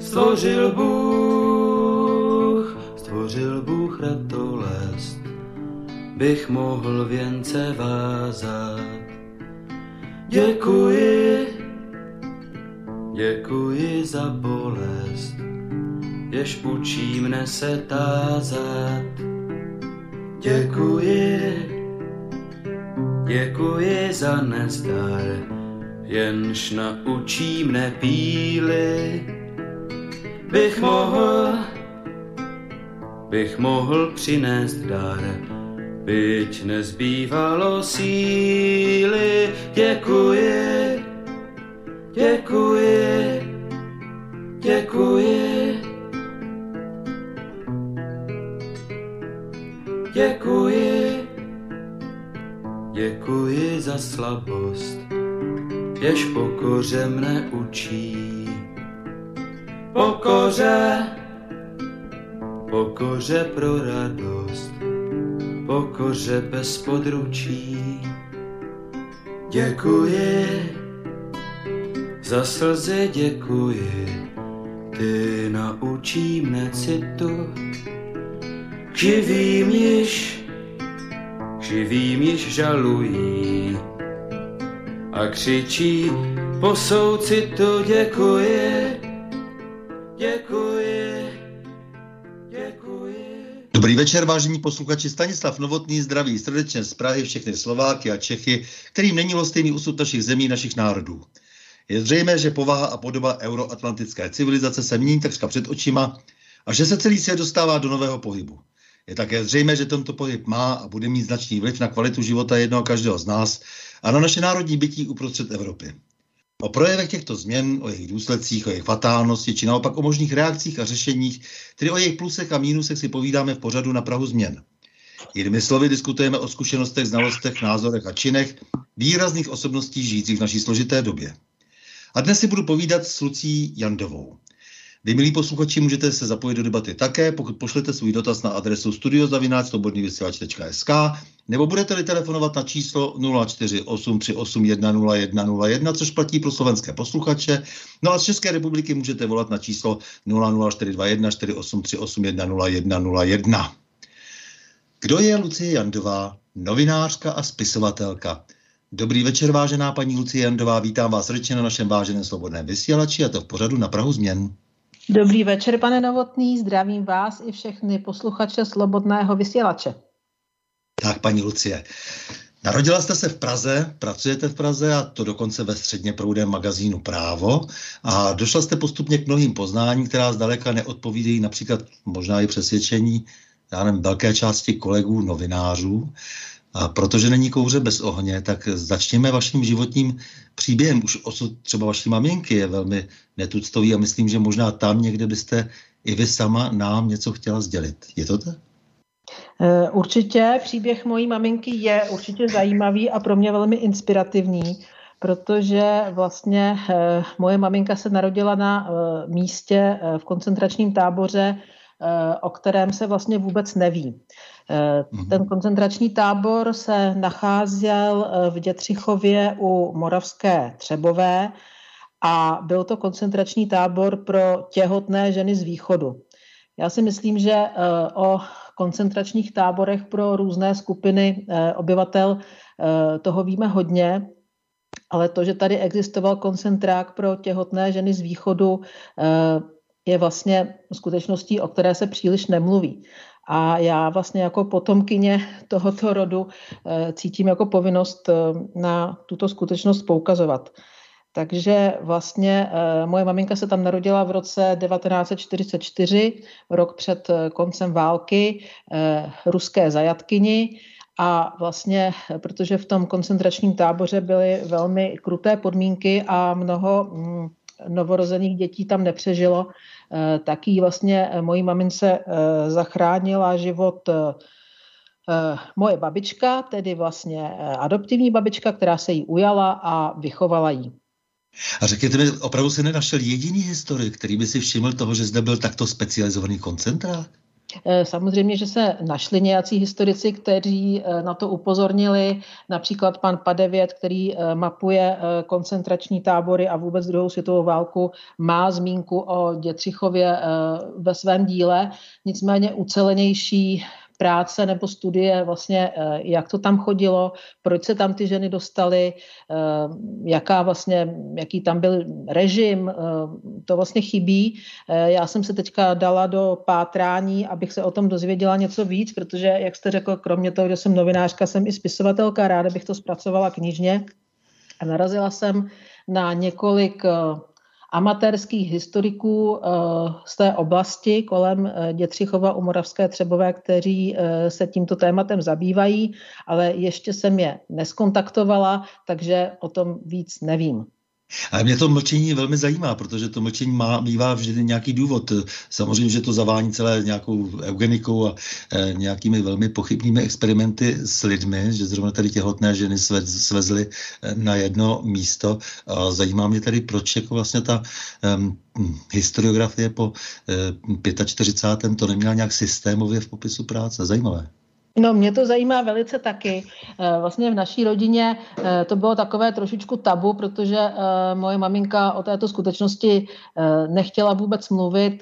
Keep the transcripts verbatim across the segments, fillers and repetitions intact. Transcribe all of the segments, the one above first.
Stvořil Bůh, stvořil Bůh ratolest, bych mohl věnce vázat. Děkuji, děkuji za bolest, jež učí mne se tázat. Děkuji, děkuji za nezdar, jenž naučí mne píly. Bych mohl, bych mohl přinést dar, byť nezbývalo síly. Děkuji, děkuji, děkuji, děkuji, děkuji za slabost, jež pokoře mne učí. Pokoře, pokoře pro radost, pokoře bez područí. Děkuji, za slzy děkuji, ty naučí mne citu. K živým již, k živým již žalují a křičí po soucitu. Děkuji, děkuji, děkuji. Dobrý večer, vážení posluchači. Stanislav Novotný zdraví srdečně z Prahy všechny Slováky a Čechy, kterým není lhostejný osud našich zemí, našich národů. Je zřejmé, že povaha a podoba euroatlantické civilizace se mění takřka před očima a že se celý svět dostává do nového pohybu. Je také zřejmé, že tento pohyb má a bude mít značný vliv na kvalitu života jednoho každého z nás a na naše národní bytí uprostřed Evropy. O projevech těchto změn, o jejich důsledcích, o jejich fatálnosti, či naopak o možných reakcích a řešeních, tedy o jejich plusech a mínusech si povídáme v pořadu Na prahu změn. Jinými slovy diskutujeme o zkušenostech, znalostech, názorech a činech výrazných osobností žijících v naší složité době. A dnes si budu povídat s Lucí Jandovou. Vy, milí posluchači, můžete se zapojit do debaty také, pokud pošlete svůj dotaz na adresu studio zavináč slobodný vysílač tečka es ká nebo budete-li telefonovat na číslo nula čtyři osm tři osm jedna nula jedna nula jedna, což platí pro slovenské posluchače. No a z České republiky můžete volat na číslo nula nula čtyři dva jedna čtyři osm tři osm jedna nula jedna nula jedna. Kdo je Lucie Jandová? Novinářka a spisovatelka. Dobrý večer, vážená paní Lucie Jandová, vítám vás srdečně na našem váženém slobodném vysílači a to v pořadu Na prahu změn. Dobrý večer, pane Novotný, zdravím vás i všechny posluchače slobodného vysílače. Tak, paní Lucie, narodila jste se v Praze, pracujete v Praze a to dokonce ve středně proudém magazínu Právo a došla jste postupně k mnohým poznáním, která zdaleka neodpovídají například možná i přesvědčení, já nevím, velké části kolegů novinářů. A protože není kouře bez ohně, tak začněme vaším životním příběhem. Už osud třeba vaší maminky je velmi netuctový a myslím, že možná tam někde byste i vy sama nám něco chtěla sdělit. Je to tak? Určitě. Příběh mojí maminky je určitě zajímavý a pro mě velmi inspirativní, protože vlastně moje maminka se narodila na místě v koncentračním táboře, o kterém se vlastně vůbec neví. Ten koncentrační tábor se nacházel v Dětřichově u Moravské Třebové a byl to koncentrační tábor pro těhotné ženy z východu. Já si myslím, že o koncentračních táborech pro různé skupiny obyvatel toho víme hodně, ale to, že tady existoval koncentrák pro těhotné ženy z východu, je vlastně skutečností, o které se příliš nemluví. A já vlastně jako potomkyně tohoto rodu cítím jako povinnost na tuto skutečnost poukazovat. Takže vlastně moje maminka se tam narodila v roce devatenáct set čtyřicet čtyři, rok před koncem války, ruské zajatkyni. A vlastně, protože v tom koncentračním táboře byly velmi kruté podmínky a mnoho novorozených dětí tam nepřežilo, tak jí vlastně mojí mamince zachránila život moje babička, tedy vlastně adoptivní babička, která se jí ujala a vychovala jí. A řekněte mi, opravdu se nenašel jediný historik, který by si všiml toho, že zde byl takto specializovaný koncentrát? Samozřejmě, že se našli nějací historici, kteří na to upozornili, například pan Padevět, který mapuje koncentrační tábory a vůbec druhou světovou válku, má zmínku o Dětřichově ve svém díle, nicméně ucelenější práce nebo studie vlastně, jak to tam chodilo, proč se tam ty ženy dostaly, jaká vlastně, jaký tam byl režim, to vlastně chybí. Já jsem se teďka dala do pátrání, abych se o tom dozvěděla něco víc, protože, jak jste řekl, kromě toho, že jsem novinářka, jsem i spisovatelka, ráda bych to zpracovala knižně. A narazila jsem na několik amatérských historiků z té oblasti kolem Dětřichova u Moravské Třebové, kteří se tímto tématem zabývají, ale ještě jsem je neskontaktovala, takže o tom víc nevím. Ale mě to mlčení velmi zajímá, protože to mlčení má, mívá vždy nějaký důvod. Samozřejmě, že to zavání celé nějakou eugenikou a e, nějakými velmi pochybnými experimenty s lidmi, že zrovna tady těhotné ženy sve, svezly na jedno místo. A zajímá mě tady, proč jako vlastně ta um, historiografie po e, čtyřicátém pátém to neměla nějak systémově v popisu práce. Zajímavé. No, mě to zajímá velice taky. Vlastně v naší rodině to bylo takové trošičku tabu, protože moje maminka o této skutečnosti nechtěla vůbec mluvit,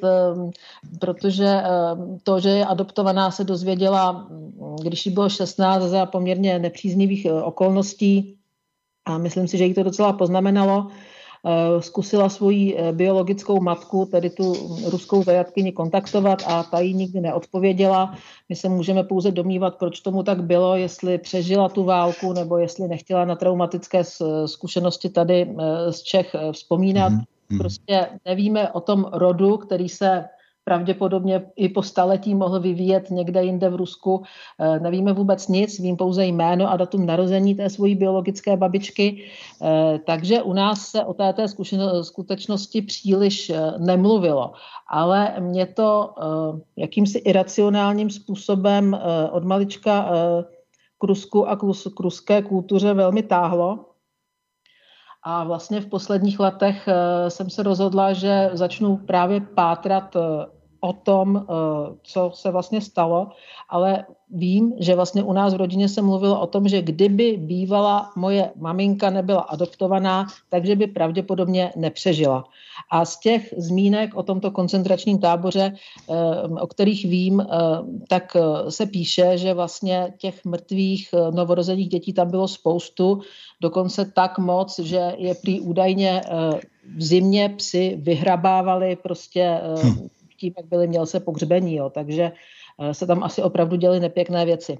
protože to, že je adoptovaná, se dozvěděla, když jí bylo šestnáct, za poměrně nepříznivých okolností. A myslím si, že jí to docela poznamenalo. Zkusila svoji biologickou matku, tedy tu ruskou zajatkyni, kontaktovat a ta jí nikdy neodpověděla. My se můžeme pouze domnívat, proč tomu tak bylo, jestli přežila tu válku nebo jestli nechtěla na traumatické zkušenosti tady z Čech vzpomínat. Mm-hmm. Prostě nevíme o tom rodu, který se pravděpodobně i po staletí mohl vyvíjet někde jinde v Rusku. Nevíme vůbec nic, vím pouze jméno a datum narození té svojí biologické babičky, takže u nás se o této skutečnosti příliš nemluvilo. Ale mě to jakýmsi iracionálním způsobem od malička k Rusku a k ruské kultuře velmi táhlo. A vlastně v posledních letech jsem se rozhodla, že začnu právě pátrat o tom, co se vlastně stalo, ale vím, že vlastně u nás v rodině se mluvilo o tom, že kdyby bývala moje maminka nebyla adoptovaná, takže by pravděpodobně nepřežila. A z těch zmínek o tomto koncentračním táboře, o kterých vím, tak se píše, že vlastně těch mrtvých novorozených dětí tam bylo spoustu, dokonce tak moc, že je prý údajně v zimě psi vyhrabávali prostě hm. tím, jak byli měl se pohřbení. Jo. Takže se tam asi opravdu děly nepěkné věci.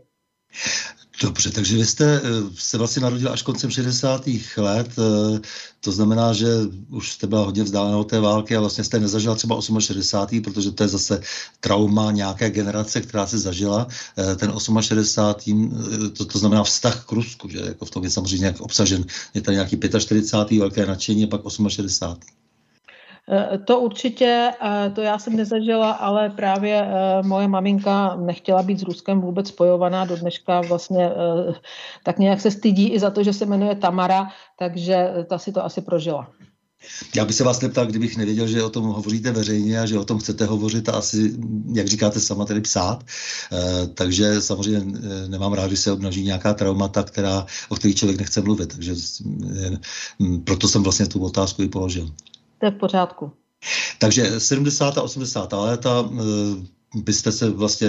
Dobře, takže vy jste se vlastně narodila až koncem šedesátých let, to znamená, že už jste byla hodně vzdálená od té války a vlastně jste nezažila třeba šedesátý osmý, protože to je zase trauma nějaké generace, která se zažila ten šedesátý osmý To, to znamená vztah k Rusku, že jako v tom je samozřejmě nějak obsažen. Je tady nějaký čtyřicátý pátý velké nadšení a pak šedesátý osmý To určitě, to já jsem nezažila, ale právě moje maminka nechtěla být s Ruskem vůbec spojovaná do dneška, vlastně tak nějak se stydí i za to, že se jmenuje Tamara, takže ta si to asi prožila. Já bych se vás neptal, kdybych nevěděl, že o tom hovoříte veřejně a že o tom chcete hovořit a asi, jak říkáte sama, tedy psát. E, takže samozřejmě nemám rád, když se obnaží nějaká traumata, která, o kterých člověk nechce mluvit. Takže e, proto jsem vlastně tu otázku i položil. To je v pořádku. Takže sedmdesátá osmdesátá léta byste se vlastně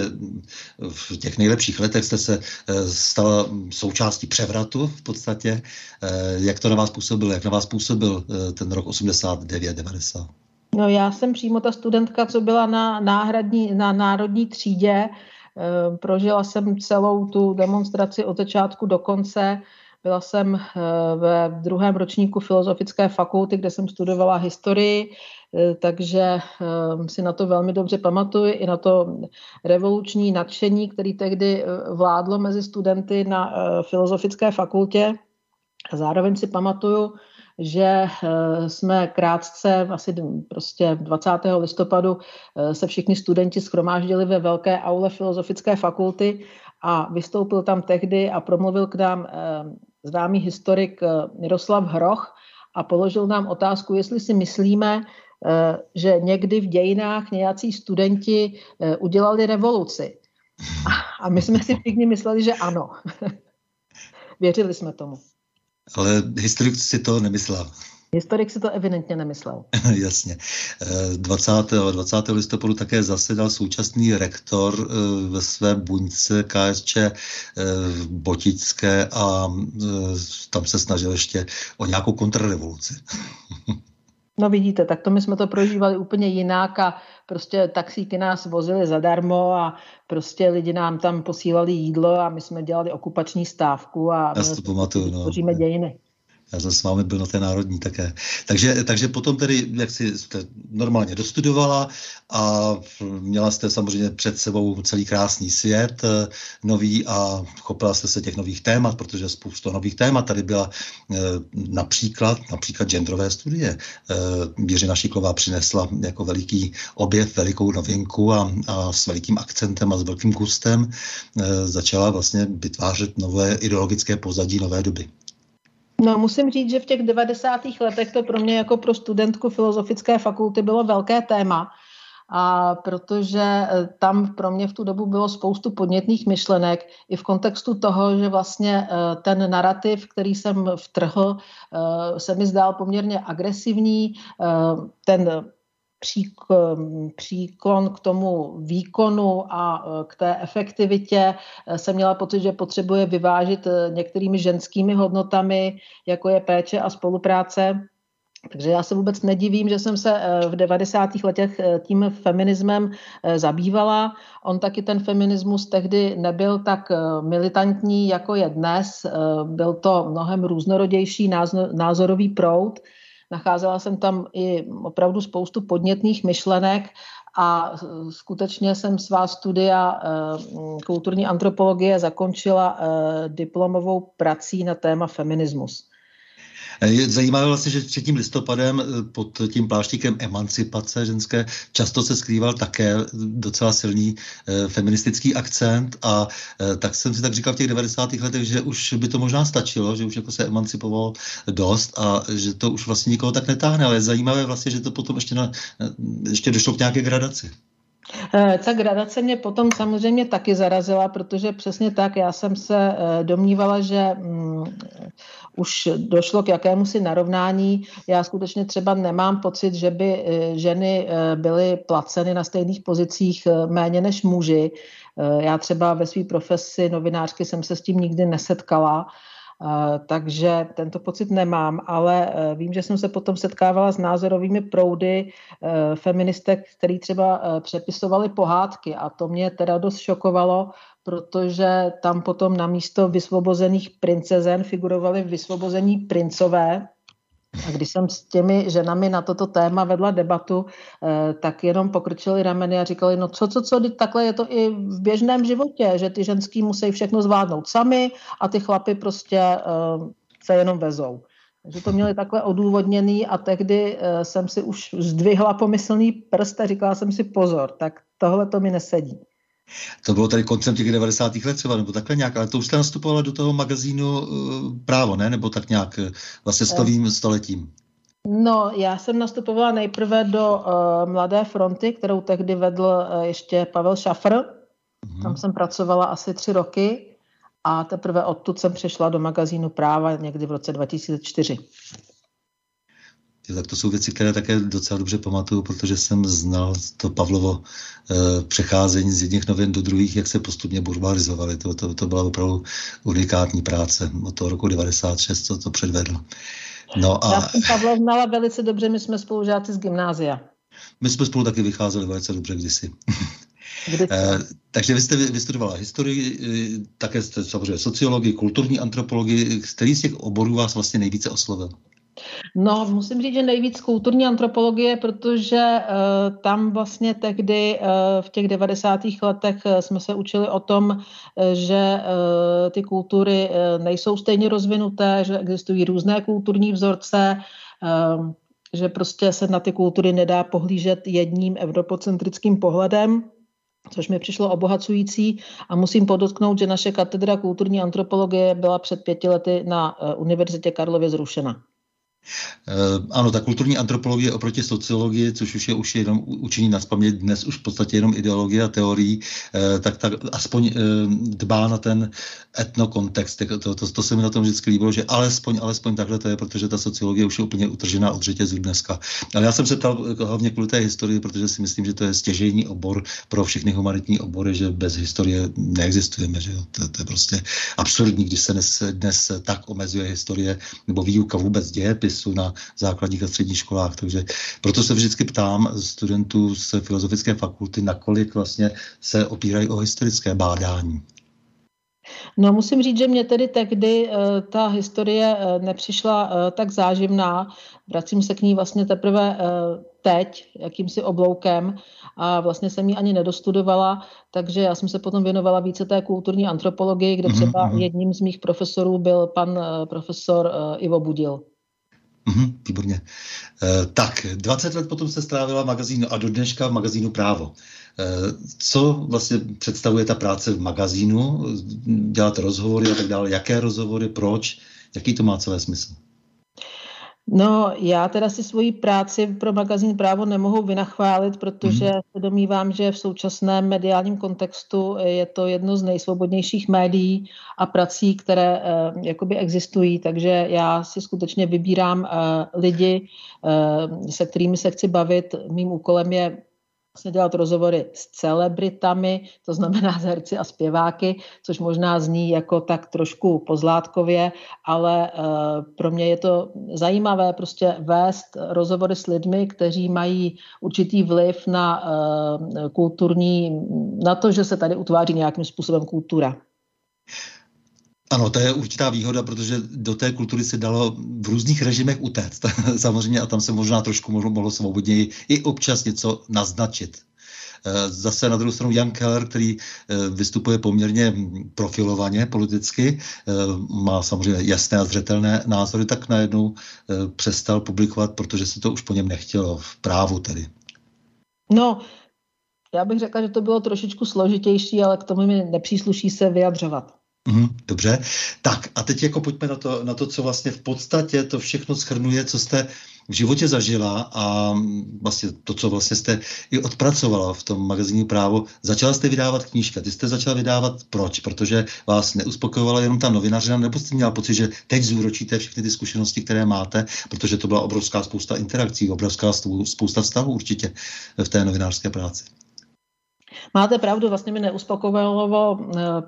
v těch nejlepších letech jste se stala součástí převratu v podstatě. Jak to na vás působilo? Jak na vás působil ten rok osmdesát devět devadesát? No, já jsem přímo ta studentka, co byla na náhradní, na národní třídě. Prožila jsem celou tu demonstraci od začátku do konce. Byla jsem ve druhém ročníku Filozofické fakulty, kde jsem studovala historii, takže si na to velmi dobře pamatuju, i na to revoluční nadšení, který tehdy vládlo mezi studenty na Filozofické fakultě. Zároveň si pamatuju, že jsme krátce, asi prostě dvacátého listopadu se všichni studenti shromáždili ve velké aule Filozofické fakulty a vystoupil tam tehdy a promluvil k nám známý historik Miroslav Hroch a položil nám otázku, jestli si myslíme, že někdy v dějinách nějací studenti udělali revoluci. A my jsme si všichni mysleli, že ano. Věřili jsme tomu. Ale historik si to nemyslel. Historik si to evidentně nemyslel. Jasně. dvacátého listopadu také zasedal současný rektor ve své buňce K S Č v Botické a tam se snažil ještě o nějakou kontrrevoluci. No vidíte, tak to my jsme to prožívali úplně jinak a prostě taxíky nás vozily zadarmo a prostě lidi nám tam posílali jídlo a my jsme dělali okupační stávku a já si to pamatuju, no. Tvoříme dějiny. Já jsem s vámi byl na té národní také. Takže, takže potom tedy, jak si jste normálně dostudovala a měla jste samozřejmě před sebou celý krásný svět nový a chopila jste se těch nových témat, protože spousta nových témat tady byla například, například genderové studie. Jiřina Šiklová přinesla jako veliký objev, velikou novinku a, a s velikým akcentem a s velkým gustem začala vlastně vytvářet nové ideologické pozadí nové doby. No, musím říct, že v těch devadesátých letech to pro mě jako pro studentku filozofické fakulty bylo velké téma, a protože tam pro mě v tu dobu bylo spoustu podnětných myšlenek i v kontextu toho, že vlastně ten narrativ, který jsem vtrhl, se mi zdál poměrně agresivní, ten příklon k tomu výkonu a k té efektivitě jsem měla pocit, že potřebuje vyvážit některými ženskými hodnotami, jako je péče a spolupráce. Takže já se vůbec nedivím, že jsem se v devadesátých letech tím feminismem zabývala. On taky ten feminismus tehdy nebyl tak militantní, jako je dnes. Byl to mnohem různorodější názorový proud. Nacházela jsem tam i opravdu spoustu podnětných myšlenek a skutečně jsem svá studia kulturní antropologie zakončila diplomovou prací na téma feminismus. Je zajímavé vlastně, že před tím listopadem pod tím pláštíkem emancipace ženské často se skrýval také docela silný e, feministický akcent a e, tak jsem si tak říkal v těch devadesátých letech, že už by to možná stačilo, že už jako se emancipovalo dost a že to už vlastně nikoho tak netáhne, ale je zajímavé vlastně, že to potom ještě, na, ještě došlo k nějaké gradaci. Ta gradace mě potom samozřejmě taky zarazila, protože přesně tak, já jsem se domnívala, že um, už došlo k jakémusi narovnání. Já skutečně třeba nemám pocit, že by ženy byly placeny na stejných pozicích méně než muži. Já třeba ve své profesi novinářky jsem se s tím nikdy nesetkala, Uh, takže tento pocit nemám, ale uh, vím, že jsem se potom setkávala s názorovými proudy uh, feministek, který třeba uh, přepisovali pohádky a to mě teda dost šokovalo, protože tam potom na místo vysvobozených princezen figurovaly vysvobození princové. A když jsem s těmi ženami na toto téma vedla debatu, eh, tak jenom pokrčili rameny a říkali, no co, co, co, takhle je to i v běžném životě, že ty ženský musí všechno zvládnout sami a ty chlapy prostě eh, se jenom vezou. Takže to měli takhle odůvodněný a tehdy eh, jsem si už zdvihla pomyslný prst a říkala jsem si pozor, tak tohle to mi nesedí. To bylo tady koncem těch devadesátých let třeba, nebo takhle nějak, ale to už jste nastupovala do toho magazínu uh, Právo, ne? Nebo tak nějak vlastně s novým stoletím? No, já jsem nastupovala nejprve do uh, Mladé fronty, kterou tehdy vedl uh, ještě Pavel Šafr. Mm-hmm. Tam jsem pracovala asi tři roky a teprve odtud jsem přešla do magazínu Práva někdy v roce dva tisíce čtyři. Tak to jsou věci, které také docela dobře pamatuju, protože jsem znal to Pavlovo e, přecházení z jedných novin do druhých, jak se postupně burbarizovaly. To, to, to byla opravdu unikátní práce od toho roku devadesát šest, co to předvedl. No a... Já jsem Pavla znala velice dobře, my jsme spolužáci z gymnázia. My jsme spolu taky vycházeli velice dobře kdysi. E, takže vy jste vystudovala historii, e, také jste samozřejmě sociologii, kulturní antropologii. Který z těch oborů vás vlastně nejvíce oslovil? No, musím říct, že nejvíc kulturní antropologie, protože uh, tam vlastně tehdy uh, v těch devadesátých letech uh, jsme se učili o tom, uh, že uh, ty kultury uh, nejsou stejně rozvinuté, že existují různé kulturní vzorce, uh, že prostě se na ty kultury nedá pohlížet jedním evropocentrickým pohledem, což mi přišlo obohacující a musím podotknout, že naše katedra kulturní antropologie byla před pěti lety na uh, Univerzitě Karlově zrušena. Ano, ta kulturní antropologie oproti sociologii, což už je už jenom učení nazpaměť, dnes už v podstatě jenom ideologie a teorií, tak, tak aspoň dbá na ten etnokontext. To, to, to se mi na tom vždycky líbilo, že alespoň, alespoň takhle to je, protože ta sociologie už je úplně utržená od řetězu dneska. Ale já jsem se ptal hlavně kvůli té historii, protože si myslím, že to je stěžejní obor pro všechny humanitní obory, že bez historie neexistujeme. Že jo? To, to je prostě absurdní, když se dnes, dnes tak omezuje historie nebo výuka vůbec dějepisu na základních a středních školách. Takže proto se vždycky ptám studentů z filozofické fakulty, nakolik vlastně se opírají o historické bádání. No, musím říct, že mě tedy tehdy uh, ta historie uh, nepřišla uh, tak záživná. Vracím se k ní vlastně teprve uh, teď, jakýmsi obloukem, a vlastně jsem ji ani nedostudovala, takže já jsem se potom věnovala více té kulturní antropologii, kde třeba mm-hmm. jedním z mých profesorů byl pan uh, profesor uh, Ivo Budil. Mhm, výborně. E, tak, dvacet let potom se strávila magazínu a do dneška v magazínu Právo. E, co vlastně představuje ta práce v magazínu? Děláte rozhovory a tak dále. Jaké rozhovory, proč? Jaký to má celé smysl? No, já teda si svoji práci pro magazín Právo nemohu vynachválit, protože mm. se domnívám, že v současném mediálním kontextu je to jedno z nejsvobodnějších médií a prací, které eh, jakoby existují, takže já si skutečně vybírám eh, lidi, eh, se kterými se chci bavit. Mým úkolem je vlastně dělat rozhovory s celebritami, to znamená s herci a zpěváky, což možná zní jako tak trošku pozlátkově, ale uh, pro mě je to zajímavé prostě vést rozhovory s lidmi, kteří mají určitý vliv na uh, kulturní, na to, že se tady utváří nějakým způsobem kultura. Ano, to je určitá výhoda, protože do té kultury se dalo v různých režimech utéct. Samozřejmě a tam se možná trošku mohlo, mohlo svobodněji i občas něco naznačit. Zase na druhou stranu Jan Keller, který vystupuje poměrně profilovaně politicky, má samozřejmě jasné a zřetelné názory, tak najednou přestal publikovat, protože se to už po něm nechtělo, v Právu tedy. No, já bych řekla, že to bylo trošičku složitější, ale k tomu mi nepřísluší se vyjadřovat. Mm, dobře, tak a teď jako pojďme na to, na to, co vlastně v podstatě to všechno shrnuje, co jste v životě zažila a vlastně to, co vlastně jste i odpracovala v tom magazínu Právo. Začala jste vydávat knížka, ty jste začala vydávat proč? Protože vás neuspokojovala jenom ta novinařina, nebo jste měla pocit, že teď zúročíte všechny ty zkušenosti, které máte, protože to byla obrovská spousta interakcí, obrovská spousta vztahů určitě v té novinářské práci. Máte pravdu, vlastně mi neuspokojilo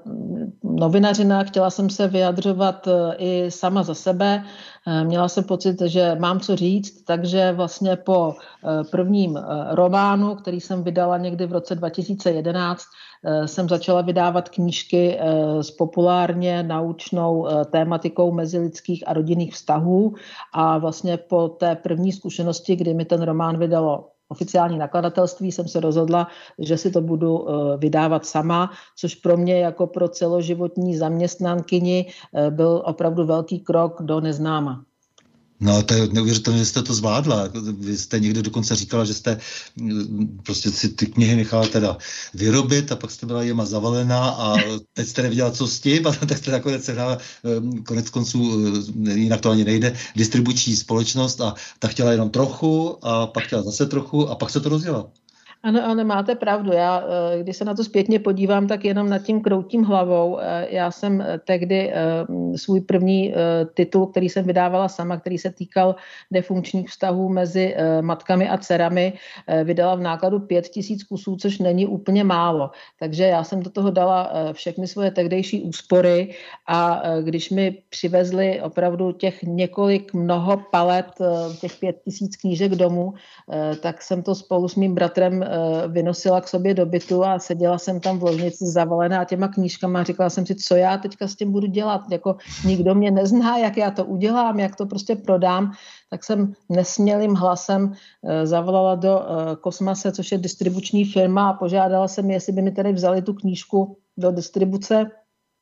novinařina, chtěla jsem se vyjadřovat i sama za sebe, měla jsem pocit, že mám co říct, takže vlastně po prvním románu, který jsem vydala někdy v roce dva tisíce jedenáct, jsem začala vydávat knížky s populárně naučnou tématikou mezilidských a rodinných vztahů a vlastně po té první zkušenosti, kdy mi ten román vydalo oficiální nakladatelství, jsem se rozhodla, že si to budu uh, vydávat sama, což pro mě jako pro celoživotní zaměstnankyni uh, byl opravdu velký krok do neznáma. No, to je neuvěřitelné, že jste to zvládla. Vy jste někde dokonce říkala, že jste prostě si ty knihy nechala teda vyrobit a pak jste byla jema zavalená a teď jste nevěděla, co s tím, a tak jste nakonec sehnala, konec konců, jinak to ani nejde, distribuční společnost a ta chtěla jenom trochu a pak chtěla zase trochu a pak se to rozjela. Ano, ano, máte pravdu. Já, když se na to zpětně podívám, tak jenom nad tím kroutím hlavou. Já jsem tehdy svůj první titul, který jsem vydávala sama, který se týkal nefunkčních vztahů mezi matkami a dcerami, vydala v nákladu pět tisíc kusů, což není úplně málo. Takže já jsem do toho dala všechny svoje tehdejší úspory a když mi přivezli opravdu těch několik mnoho palet, těch pět tisíc knížek domů, tak jsem to spolu s mým bratrem vynosila k sobě do bytu a seděla jsem tam v ložnici zavalená těma knížkama a říkala jsem si, co já teďka s tím budu dělat. Jako nikdo mě nezná, jak já to udělám, jak to prostě prodám. Tak jsem nesmělým hlasem zavolala do Kosmase, což je distribuční firma, a požádala jsem, jestli by mi tady vzali tu knížku do distribuce.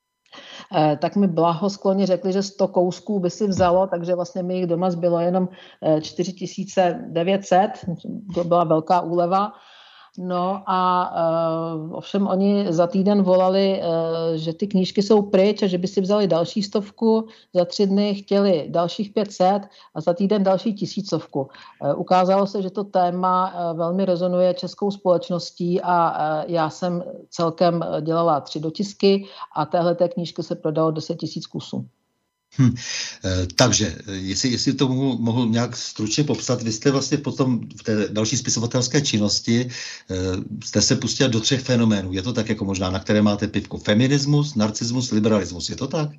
Tak mi blahoskloně řekli, že sto kousků by si vzalo, takže vlastně mi jich doma zbylo jenom čtyři tisíce devět set, to byla velká úleva. No a uh, ovšem oni za týden volali, uh, že ty knížky jsou pryč a že by si vzali další stovku, za tři dny chtěli dalších pět set a za týden další tisícovku. Uh, ukázalo se, že to téma uh, velmi rezonuje českou společností a uh, já jsem celkem dělala tři dotisky a téhleté knížky se prodalo deset tisíc kusů. Hm. E, takže, jestli, jestli to mohu, mohu nějak stručně popsat, vy jste vlastně potom v té další spisovatelské činnosti e, jste se pustila do třech fenoménů. Je to tak jako možná, na které máte pivku? Feminismus, narcismus, liberalismus. Je to tak?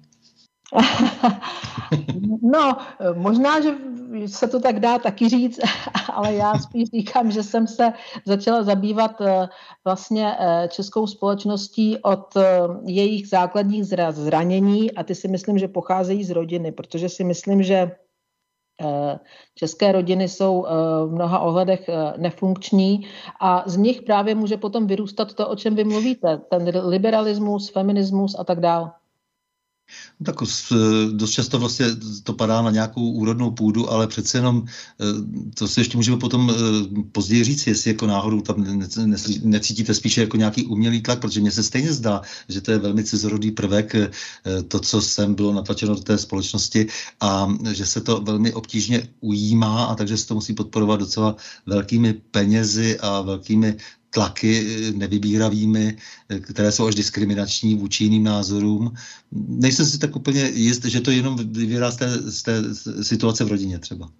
No, možná, že se to tak dá taky říct, ale já spíš říkám, že jsem se začala zabývat vlastně českou společností od jejich základních zranění a ty si myslím, že pocházejí z rodiny, protože si myslím, že české rodiny jsou v mnoha ohledech nefunkční a z nich právě může potom vyrůstat to, o čem vy mluvíte, ten liberalismus, feminismus a tak dále. Tak dost často vlastně to padá na nějakou úrodnou půdu, ale přece jenom to si ještě můžeme potom později říct, jestli jako náhodou tam necítíte spíše jako nějaký umělý tlak, protože mně se stejně zdá, že to je velmi cizorodý prvek, to, co sem bylo natlačeno do té společnosti a že se to velmi obtížně ujímá a takže se to musí podporovat docela velkými penězi a velkými tlaky nevybíravými, které jsou až diskriminační vůči jiným názorům. Nejsem si tak úplně jist, že to jenom vyvírá z té, z té situace v rodině třeba.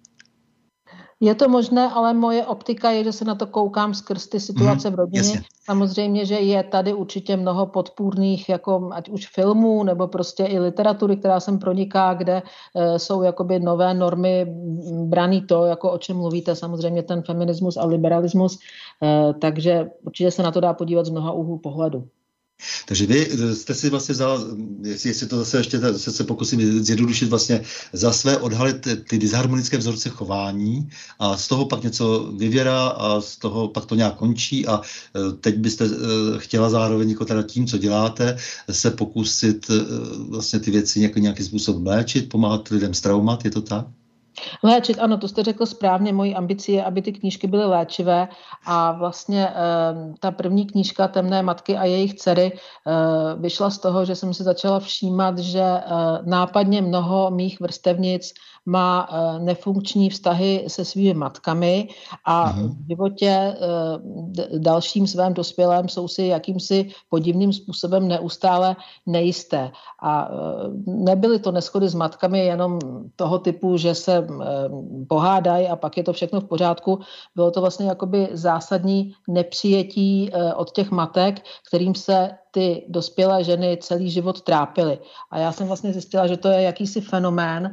Je to možné, ale moje optika je, že se na to koukám skrz ty situace mm, v rodině. Jasně. Samozřejmě, že je tady určitě mnoho podpůrných, jako ať už filmů, nebo prostě i literatury, která sem proniká, kde e, jsou jakoby nové normy braný to, jako o čem mluvíte, samozřejmě ten feminismus a liberalismus, e, takže určitě se na to dá podívat z mnoha úhlů pohledu. Takže vy jste si vlastně vzala, jestli, jestli to zase ještě zase se pokusím zjednodušit, vlastně za své odhalit ty disharmonické vzorce chování a z toho pak něco vyvěrá a z toho pak to nějak končí a teď byste chtěla zároveň jako teda tím, co děláte, se pokusit vlastně ty věci nějaký, nějakým způsobem léčit, pomáhat lidem s traumat, je to tak? Léčit, ano, to jste řekl správně. Mojí ambicí je, aby ty knížky byly léčivé a vlastně e, ta první knížka Temné matky a jejich dcery e, vyšla z toho, že jsem si začala všímat, že e, nápadně mnoho mých vrstevnic má e, nefunkční vztahy se svými matkami a mm. v životě e, d- dalším svém dospělém jsou si jakýmsi podivným způsobem neustále nejisté. A e, nebyly to neshody s matkami jenom toho typu, že se pohádají a pak je to všechno v pořádku. Bylo to vlastně jakoby zásadní nepřijetí od těch matek, kterým se ty dospělé ženy celý život trápily. A já jsem vlastně zjistila, že to je jakýsi fenomén,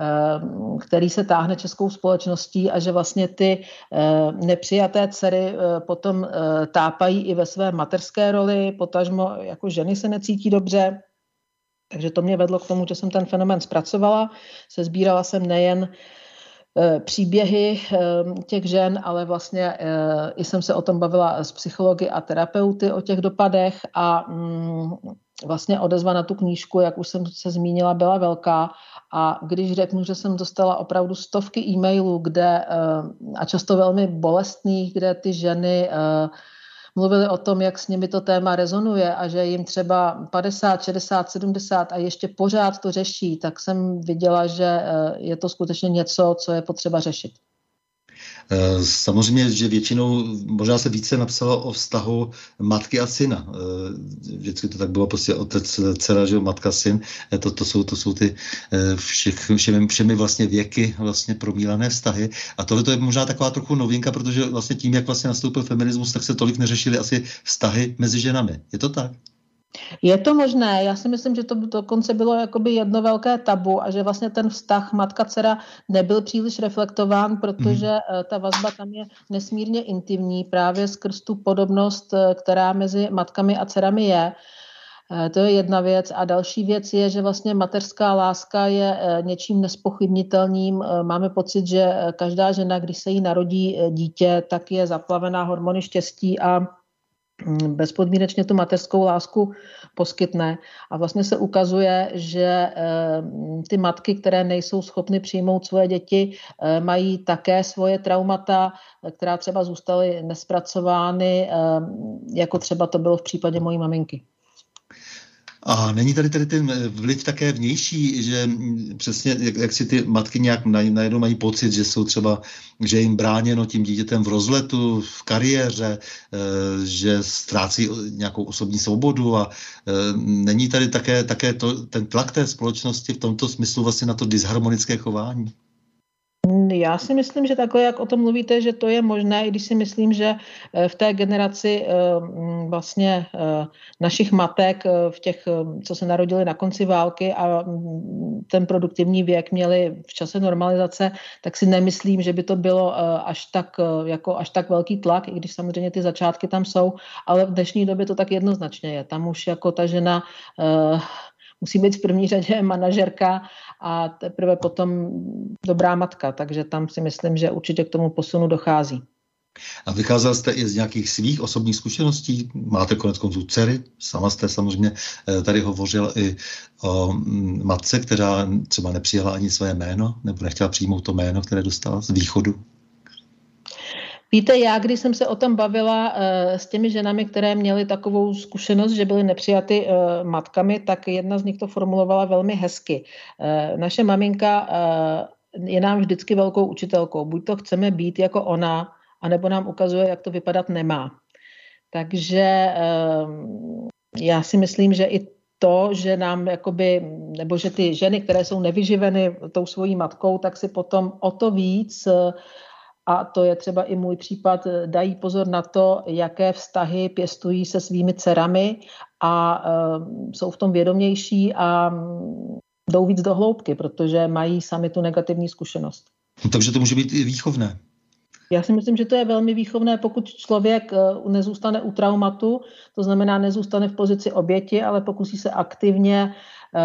který se táhne českou společností a že vlastně ty nepřijaté dcery potom tápají i ve své materské roli, potažmo jako ženy se necítí dobře. Takže to mě vedlo k tomu, že jsem ten fenomén zpracovala. Sezbírala jsem nejen e, příběhy e, těch žen, ale vlastně e, i jsem se o tom bavila s psychology a terapeuty o těch dopadech a mm, vlastně odezva na tu knížku, jak už jsem se zmínila, byla velká. A když řeknu, že jsem dostala opravdu stovky e-mailů, kde, e, a často velmi bolestných, kde ty ženy e, mluvili o tom, jak s nimi to téma rezonuje a že jim třeba padesát, šedesát, sedmdesát a ještě pořád to řeší, tak jsem viděla, že je to skutečně něco, co je potřeba řešit. Samozřejmě, že většinou možná se více napsalo o vztahu matky a syna. Vždycky to tak bylo prostě otec, dcera, že matka, syn. To, to, jsou, to jsou ty všech, všemi, všemi vlastně věky vlastně promílané vztahy. A tohle to je možná taková trochu novinka, protože vlastně tím, jak vlastně nastoupil feminismus, tak se tolik neřešily asi vztahy mezi ženami. Je to tak? Je to možné. Já si myslím, že to dokonce bylo jakoby jedno velké tabu a že vlastně ten vztah matka-dcera nebyl příliš reflektován, protože mm. ta vazba tam je nesmírně intimní právě skrz tu podobnost, která mezi matkami a dcerami je. To je jedna věc. A další věc je, že vlastně mateřská láska je něčím nespochybnitelným. Máme pocit, že každá žena, když se jí narodí dítě, tak je zaplavená hormony štěstí a bezpodmínečně tu mateřskou lásku poskytne. A vlastně se ukazuje, že ty matky, které nejsou schopny přijmout svoje děti, mají také svoje traumata, která třeba zůstaly nespracovány, jako třeba to bylo v případě mojí maminky. A není tady, tady ten vliv také vnější, že přesně jak, jak si ty matky nějak najednou mají pocit, že jsou třeba, že jim bráněno tím dítětem v rozletu, v kariéře, že ztrácí nějakou osobní svobodu a není tady také, také to, ten tlak té společnosti v tomto smyslu vlastně na to disharmonické chování? Já si myslím, že takhle, jak o tom mluvíte, že to je možné, i když si myslím, že v té generaci vlastně našich matek, v těch, co se narodili na konci války a ten produktivní věk měli v čase normalizace, tak si nemyslím, že by to bylo až tak, jako až tak velký tlak, i když samozřejmě ty začátky tam jsou, ale v dnešní době to tak jednoznačně je. Tam už jako ta žena musí být v první řadě manažerka a teprve potom dobrá matka, takže tam si myslím, že určitě k tomu posunu dochází. A vycházel jste i z nějakých svých osobních zkušeností? Máte konec konců dcery, sama jste samozřejmě tady hovořil i o matce, která třeba nepřijala ani své jméno, nebo nechtěla přijmout to jméno, které dostala z východu. Víte, já, když jsem se o tom bavila uh, s těmi ženami, které měly takovou zkušenost, že byly nepřijaty uh, matkami, tak jedna z nich to formulovala velmi hezky. Uh, naše maminka uh, je nám vždycky velkou učitelkou. Buď to chceme být jako ona, anebo nám ukazuje, jak to vypadat nemá. Takže uh, já si myslím, že i to, že nám jakoby, nebo že ty ženy, které jsou nevyživeny tou svojí matkou, tak si potom o to víc uh, a to je třeba i můj případ, dají pozor na to, jaké vztahy pěstují se svými dcerami a uh, jsou v tom vědomější a um, jdou víc do hloubky, protože mají sami tu negativní zkušenost. Takže to může být i výchovné. Já si myslím, že to je velmi výchovné, pokud člověk uh, nezůstane u traumatu, to znamená nezůstane v pozici oběti, ale pokusí se aktivně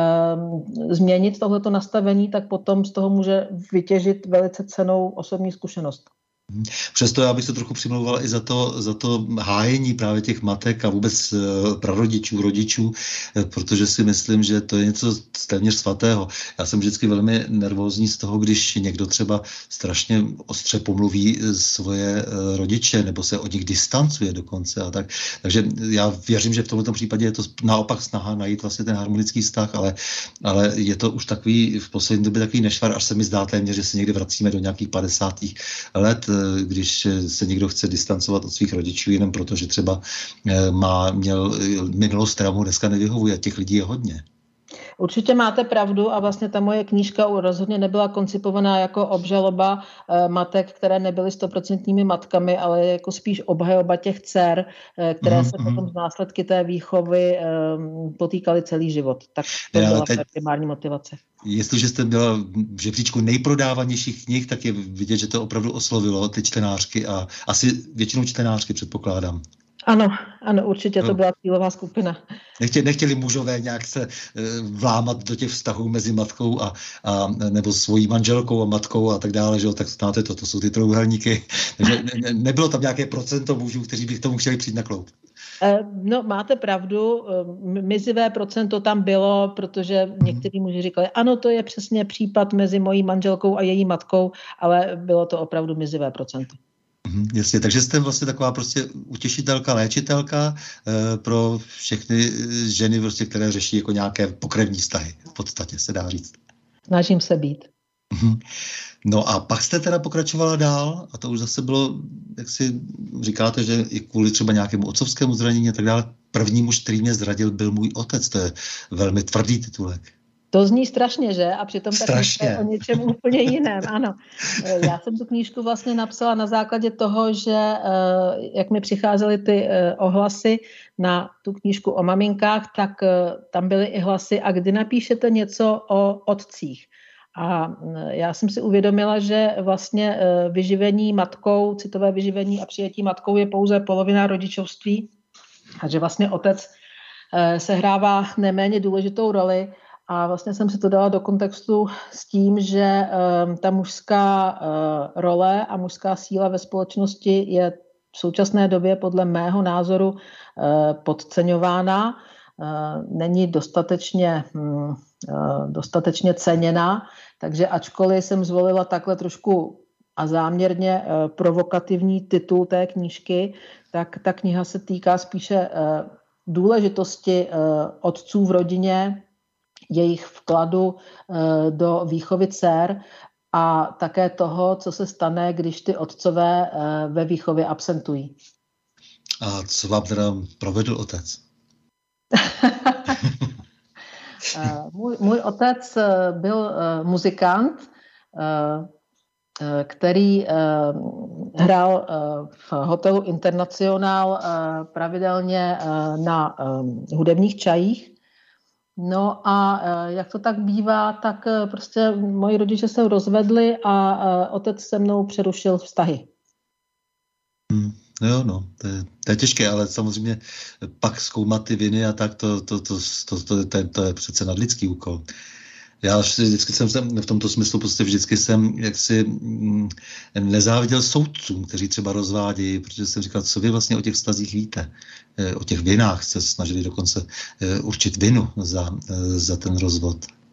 změnit tohleto nastavení, tak potom z toho může vytěžit velice cennou osobní zkušenost. Přesto já bych se trochu přimlouval i za to, za to hájení právě těch matek a vůbec prarodičů, rodičů, protože si myslím, že to je něco téměř svatého. Já jsem vždycky velmi nervózní z toho, když někdo třeba strašně ostře pomluví svoje rodiče nebo se od nich distancuje dokonce a tak. Takže já věřím, že v tomto případě je to naopak snaha najít vlastně ten harmonický vztah, ale, ale je to už takový v poslední době takový nešvar, až se mi zdá téměř, že se někde vracíme do nějakých padesátých let, když se někdo chce distancovat od svých rodičů jenom proto, že třeba má, měl minulost, která mu dneska nevyhovuje. Těch lidí je hodně. Určitě máte pravdu a vlastně ta moje knížka rozhodně nebyla koncipovaná jako obžaloba matek, které nebyly stoprocentními matkami, ale jako spíš obhajoba těch dcer, které mm-hmm. se potom z následky té výchovy um, potýkaly celý život. Tak to byla teď primární motivace. Jestliže jste byla v žebříčku nejprodávanějších knih, tak je vidět, že to opravdu oslovilo ty čtenářky a asi většinou čtenářky, předpokládám. Ano, ano, určitě to byla cílová skupina. Nechtěli, nechtěli mužové nějak se e, vlámat do těch vztahů mezi matkou a, a nebo svojí manželkou a matkou a tak dále, že jo, tak znáte to, to jsou ty trouhelníky. Takže ne, nebylo tam nějaké procento mužů, kteří by k tomu chtěli přijít na kloub. No, máte pravdu, mizivé procento tam bylo, protože někteří muži říkali, ano, to je přesně případ mezi mojí manželkou a její matkou, ale bylo to opravdu mizivé procento. Jasně, takže jste vlastně taková prostě utěšitelka, léčitelka e, pro všechny ženy, prostě, které řeší jako nějaké pokrevní vztahy, v podstatě se dá říct. Snažím se být. No a pak jste teda pokračovala dál a to už zase bylo, jak si říkáte, že i kvůli třeba nějakému otcovskému zranění a tak dále. První muž, který mě zradil, byl můj otec, to je velmi tvrdý titulek. To zní strašně, že? A přitom tak je o něčem úplně jiném, ano. Já jsem tu knížku vlastně napsala na základě toho, že jak mi přicházely ty ohlasy na tu knížku o maminkách, tak tam byly i hlasy, a kdy napíšete něco o otcích. A já jsem si uvědomila, že vlastně vyživení matkou, citové vyživení a přijetí matkou je pouze polovina rodičovství a že vlastně otec sehrává neméně důležitou roli. A vlastně jsem si to dala do kontextu s tím, že um, ta mužská uh, role a mužská síla ve společnosti je v současné době podle mého názoru podceňována, není dostatečně, dostatečně ceněna, takže ačkoliv jsem zvolila takhle trošku a záměrně provokativní titul té knížky, tak ta kniha se týká spíše důležitosti otců v rodině, jejich vkladu do výchovy dcer a také toho, co se stane, když ty otcové ve výchově absentují. A co vám teda provedl otec? můj, můj otec byl muzikant, který hrál v hotelu Internacional pravidelně na hudebních čajích. No a jak to tak bývá, tak prostě moji rodiče se rozvedli a otec se mnou přerušil vztahy. Hmm. No jo, no, to je, to je těžké, ale samozřejmě pak zkoumat ty viny a tak, to, to, to, to, to, to, je, to je přece nadlidský úkol. Já vždycky jsem v tomto smyslu prostě vždycky jsem jaksi mm, nezáviděl soudcům, kteří třeba rozvádějí, protože jsem říkal, co vy vlastně o těch vztazích víte. O těch vinách se snažili dokonce určit vinu za, za ten rozvod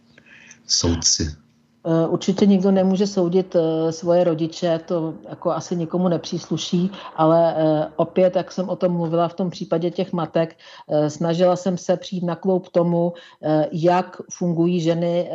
soudci. Určitě nikdo nemůže soudit svoje rodiče, to jako asi nikomu nepřísluší, ale opět, jak jsem o tom mluvila v tom případě těch matek, snažila jsem se přijít na kloub tomu, jak fungují ženy,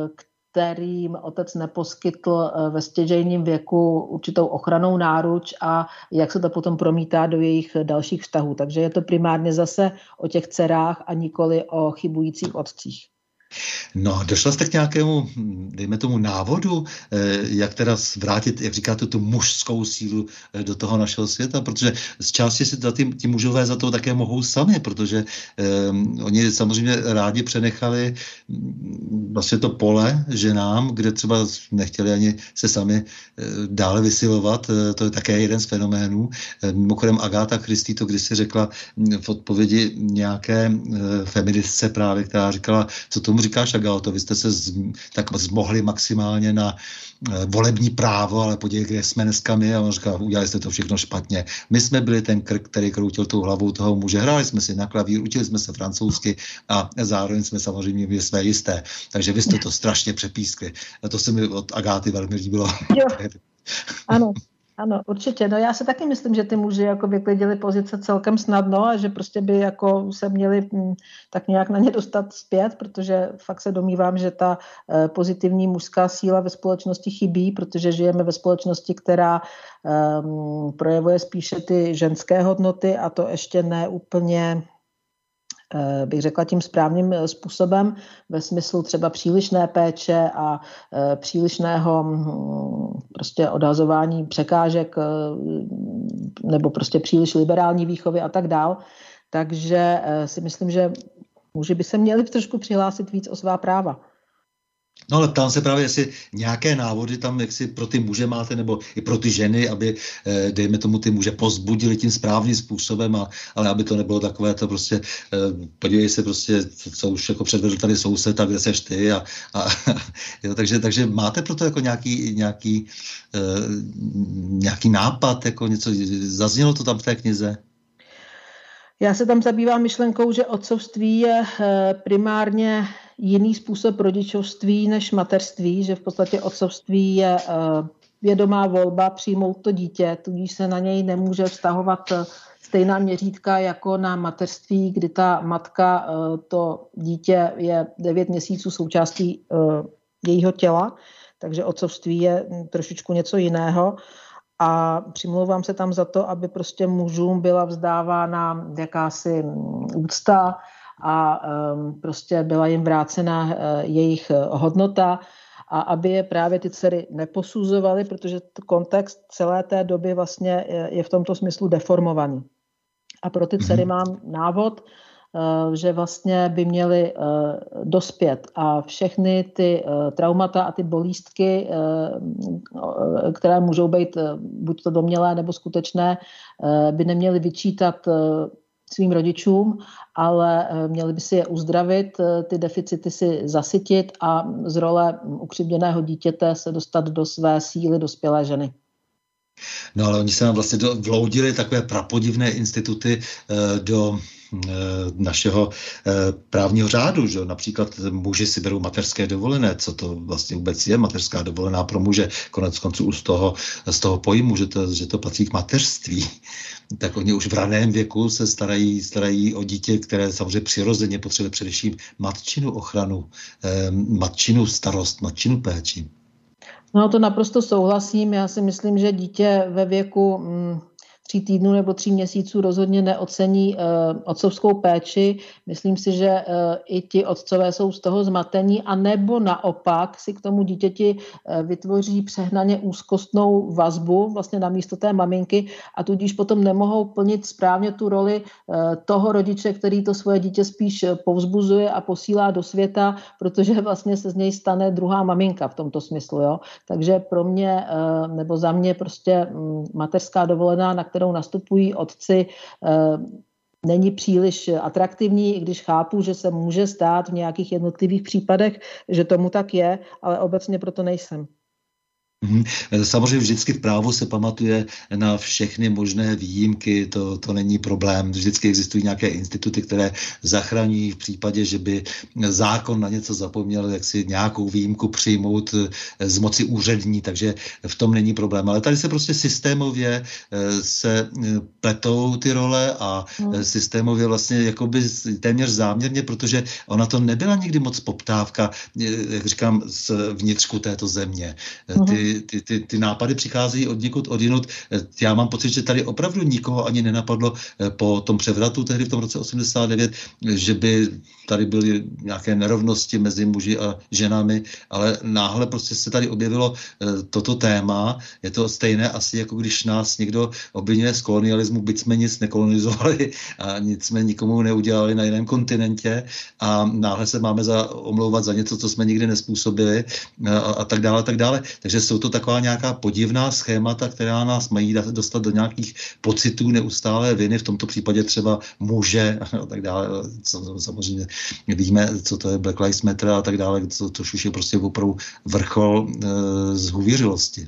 kterým otec neposkytl ve stěžejním věku určitou ochrannou náruč a jak se to potom promítá do jejich dalších vztahů. Takže je to primárně zase o těch dcerách a nikoli o chybujících otcích. No, došla jste k nějakému, dejme tomu, návodu, jak teda vrátit, jak říkáte, tu mužskou sílu do toho našeho světa, protože z části si ty, ty mužové za to také mohou sami, protože um, oni samozřejmě rádi přenechali vlastně to pole ženám, kde třeba nechtěli ani se sami dále vysilovat, to je také jeden z fenoménů. Mimochodem Agáta Christie to kdysi řekla v odpovědi nějaké feministce právě, která říkala, co tomu říkáš, Agáto, vy jste se z, tak zmohli maximálně na e, volební právo, ale podívej, kde jsme dneska my, a on říká, udělali jste to všechno špatně. My jsme byli ten krk, který kroutil tou hlavou toho muže, hráli jsme si na klavír, učili jsme se francouzsky a zároveň jsme samozřejmě měli své jisté. Takže vy jste to strašně přepískli. A to se mi od Agáty velmi líbilo. Jo. Ano. Ano, určitě. No já si taky myslím, že ty muži jako vyklidili pozice celkem snadno a že prostě by jako se měli m, tak nějak na ně dostat zpět, protože fakt se domnívám, že ta e, pozitivní mužská síla ve společnosti chybí, protože žijeme ve společnosti, která e, projevuje spíše ty ženské hodnoty a to ještě ne úplně, bych řekla tím správným způsobem, ve smyslu třeba přílišné péče a přílišného prostě odhazování překážek nebo prostě příliš liberální výchovy a tak dál. Takže si myslím, že muži by se měli trošku přihlásit víc o svá práva. No ale ptám se právě, jestli nějaké návody tam, jak si pro ty muže máte, nebo i pro ty ženy, aby, dejme tomu, ty muže pozbudili tím správným způsobem, a, ale aby to nebylo takové, to prostě, podívej se prostě, co už jako předvedl tady soused, a kde seš ty, a, a jo, takže, takže máte pro to jako nějaký, nějaký, nějaký nápad, jako něco, zaznělo to tam v té knize? Já se tam zabývám myšlenkou, že otcovství je primárně jiný způsob rodičovství než mateřství, že v podstatě otcovství je vědomá volba přijmout to dítě, tudíž se na něj nemůže vztahovat stejná měřítka jako na mateřství, kdy ta matka, to dítě je devět měsíců součástí jejího těla, takže otcovství je trošičku něco jiného. A přimlouvám se tam za to, aby prostě mužům byla vzdávána jakási úcta a um, prostě byla jim vrácena uh, jejich hodnota a aby je právě ty dcery neposuzovaly, protože kontext celé té doby vlastně je, je v tomto smyslu deformovaný. A pro ty dcery mám návod, uh, že vlastně by měly uh, dospět a všechny ty uh, traumata a ty bolístky, uh, které můžou být uh, buď to domnělé nebo skutečné, uh, by neměly vyčítat uh, svým rodičům, ale měli by si je uzdravit, ty deficity si zasytit a z role ukřivděného dítěte se dostat do své síly dospělé ženy. No ale oni se nám vlastně do, vloudili takové prapodivné instituty eh, do našeho právního řádu, že například muži si berou mateřské dovolené, co to vlastně vůbec je mateřská dovolená pro muže, konec konců z toho, z toho pojmu, že to, že to patří k mateřství. Tak oni už v raném věku se starají, starají o dítě, které samozřejmě přirozeně potřebuje především matčinu ochranu, matčinu starost, matčinu péči. No to naprosto souhlasím. Já si myslím, že dítě ve věku mm, tří týdnů nebo tří měsíců rozhodně neocení uh, otcovskou péči. Myslím si, že uh, i ti otcové jsou z toho zmatení, a nebo naopak si k tomu dítěti uh, vytvoří přehnaně úzkostnou vazbu vlastně na místo té maminky, a tudíž potom nemohou plnit správně tu roli uh, toho rodiče, který to svoje dítě spíš povzbuzuje a posílá do světa, protože vlastně se z něj stane druhá maminka v tomto smyslu. Jo? Takže pro mě uh, nebo za mě prostě um, mateřská dovolená, na kterou nastupují otci, není příliš atraktivní, i když chápu, že se může stát v nějakých jednotlivých případech, že tomu tak je, ale obecně proto nejsem. Samozřejmě vždycky v právu se pamatuje na všechny možné výjimky, to, to není problém. Vždycky existují nějaké instituty, které zachrání v případě, že by zákon na něco zapomněl, jak si nějakou výjimku přijmout z moci úřední, takže v tom není problém. Ale tady se prostě systémově se pletou ty role a hmm. systémově vlastně jakoby téměř záměrně, protože ona to nebyla nikdy moc poptávka, jak říkám, z vnitřku této země. Hmm. Ty Ty, ty, ty nápady přicházejí od někud odinut. Já mám pocit, že tady opravdu nikoho ani nenapadlo po tom převratu tehdy v tom roce osmdesát devět, že by tady byly nějaké nerovnosti mezi muži a ženami, ale náhle prostě se tady objevilo toto téma. Je to stejné asi, jako když nás někdo obviňuje z kolonialismu, byť jsme nic nekolonizovali a nic jsme nikomu neudělali na jiném kontinentě, a náhle se máme za, omlouvat za něco, co jsme nikdy nespůsobili, a, a tak dále, tak dále. Takže jsou to taková nějaká podivná schémata, která nás mají dostat do nějakých pocitů neustálé viny, v tomto případě třeba muže a tak dále. Samozřejmě víme, co to je Black Lives Matter a tak dále, co, což už je prostě opravdu vrchol e, zhůvěřilosti.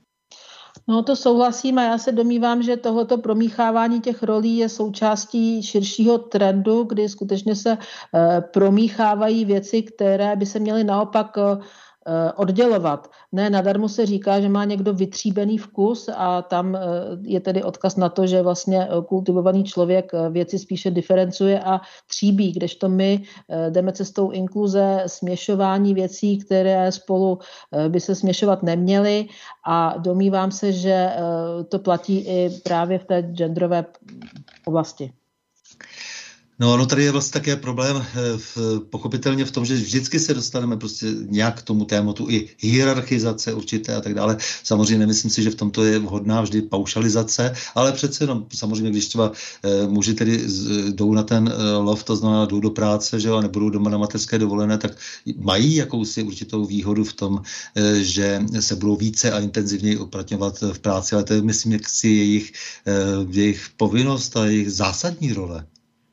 No to souhlasím, a já se domnívám, že tohoto promíchávání těch rolí je součástí širšího trendu, kdy skutečně se e, promíchávají věci, které by se měly naopak e, oddělovat. Ne, nadarmo se říká, že má někdo vytříbený vkus, a tam je tedy odkaz na to, že vlastně kultivovaný člověk věci spíše diferencuje a tříbí, kdežto my jdeme cestou inkluze, směšování věcí, které spolu by se směšovat neměly, a domnívám se, že to platí i právě v té genderové oblasti. No, no tady je vlastně také problém v, pochopitelně v tom, že vždycky se dostaneme prostě nějak k tomu tématu i hierarchizace určité a tak dále. Samozřejmě nemyslím si, že v tomto je vhodná vždy paušalizace, ale přece jenom samozřejmě, když třeba e, muži tedy z, jdou na ten e, lov, to znamená jdou do práce, že jo, a nebudou doma na mateřské dovolené, tak mají jakousi určitou výhodu v tom, e, že se budou více a intenzivněji uplatňovat v práci, ale to je, myslím, jaksi jejich, e, jejich povinnost a jejich zásadní role.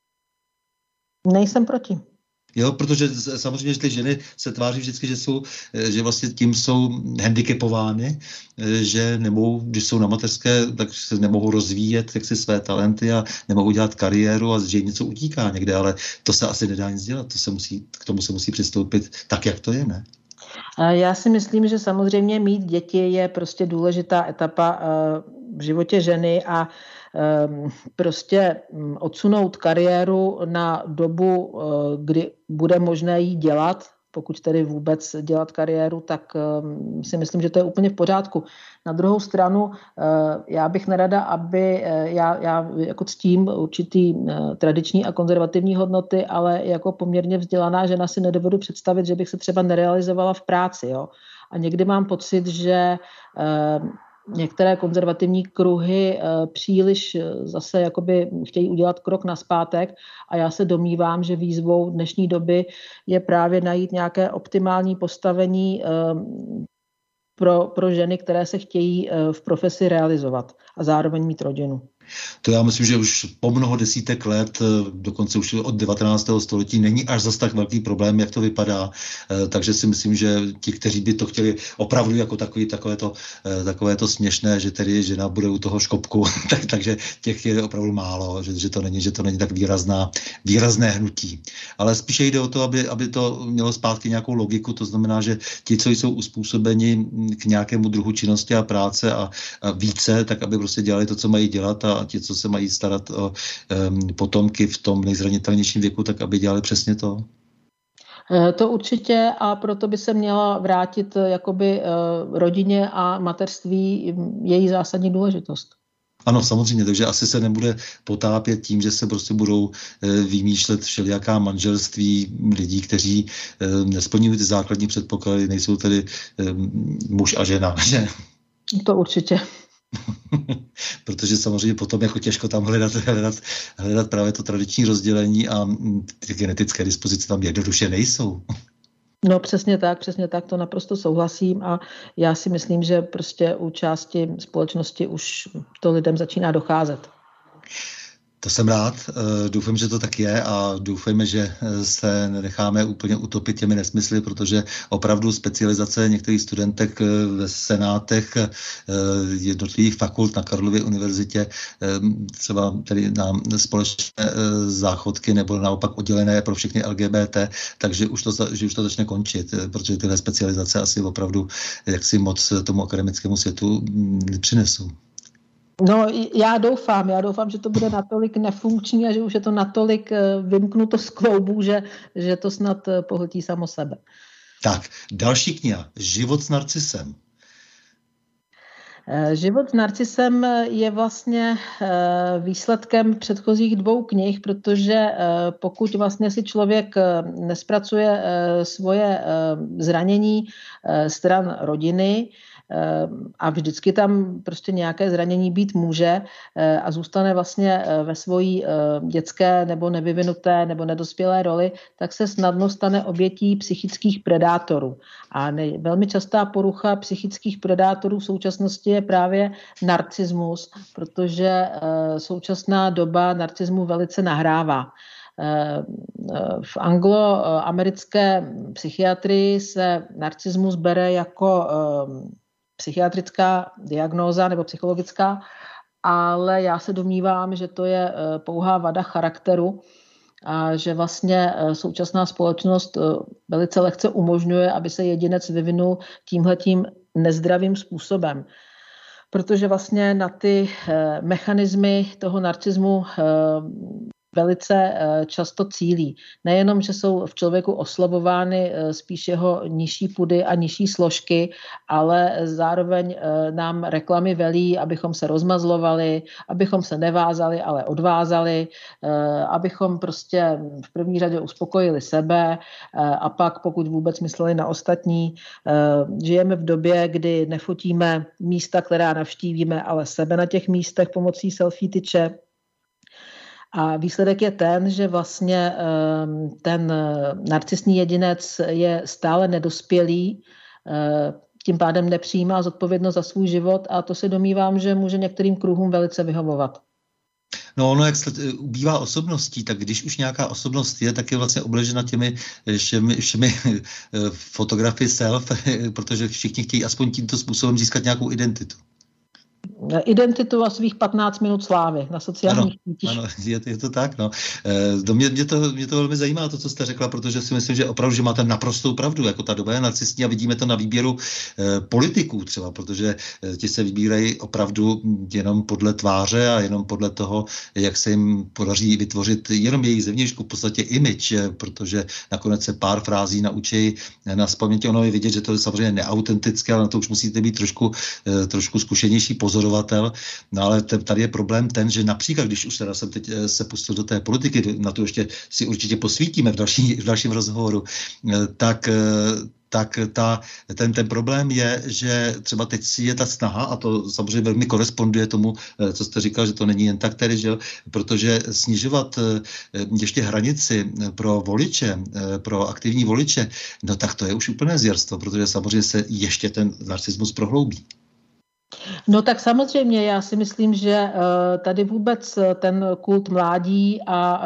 Nejsem proti. Jo, protože samozřejmě, že ty ženy se tváří vždycky, že jsou, že vlastně tím jsou handicapovány, že nemohou, když jsou na mateřské, tak se nemohou rozvíjet jak si své talenty a nemohou dělat kariéru, a že jim něco utíká někde, ale to se asi nedá nic dělat, to se musí, k tomu se musí přistoupit tak, jak to je, ne? Já si myslím, že samozřejmě mít děti je prostě důležitá etapa v životě ženy, a prostě odsunout kariéru na dobu, kdy bude možné jí dělat, pokud tedy vůbec dělat kariéru, tak si myslím, že to je úplně v pořádku. Na druhou stranu, já bych nerada, aby, já, já jako ctím určitý tradiční a konzervativní hodnoty, ale jako poměrně vzdělaná žena si nedovedu představit, že bych se třeba nerealizovala v práci. Jo? A někdy mám pocit, že některé konzervativní kruhy příliš zase jakoby chtějí udělat krok nazpátek, a já se domnívám, že výzvou dnešní doby je právě najít nějaké optimální postavení pro, pro ženy, které se chtějí v profesi realizovat a zároveň mít rodinu. To já myslím, že už po mnoho desítek let, dokonce už od devatenáctého století, není až zas tak velký problém, jak to vypadá. Takže si myslím, že ti, kteří by to chtěli opravdu jako takový, takové to, takové to směšné, že tedy žena bude u toho škopku, tak, takže těch je opravdu málo, že, že, to není, že to není tak výrazná, výrazné hnutí. Ale spíše jde o to, aby, aby to mělo zpátky nějakou logiku, to znamená, že ti, co jsou uspůsobeni k nějakému druhu činnosti a práce a, a více, tak aby prostě dělali to, co mají dělat, a ti, co se mají starat o um, potomky v tom nejzranitelnějším věku, tak aby dělali přesně to. To určitě, a proto by se měla vrátit jakoby rodině a mateřství její zásadní důležitost. Ano, samozřejmě, takže asi se nebude potápět tím, že se prostě budou vymýšlet všelijaká manželství lidí, kteří nesplňují ty základní předpoklady, nejsou tedy muž a žena, že? To určitě. Protože samozřejmě potom jako těžko tam hledat, hledat, hledat právě to tradiční rozdělení a ty genetické dispozice tam jednoduše nejsou. No přesně tak, přesně tak, to naprosto souhlasím, a já si myslím, že prostě u části společnosti už to lidem začíná docházet. To jsem rád, doufám, že to tak je, a doufejme, že se nenecháme úplně utopit těmi nesmysly, protože opravdu specializace některých studentek ve senátech jednotlivých fakult na Karlově univerzitě, třeba tedy na společné záchodky nebo naopak oddělené pro všechny L G B T, takže už to, že už to začne končit, protože tyhle specializace asi opravdu jaksi moc tomu akademickému světu nepřinesou. No, já doufám, já doufám, že to bude natolik nefunkční a že už je to natolik vymknuto z kloubů, že, že to snad pohltí samo sebe. Tak, další kniha, Život s narcisem. Život s narcisem je vlastně výsledkem předchozích dvou knih, protože pokud vlastně si člověk nespracuje svoje zranění stran rodiny, a vždycky tam prostě nějaké zranění být může a zůstane vlastně ve svojí dětské nebo nevyvinuté nebo nedospělé roli, tak se snadno stane obětí psychických predátorů. A nej, velmi častá porucha psychických predátorů v současnosti je právě narcismus, protože současná doba narcismu velice nahrává. V angloamerické psychiatrii se narcismus bere jako psychiatrická diagnóza nebo psychologická, ale já se domnívám, že to je pouhá vada charakteru a že vlastně současná společnost velice lehce umožňuje, aby se jedinec vyvinul tímhletím nezdravým způsobem. Protože vlastně na ty mechanismy toho narcismu velice často cílí. Nejenom, že jsou v člověku oslabovány spíš jeho nižší pudy a nižší složky, ale zároveň nám reklamy velí, abychom se rozmazlovali, abychom se nevázali, ale odvázali, abychom prostě v první řadě uspokojili sebe a pak, pokud vůbec mysleli na ostatní, žijeme v době, kdy nefotíme místa, která navštívíme, ale sebe na těch místech pomocí selfie tyče. A výsledek je ten, že vlastně ten narcisní jedinec je stále nedospělý, tím pádem nepřijímá zodpovědnost za svůj život, a to se domnívám, že může některým kruhům velice vyhovovat. No, ono, jak ubývá osobností, tak když už nějaká osobnost je, tak je vlastně obležena těmi všemi, všemi fotografii self, protože všichni chtějí aspoň tímto způsobem získat nějakou identitu. Identitu a svých patnáct minut slávy na sociálních sítích. Ano, je, je to tak, no. E, mě, mě, to, mě to velmi zajímá, to, co jste řekla, protože si myslím, že opravdu, že máte naprostou pravdu, jako ta doba je narcistní a vidíme to na výběru e, politiků třeba, protože e, ti se vybírají opravdu jenom podle tváře a jenom podle toho, jak se jim podaří vytvořit jenom její zevnějšku, v podstatě image, e, protože nakonec se pár frází naučí na vzpaměti. Ono je vidět, že to je samozřejmě neautentické, ale na to už musíte být trošku, e, trošku zkušenější pozorovatel. No ale tady je problém ten, že například, když už teda jsem teď se pustil do té politiky, na to ještě si určitě posvítíme v, další, v dalším rozhovoru, tak tak ta, ten, ten problém je, že třeba teď si je ta snaha, a to samozřejmě velmi koresponduje tomu, co jste říkal, že to není jen tak tedy, že, protože snižovat ještě hranici pro voliče, pro aktivní voliče, no tak to je už úplné zvěrstvo, protože samozřejmě se ještě ten narcismus prohloubí. No tak samozřejmě, já si myslím, že tady vůbec ten kult mládí a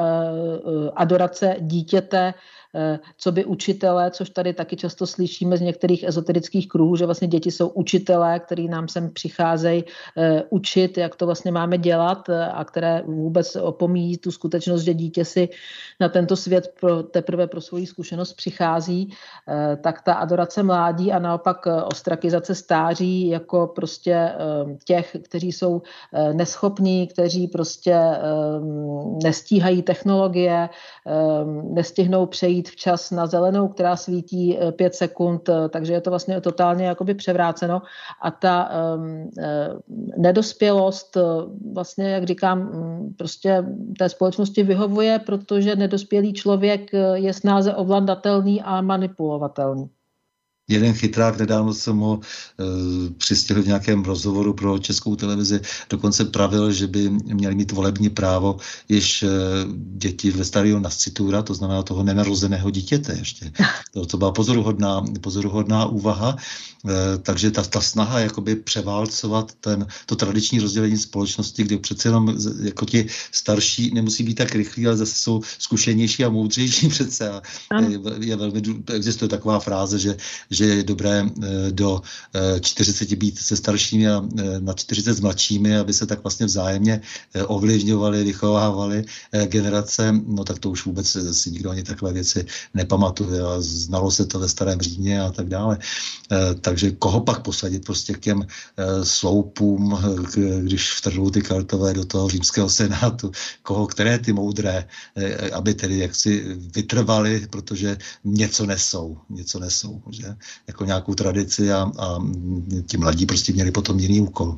adorace dítěte, co by učitelé, což tady taky často slyšíme z některých ezoterických kruhů, že vlastně děti jsou učitelé, který nám sem přicházejí učit, jak to vlastně máme dělat a které vůbec opomíjí tu skutečnost, že dítě si na tento svět pro, teprve pro svoji zkušenost přichází, tak ta adorace mládí a naopak ostrakizace stáří jako prostě těch, kteří jsou neschopní, kteří prostě nestíhají technologie, nestihnou přejít včas na zelenou, která svítí pět sekund, takže je to vlastně totálně jakoby převráceno a ta um, nedospělost vlastně, jak říkám, prostě té společnosti vyhovuje, protože nedospělý člověk je snáze ovladatelný a manipulovatelný. Jeden chytrák, nedávno jsem ho e, přistihl v nějakém rozhovoru pro Českou televizi, dokonce pravil, že by měli mít volební právo již e, děti ve stadiu nascitura, to znamená toho nenarozeného dítěte ještě. To, to byla pozoruhodná, pozoruhodná úvaha, e, takže ta, ta snaha jakoby převálcovat ten, to tradiční rozdělení společnosti, kde přece jenom jako ti starší nemusí být tak rychlí, ale zase jsou zkušenější a moudřejší přece. A je, je velmi, existuje taková fráze, že že je dobré do čtyřiceti být se staršími a na čtyřicet s mladšími, aby se tak vlastně vzájemně ovlivňovali, vychovávali generace, no tak to už vůbec si nikdo ani takové věci nepamatuje a znalo se to ve starém Římě a tak dále. Takže koho pak posadit prostě k těm sloupům, když vtrhnou ty Keltové do toho římského senátu, koho, které ty moudré, aby tedy jaksi vytrvali, protože něco nesou, něco nesou, že? Jako nějakou tradici a, a ti mladí prostě měli potom jiný úkol.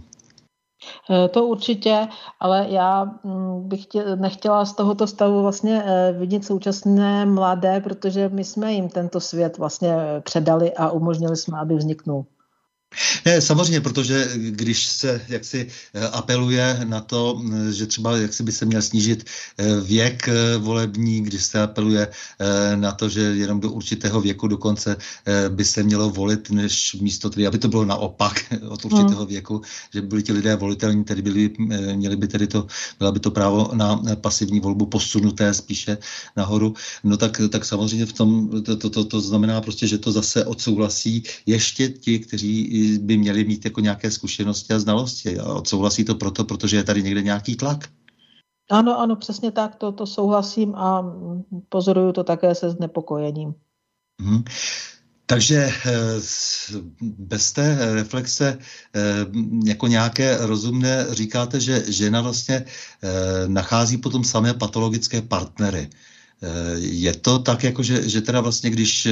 To určitě, ale já bych tě, nechtěla z tohoto stavu vlastně vidět současné mladé, protože my jsme jim tento svět vlastně předali a umožnili jsme, aby vzniknul. Ne, samozřejmě, protože když se jaksi apeluje na to, že třeba jaksi by se měl snížit věk volební, když se apeluje na to, že jenom do určitého věku dokonce by se mělo volit, než místo tedy, aby to bylo naopak od určitého věku, že byli ti lidé volitelní, tedy byli, měli by tedy to, byla by to právo na pasivní volbu posunuté spíše nahoru, no tak, tak samozřejmě v tom, to, to, to, to znamená prostě, že to zase odsouhlasí ještě ti, kteří by měli mít jako nějaké zkušenosti a znalosti. A odsouhlasí to proto, protože je tady někde nějaký tlak. Ano, ano, přesně tak, to, to souhlasím a pozoruju to také se znepokojením. Hmm. Takže bez té reflexe jako nějaké rozumné říkáte, že žena vlastně nachází potom samé patologické partnery. Je to tak, jako že, že teda vlastně, když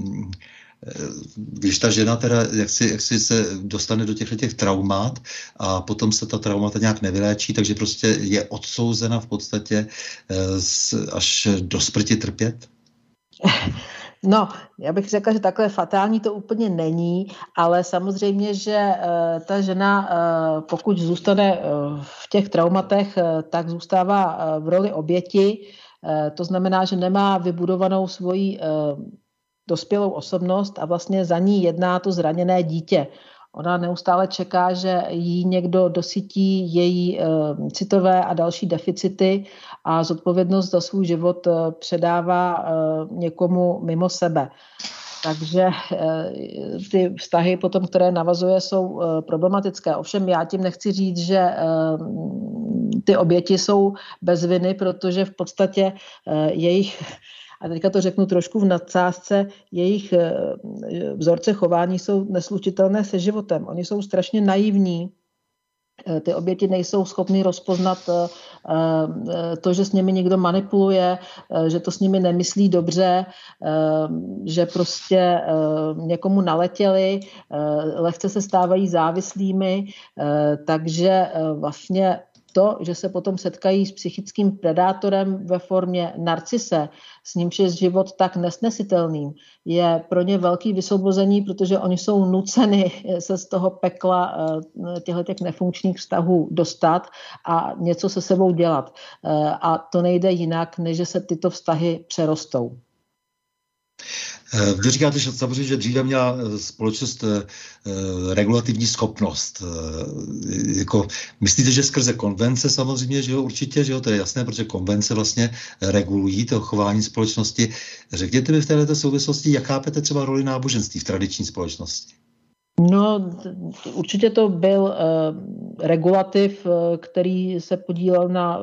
když ta žena teda jaksi, jaksi se dostane do těchto těch traumat a potom se ta traumata nějak nevyléčí, takže prostě je odsouzena v podstatě až do smrti trpět? No, já bych řekla, že takhle fatální to úplně není, ale samozřejmě, že ta žena, pokud zůstane v těch traumatech, tak zůstává v roli oběti. To znamená, že nemá vybudovanou svoji dospělou osobnost a vlastně za ní jedná to zraněné dítě. Ona neustále čeká, že jí někdo dosytí její e, citové a další deficity a zodpovědnost za svůj život e, předává e, někomu mimo sebe. Takže e, ty vztahy potom, které navazuje, jsou e, problematické. Ovšem já tím nechci říct, že e, ty oběti jsou bez viny, protože v podstatě e, jejich a teďka to řeknu trošku v nadsázce, jejich vzorce chování jsou neslučitelné se životem. Oni jsou strašně naivní. Ty oběti nejsou schopny rozpoznat to, že s nimi někdo manipuluje, že to s nimi nemyslí dobře, že prostě někomu naletěli, lehce se stávají závislými, takže vlastně to, že se potom setkají s psychickým predátorem ve formě narcise, s nímž je život tak nesnesitelným, je pro ně velký vysvobození, protože oni jsou nuceni se z toho pekla těchto nefunkčních vztahů dostat a něco se sebou dělat. A to nejde jinak, než že se tyto vztahy přerostou. Vy říkáte, že samozřejmě, že dříve měla společnost regulativní schopnost. Jako, myslíte, že skrze konvence samozřejmě, že jo, určitě, že jo, to je jasné, protože konvence vlastně regulují to chování společnosti. Řekněte mi v této souvislosti, jak chápete třeba roli náboženství v tradiční společnosti? No, určitě to byl uh, regulativ, uh, který se podílel na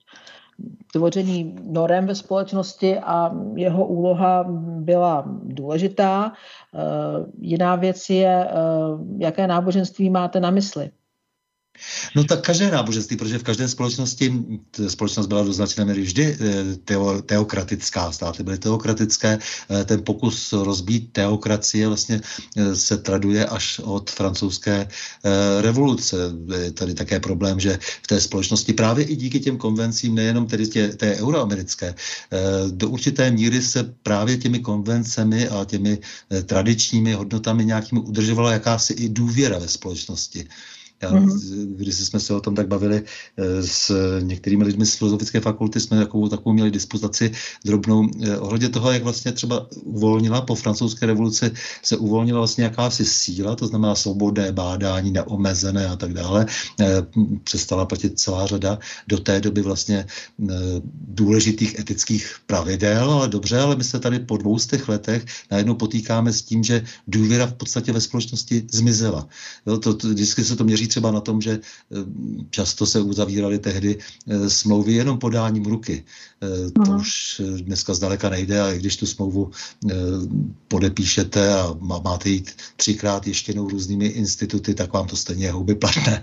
tvoření norem ve společnosti a jeho úloha byla důležitá. Jiná věc je, jaké náboženství máte na mysli. No tak každé náboženství, protože v každé společnosti společnost byla do značné míry vždy teo, teokratická, státy byly teokratické, ten pokus rozbít teokracie vlastně se traduje až od francouzské revoluce. Je tady také problém, že v té společnosti právě i díky těm konvencím, nejenom tedy tě, té euroamerické, do určité míry se právě těmi konvencemi a těmi tradičními hodnotami nějakými udržovala jakási i důvěra ve společnosti. Já, mm-hmm. Když jsme se o tom tak bavili s některými lidmi z filozofické fakulty, jsme takovou, takovou měli disputaci drobnou ohledně toho, jak vlastně třeba uvolnila po francouzské revoluci, se uvolnila vlastně jakási síla, to znamená svobodné bádání, neomezené a tak dále. Přestala platit celá řada do té doby vlastně důležitých etických pravidel, ale dobře, ale my se tady po dvoustech letech najednou potýkáme s tím, že důvěra v podstatě ve společnosti zmizela. Jo, to, to, vždycky se to měří třeba na tom, že často se uzavíraly tehdy smlouvy jenom podáním ruky. To už dneska zdaleka nejde a i když tu smlouvu podepíšete a máte jít třikrát ještě jednou různými instituty, tak vám to stejně je houby platné.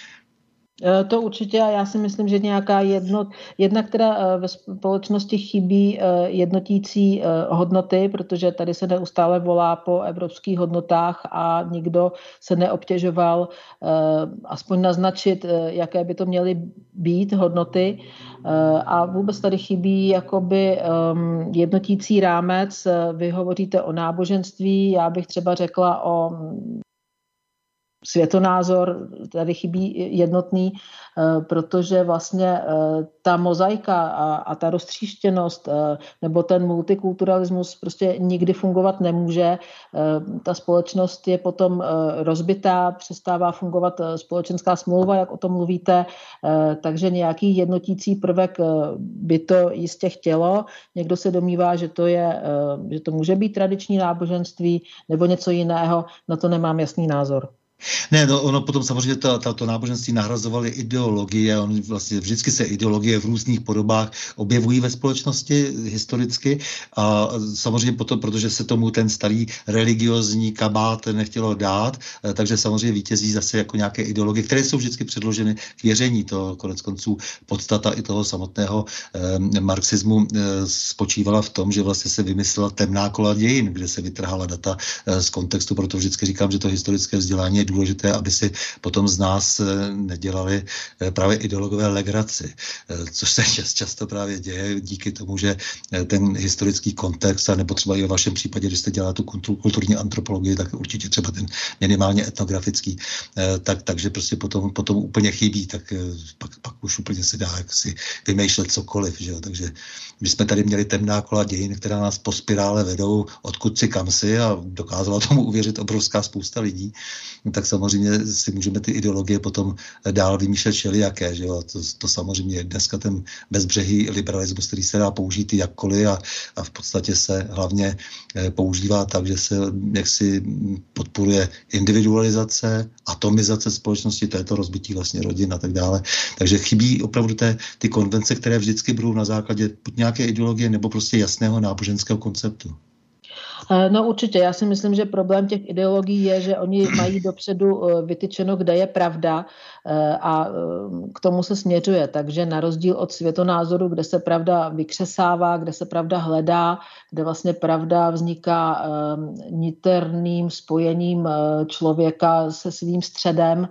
To určitě a já si myslím, že nějaká jednot, jedna, která ve společnosti chybí jednotící hodnoty, protože tady se neustále volá po evropských hodnotách a nikdo se neobtěžoval aspoň naznačit, jaké by to měly být hodnoty a vůbec tady chybí jakoby jednotící rámec. Vy hovoříte o náboženství, já bych třeba řekla o světonázor, tady chybí jednotný, protože vlastně ta mozaika a, a ta roztříštěnost nebo ten multikulturalismus prostě nikdy fungovat nemůže. Ta společnost je potom rozbitá, přestává fungovat společenská smlouva, jak o tom mluvíte, takže nějaký jednotící prvek by to jistě chtělo. Někdo se domnívá, že to, je, že to může být tradiční náboženství nebo něco jiného, na to nemám jasný názor. Ne, no, ono potom samozřejmě to, to, to náboženství nahrazovaly ideologie, on vlastně vždycky se ideologie v různých podobách objevují ve společnosti historicky a samozřejmě potom, protože se tomu ten starý religiozní kabát nechtělo dát, takže samozřejmě vítězí zase jako nějaké ideologie, které jsou vždycky předloženy k věření. To konec konců podstata i toho samotného eh, marxismu eh, spočívala v tom, že vlastně se vymyslela temná kola dějin, kde se vytrhala data eh, z kontextu, proto vždycky říkám, že to historické vzdělání je důležité, aby si potom z nás nedělali právě ideologové legraci, což se často právě děje díky tomu, že ten historický kontext, a nebo třeba i ve vašem případě, když jste dělá tu kulturní antropologii, tak určitě třeba ten minimálně etnografický, tak, takže prostě potom, potom úplně chybí, tak pak, pak už úplně se dá jak si vymýšlet cokoliv, že jo? Takže my jsme tady měli temná kola dějin, která nás po spirále vedou odkud si kam si a dokázala tomu uvěřit obrovská spousta lidí, tak samozřejmě si můžeme ty ideologie potom dál vymýšlet všelijaké, že jo? To, to samozřejmě je dneska ten bezbřehý liberalismus, který se dá použít jakkoliv a, a v podstatě se hlavně používá tak, že se jaksi podporuje individualizace, atomizace společnosti, to je to rozbití vlastně rodin a tak dále. Takže chybí opravdu té, ty konvence, které vždycky budou na základě nějaké ideologie nebo prostě jasného náboženského konceptu. No určitě, já si myslím, že problém těch ideologií je, že oni mají dopředu vytyčeno, kde je pravda a k tomu se směřuje. Takže na rozdíl od světonázoru, kde se pravda vykřesává, kde se pravda hledá, kde vlastně pravda vzniká niterným spojením člověka se svým středem,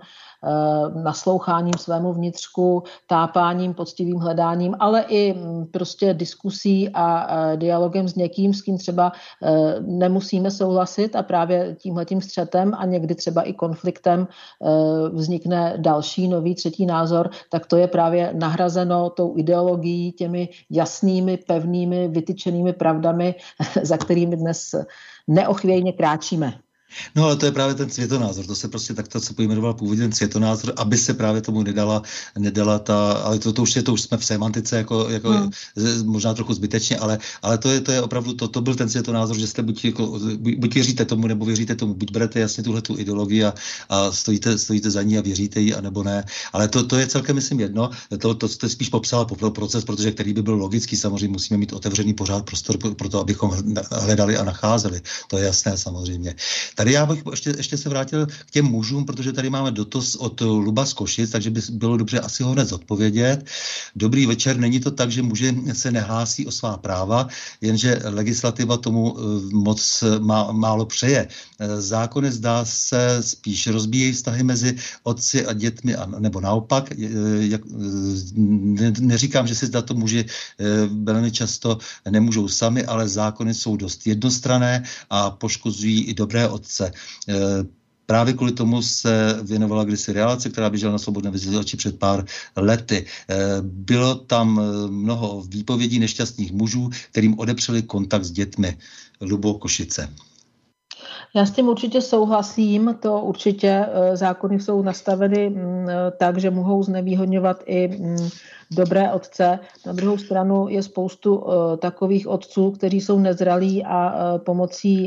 nasloucháním svému vnitřku, tápáním, poctivým hledáním, ale i prostě diskusí a dialogem s někým, s kým třeba nemusíme souhlasit a právě tímhletím střetem a někdy třeba i konfliktem vznikne další nový třetí názor, tak to je právě nahrazeno tou ideologií, těmi jasnými, pevnými, vytyčenými pravdami, za kterými dnes neochvějně kráčíme. No ale to je právě ten světonázor, to se prostě takto se pojmenoval původně ten světonázor, aby se právě tomu nedala, nedala ta, ale to, to už je, to už jsme v semantice jako, jako hmm. možná trochu zbytečně, ale, ale to je, to je opravdu, to, to byl ten světonázor, že jste buď, jako, buď věříte tomu, nebo věříte tomu, buď berete jasně tuhle tu ideologii a, a stojíte, stojíte za ní a věříte jí, anebo ne, ale to, to je celkem, myslím, jedno, to, to jste spíš popsal proces, protože který by byl logický, samozřejmě musíme mít otevřený pořád prostor pro to, abychom hledali a nacházeli, to je jasné samozřejmě. Tady já bych ještě, ještě se vrátil k těm mužům, protože tady máme dotaz od Luba z Košic, takže by bylo dobře asi ho hned zodpovědět. Dobrý večer, není to tak, že muži se nehlásí o svá práva, jenže legislativa tomu moc má, málo přeje. Zákony zdá se spíš rozbíjejí vztahy mezi otci a dětmi, a, nebo naopak. Jak, ne, neříkám, že si zda to muži velmi často nemůžou sami, ale zákony jsou dost jednostranné a poškozují i dobré otce. Právě kvůli tomu se věnovala kdysi relace, která běžela na Svobodné vysílači před pár lety. Bylo tam mnoho výpovědí nešťastných mužů, kterým odepřeli kontakt s dětmi. Lubo, Košice. Já s tím určitě souhlasím, to určitě zákony jsou nastaveny tak, že mohou znevýhodňovat i dobré otce. Na druhou stranu je spoustu takových otců, kteří jsou nezralí a pomocí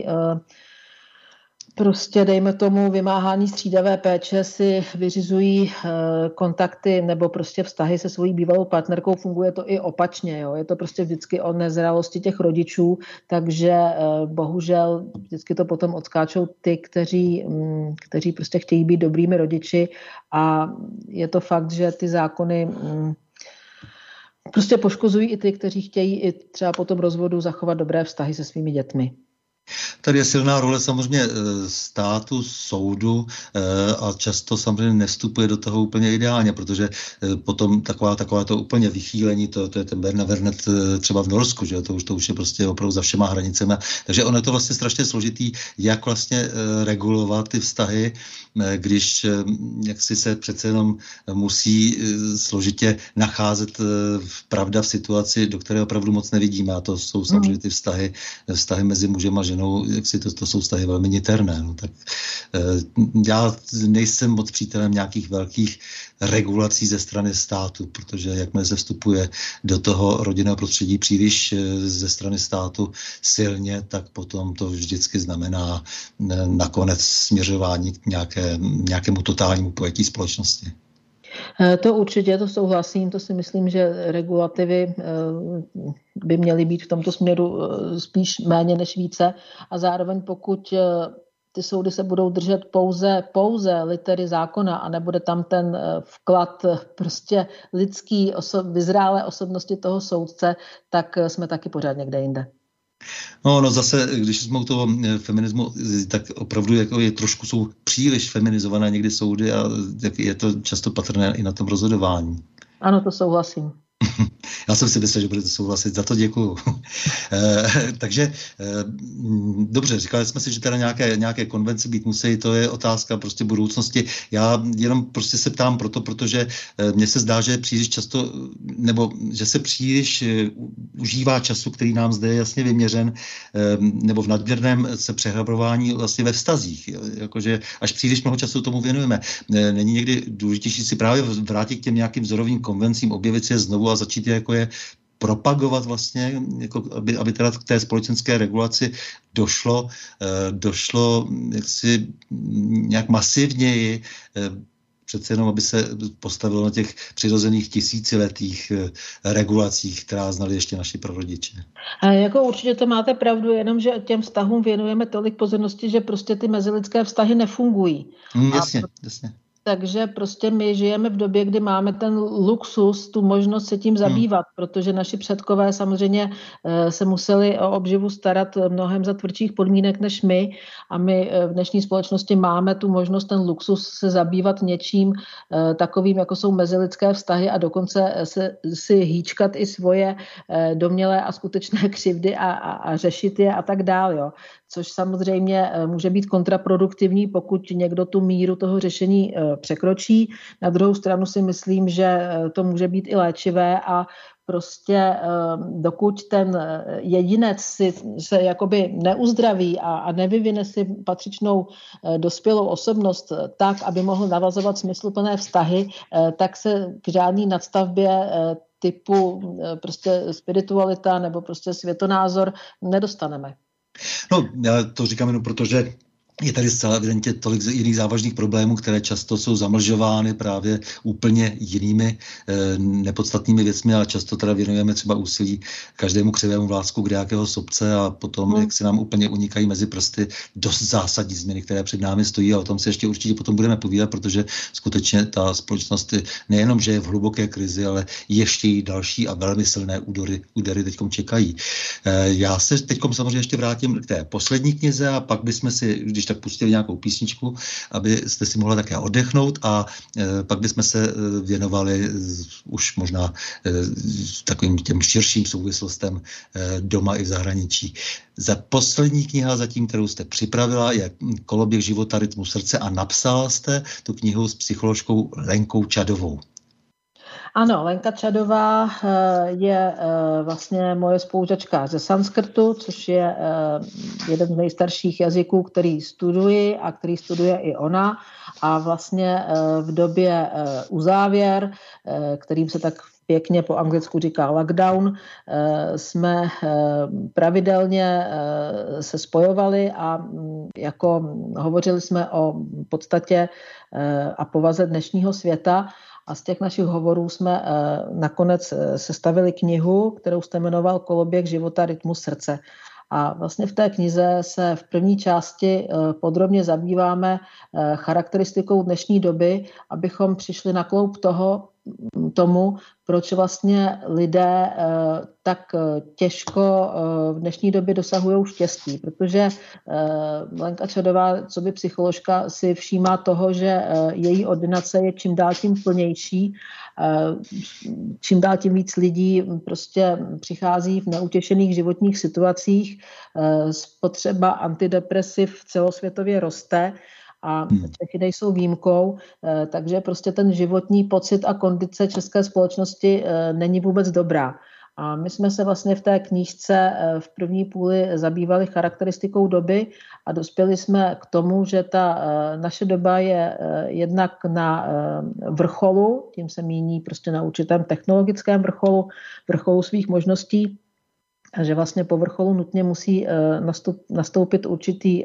prostě, dejme tomu, vymáhání střídavé péče si vyřizují e, kontakty nebo prostě vztahy se svojí bývalou partnerkou. Funguje to i opačně. Jo? Je to prostě vždycky o nezralosti těch rodičů, takže e, bohužel vždycky to potom odskáčou ty, kteří, m, kteří prostě chtějí být dobrými rodiči a je to fakt, že ty zákony m, prostě poškozují i ty, kteří chtějí i třeba po tom rozvodu zachovat dobré vztahy se svými dětmi. Tady je silná role samozřejmě státu, soudu a často samozřejmě nevstupuje do toho úplně ideálně, protože potom taková, taková to úplně vychýlení, to, to je ten Berna Vernet třeba v Norsku, že to už, to už je prostě opravdu za všema hranicemi. Takže ono je to vlastně strašně složitý, jak vlastně regulovat ty vztahy, když jak si se přece jenom musí složitě nacházet pravda v situaci, do které opravdu moc nevidíme. A to jsou samozřejmě ty vztahy, vztahy mezi mužem a ženou, jak si to, to jsou vztahy velmi niterné. No, tak eh, já nejsem moc přítelem nějakých velkých regulací ze strany státu, protože jakmile se vstupuje do toho rodinného prostředí příliš eh, ze strany státu silně, tak potom to vždycky znamená eh, nakonec směřování k nějaké, nějakému totálnímu pojetí společnosti. To určitě, to souhlasím, to si myslím, že regulativy by měly být v tomto směru spíš méně než více a zároveň pokud ty soudy se budou držet pouze, pouze litery zákona a nebude tam ten vklad prostě lidský, oso- vyzrálé osobnosti toho soudce, tak jsme taky pořád někde jinde. No, no zase, když jsme u toho feminismu, tak opravdu jako je trošku jsou příliš feminizované někdy soudy a je to často patrné i na tom rozhodování. Ano, to souhlasím. Já jsem si myslel, že budete souhlasit, za to děkuju. e, takže e, dobře, říkali jsme si, že teda nějaké, nějaké konvence být musí, to je otázka prostě budoucnosti. Já jenom prostě se ptám proto, protože e, mně se zdá, že je příliš často, nebo že se příliš e, užívá času, který nám zde je jasně vyměřen, e, nebo v nadměrném se přehrabování vlastně ve vztazích. Jakože až příliš mnoho času tomu věnujeme. E, není někdy důležitější si právě vrátit k těm nějakým vzorovým konvencím, objevit si je znovu a začít je jako je propagovat vlastně, jako aby, aby teda k té společenské regulaci došlo, eh, došlo jaksi nějak masivněji, eh, přece jenom, aby se postavilo na těch přirozených tisíciletých eh, regulacích, která znali ještě naši prarodiče. A jako určitě to máte pravdu, jenom že těm vztahům věnujeme tolik pozornosti, že prostě ty mezilidské vztahy nefungují. Mm, jasně, jasně. takže prostě my žijeme v době, kdy máme ten luxus, tu možnost se tím zabývat, hmm. protože naši předkové samozřejmě se museli o obživu starat mnohem za tvrdších podmínek než my a my v dnešní společnosti máme tu možnost, ten luxus se zabývat něčím takovým, jako jsou mezilidské vztahy a dokonce se, si hýčkat i svoje domnělé a skutečné křivdy a, a, a řešit je a tak dále, jo. Což samozřejmě může být kontraproduktivní, pokud někdo tu míru toho řešení překročí. Na druhou stranu si myslím, že to může být i léčivé a prostě dokud ten jedinec si se jakoby neuzdraví a, a nevyvine si patřičnou dospělou osobnost tak, aby mohl navazovat smysluplné vztahy, tak se k žádný nadstavbě typu prostě spiritualita nebo prostě světonázor nedostaneme. No, já to říkám jenom proto, že je tady zcela evidentně tolik jiných závažných problémů, které často jsou zamlžovány právě úplně jinými e, nepodstatnými věcmi, ale často teda věnujeme třeba úsilí každému křivému vlásku k nějakého sobce a potom, hmm. jak se nám úplně unikají mezi prsty dost zásadní změny, které před námi stojí a o tom se ještě určitě potom budeme povídat, protože skutečně ta společnost nejenom, že je v hluboké krizi, ale ještě i další a velmi silné údery, údery teďkom čekají. E, já se teďkom samozřejmě ještě vrátím k té poslední knize a pak bychom si, když tak pustili nějakou písničku, abyste si mohla také oddechnout a e, pak bychom se věnovali e, už možná e, takovým těm širším souvislostem e, doma i v zahraničí. Za poslední kniha zatím, kterou jste připravila, je Koloběh života, rytmus srdce a napsala jste tu knihu s psycholožkou Lenkou Čadovou. Ano, Lenka Čadová je vlastně moje spolužačka ze sanskrtu, což je jeden z nejstarších jazyků, který studuji a který studuje i ona. A vlastně v době uzávěr, kterým se tak pěkně po anglicku říká lockdown, jsme pravidelně se spojovali a jako hovořili jsme o podstatě a povaze dnešního světa. A z těch našich hovorů jsme uh, nakonec sestavili knihu, kterou jste jmenoval Koloběh života, rytmus srdce. A vlastně v té knize se v první části uh, podrobně zabýváme uh, charakteristikou dnešní doby, abychom přišli na kloub toho, tomu, proč vlastně lidé uh, tak těžko uh, v dnešní době dosahují štěstí. Protože uh, Lenka Čadová, co by psycholožka, si všímá toho, že uh, její ordinace je čím dál tím plnější, uh, čím dál tím víc lidí prostě přichází v neutěšených životních situacích, uh, spotřeba antidepresiv celosvětově roste, a Čechy nejsou výjimkou, takže prostě ten životní pocit a kondice české společnosti není vůbec dobrá. A my jsme se vlastně v té knížce v první půli zabývali charakteristikou doby a dospěli jsme k tomu, že ta naše doba je jednak na vrcholu, tím se míní prostě na určitém technologickém vrcholu, vrcholu svých možností, a že vlastně po vrcholu nutně musí nastup, nastoupit určitý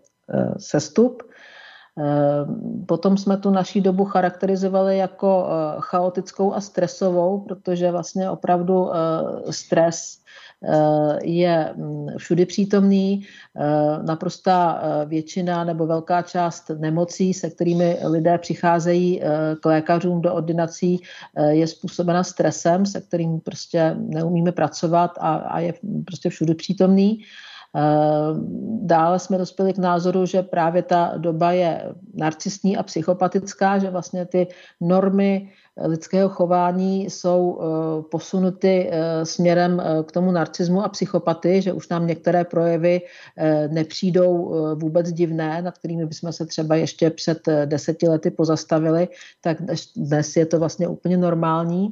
sestup. Potom jsme tu naší dobu charakterizovali jako chaotickou a stresovou, protože vlastně opravdu stres je všudy přítomný. Naprostá většina nebo velká část nemocí, se kterými lidé přicházejí k lékařům do ordinací, je způsobena stresem, se kterým prostě neumíme pracovat a, a je prostě všudy přítomný. Dále jsme dospěli k názoru, že právě ta doba je narcistní a psychopatická, že vlastně ty normy lidského chování jsou posunuty směrem k tomu narcismu a psychopatii, že už nám některé projevy nepřijdou vůbec divné, nad kterými bychom se třeba ještě před deseti lety pozastavili, tak dnes je to vlastně úplně normální.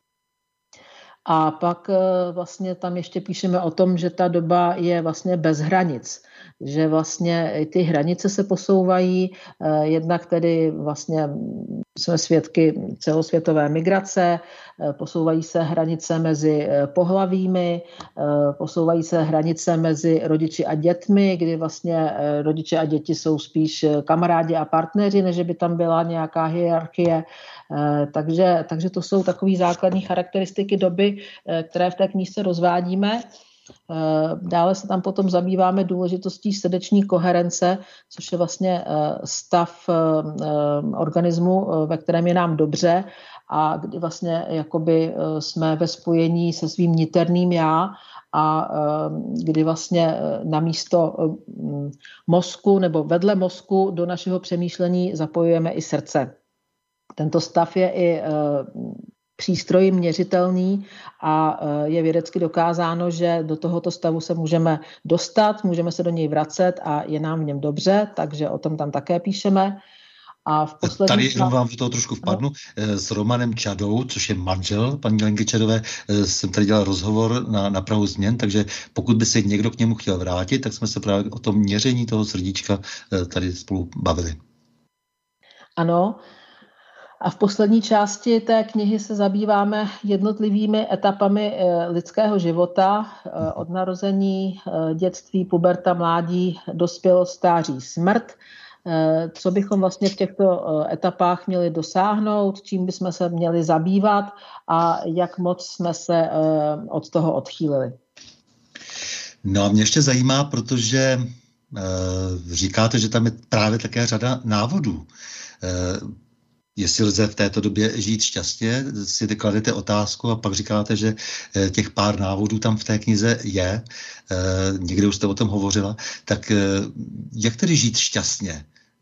A pak vlastně tam ještě píšeme o tom, že ta doba je vlastně bez hranic, že vlastně ty hranice se posouvají, jednak tedy vlastně jsme svědky celosvětové migrace, posouvají se hranice mezi pohlavími, posouvají se hranice mezi rodiči a dětmi, kdy vlastně rodiče a děti jsou spíš kamarádi a partneři, než by tam byla nějaká hierarchie. Takže, takže to jsou takové základní charakteristiky doby, které v té knížce rozvádíme. Dále se tam potom zabýváme důležitostí srdeční koherence, což je vlastně stav organismu, ve kterém je nám dobře a kdy vlastně jakoby jsme ve spojení se svým niterným já a kdy vlastně na místo mozku nebo vedle mozku do našeho přemýšlení zapojujeme i srdce. Tento stav je i přístroj měřitelný a je vědecky dokázáno, že do tohoto stavu se můžeme dostat, můžeme se do něj vracet a je nám v něm dobře, takže o tom tam také píšeme. A v poslední... Tady jenom vám do toho trošku vpadnu. No. S Romanem Čadou, což je manžel paní Lenky Čadové, jsem tady dělal rozhovor na, na Prahu změn, takže pokud by se někdo k němu chtěl vrátit, tak jsme se právě o tom měření toho srdíčka tady spolu bavili. Ano. A v poslední části té knihy se zabýváme jednotlivými etapami lidského života, od narození, dětství, puberta, mládí, dospělost, stáří, smrt. Co bychom vlastně v těchto etapách měli dosáhnout, čím bychom se měli zabývat a jak moc jsme se od toho odchýlili. No a mě ještě zajímá, protože říkáte, že tam je právě také řada návodů. Jestli lze v této době žít šťastně, si kladete otázku a pak říkáte, že těch pár návodů tam v té knize je, někde už jste o tom hovořila, tak jak tedy žít šťastně?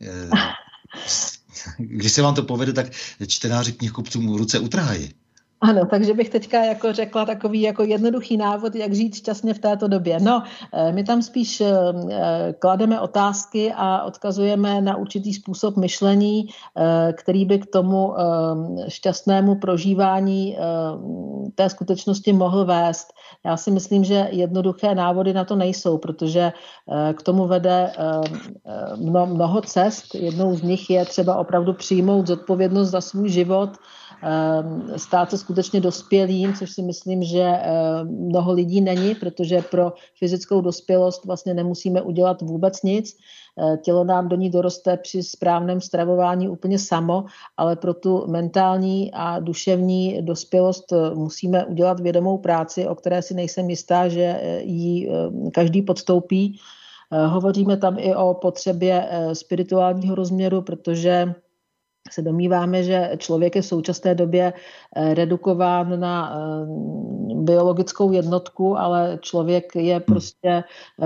Když se vám to povede, tak čtenáři knihkupcům ruce utrhají. Ano, takže bych teďka jako řekla takový jako jednoduchý návod, jak žít šťastně v této době. No, my tam spíš klademe otázky a odkazujeme na určitý způsob myšlení, který by k tomu šťastnému prožívání té skutečnosti mohl vést. Já si myslím, že jednoduché návody na to nejsou, protože k tomu vede mnoho cest. Jednou z nich je třeba opravdu přijmout zodpovědnost za svůj život, stát se skutečně dospělým, což si myslím, že mnoho lidí není, protože pro fyzickou dospělost vlastně nemusíme udělat vůbec nic. Tělo nám do ní doroste při správném stravování úplně samo, ale pro tu mentální a duševní dospělost musíme udělat vědomou práci, o které si nejsem jistá, že ji každý podstoupí. Hovoříme tam i o potřebě spirituálního rozměru, protože se domníváme, že člověk je v současné době redukován na biologickou jednotku, ale člověk je prostě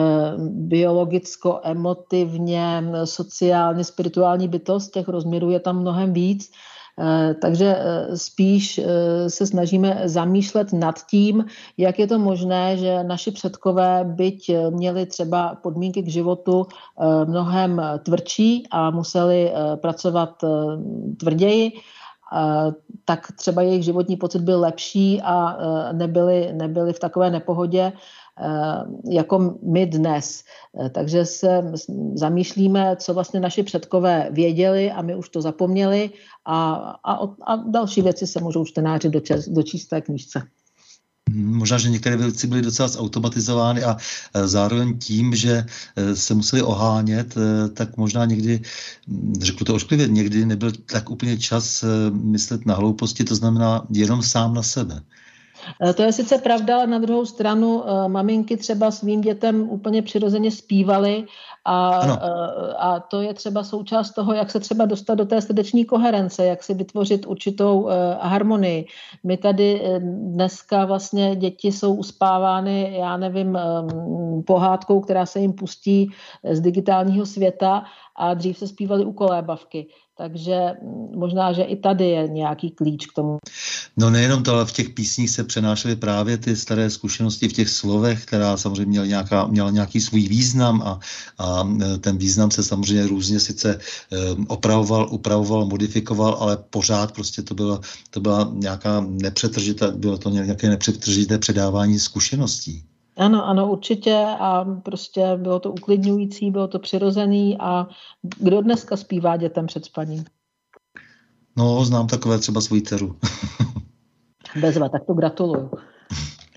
biologicko-emotivně, sociálně, spirituální bytost, těch rozměrů je tam mnohem víc. Takže spíš se snažíme zamýšlet nad tím, jak je to možné, že naši předkové, byť měli třeba podmínky k životu mnohem tvrdší a museli pracovat tvrději, tak třeba jejich životní pocit byl lepší a nebyli, nebyli v takové nepohodě jako my dnes. Takže se zamýšlíme, co vlastně naši předkové věděli a my už to zapomněli a, a, a další věci se můžou čtenáři dočíst, dočíst té knížce. Možná, že některé věci byly docela zautomatizovány a zároveň tím, že se museli ohánět, tak možná někdy, řeknu to ošklivě, někdy nebyl tak úplně čas myslet na hlouposti, to znamená jenom sám na sebe. To je sice pravda, ale na druhou stranu maminky třeba svým dětem úplně přirozeně zpívaly a, a to je třeba součást toho, jak se třeba dostat do té srdeční koherence, jak si vytvořit určitou harmonii. My tady dneska vlastně děti jsou uspávány, já nevím, pohádkou, která se jim pustí z digitálního světa a dřív se zpívaly u kolébavky. Takže možná, že i tady je nějaký klíč k tomu. No nejenom to, ale v těch písních se přenášely právě ty staré zkušenosti v těch slovech, která samozřejmě měla, nějaká, měla nějaký svůj význam a, a ten význam se samozřejmě různě sice opravoval, upravoval, modifikoval, ale pořád prostě to byla, to byla nějaká nepřetržitá, bylo to nějaké nepřetržité předávání zkušeností. Ano, ano, určitě a prostě bylo to uklidňující, bylo to přirozený a kdo dneska zpívá dětem před spaním? No, znám takové třeba svoji dceru. Bezva, tak to gratuluju.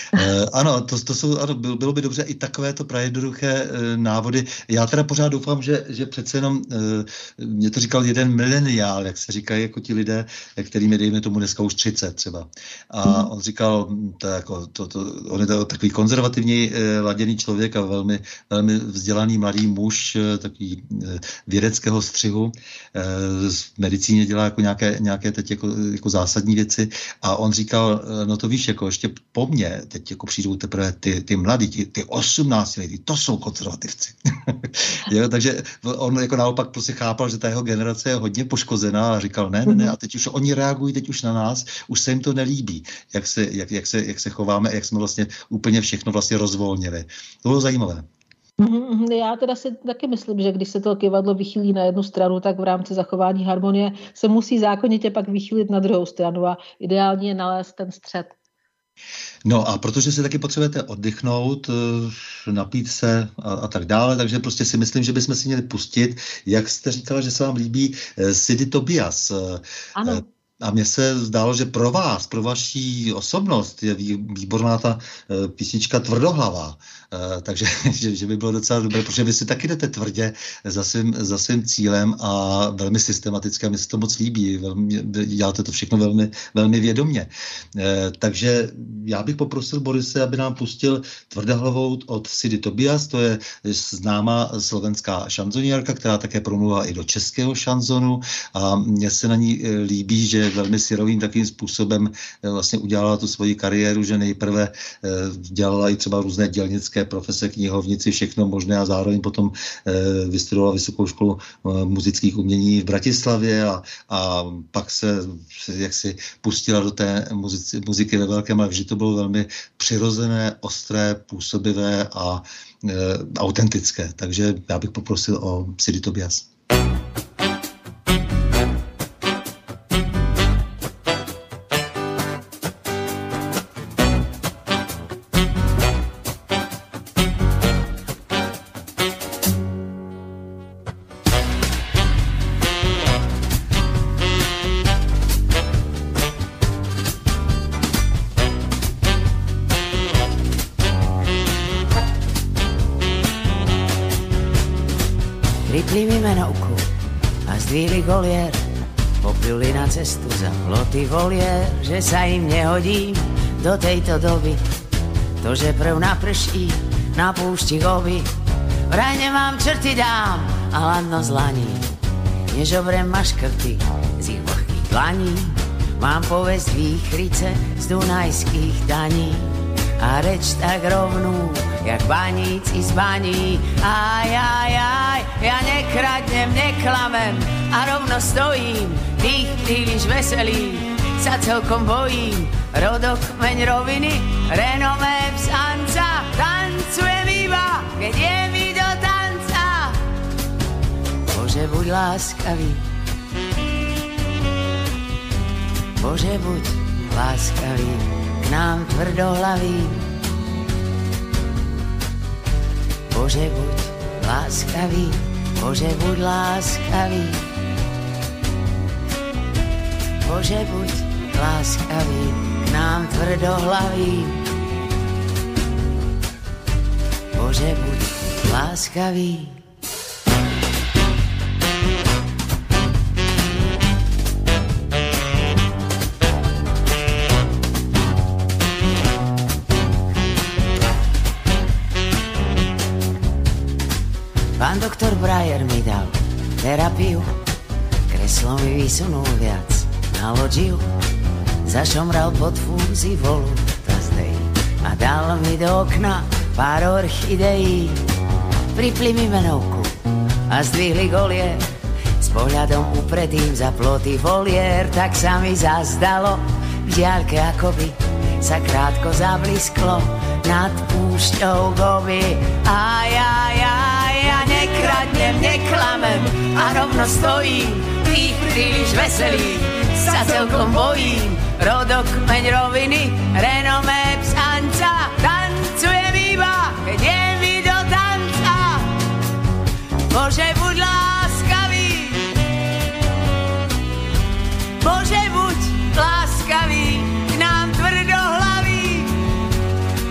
Uh, ano, to, to jsou, ano, bylo, bylo by dobře i takovéto prajednoduché uh, návody. Já teda pořád doufám, že, že přece jenom, uh, mě to říkal jeden mileniál, jak se říkají jako ti lidé, kterými dejme tomu dneska už třicet třeba. A mm. on říkal, to, jako, to, to, on je to takový konzervativní uh, laděný člověk a velmi, velmi vzdělaný mladý muž, uh, takový uh, vědeckého střihu. Uh, v medicíně dělá jako nějaké, nějaké teď jako, jako zásadní věci. A on říkal, no to víš, jako ještě po mně, teď jako přijdou teprve ty, ty mladí, ty, ty osmnáctiletí, to jsou konzervativci. Jo, takže on jako naopak prostě chápal, že ta jeho generace je hodně poškozená a říkal, ne, ne, ne, a teď už oni reagují teď už na nás, už se jim to nelíbí, jak se, jak, jak se, jak se chováme, jak jsme vlastně úplně všechno vlastně rozvolnili. To bylo zajímavé. Já teda si taky myslím, že když se to kyvadlo vychýlí na jednu stranu, tak v rámci zachování harmonie se musí zákonitě pak vychýlit na druhou stranu a ideálně je nalézt ten střed. No a protože si taky potřebujete oddychnout, napít se a, a tak dále, takže prostě si myslím, že bychom si měli pustit, jak jste říkala, že se vám líbí Sidi Tobias. Ano. A mně se zdálo, že pro vás, pro vaši osobnost je výborná ta písnička Tvrdohlava. Takže že, že by bylo docela dobré, protože vy si taky jdete tvrdě za svým, za svým cílem a velmi systematicky a mně se to moc líbí. Velmi, děláte to všechno velmi, velmi vědomě. Takže já bych poprosil Borise, aby nám pustil Tvrdohlavou od Sidi Tobias. To je známá slovenská šanzonierka, která také promluvila i do českého šanzonu a mně se na ní líbí, že velmi syrovým takým způsobem vlastně udělala tu svoji kariéru, že nejprve dělala i třeba různé dělnické profese, knihovnici, všechno možné a zároveň potom vystudovala Vysokou školu muzických umění v Bratislavě a, a pak se jaksi pustila do té muzici, muziky ve velkém, ale vždy to bylo velmi přirozené, ostré, působivé a e, autentické. Takže já bych poprosil o Sidi Tobias. Golier, popľuli na cestu za ploty volier, že sa im nehodím do tejto doby. To, že prv naprší na púšti goby, vraj nemám črty dám a ladno zlaní. Nežobrem ma škrty z ich vlhkých dlaní, mám povesť výchrice z dunajských daní a reč tak rovnú, jak baníci z baní. Aj, aj, aj, ja nekradnem, neklamem a rovno stojím, tých príliš veselých sa celkom bojím. Rodok, kmeň roviny, renomé psanca, tancujem iba, keď je mi do tanca. Bože, buď láskavý, Bože, buď láskavý k nám tvrdohlavým. Bože, buď láskavý, Bože, buď láskavý. Bože, buď láskavý k nám tvrdohlavým. Bože, buď láskavý. Pán doktor Brajer mi dal terapiu, kreslo mi vysunul viac na loďiu, zašomral pod fúzi Volutazdej a dal mi do okna pár orchideí. Pripli mi menovku a zdvihli golier, s pohľadom upredým za ploty volier, tak sa mi zazdalo v diaľke akoby sa krátko zablisklo nad púšťou goby. Aj, aj, aj, ja nekradnem, neklamem a rovno stojím, tých príliš veselých sa celkom bojím. Rodok, kmeň roviny, renomé psanca, tancujem iba, keď je mi do tanca. Bože, buď láskavý, Bože, buď láskavý k nám tvrdohlavý.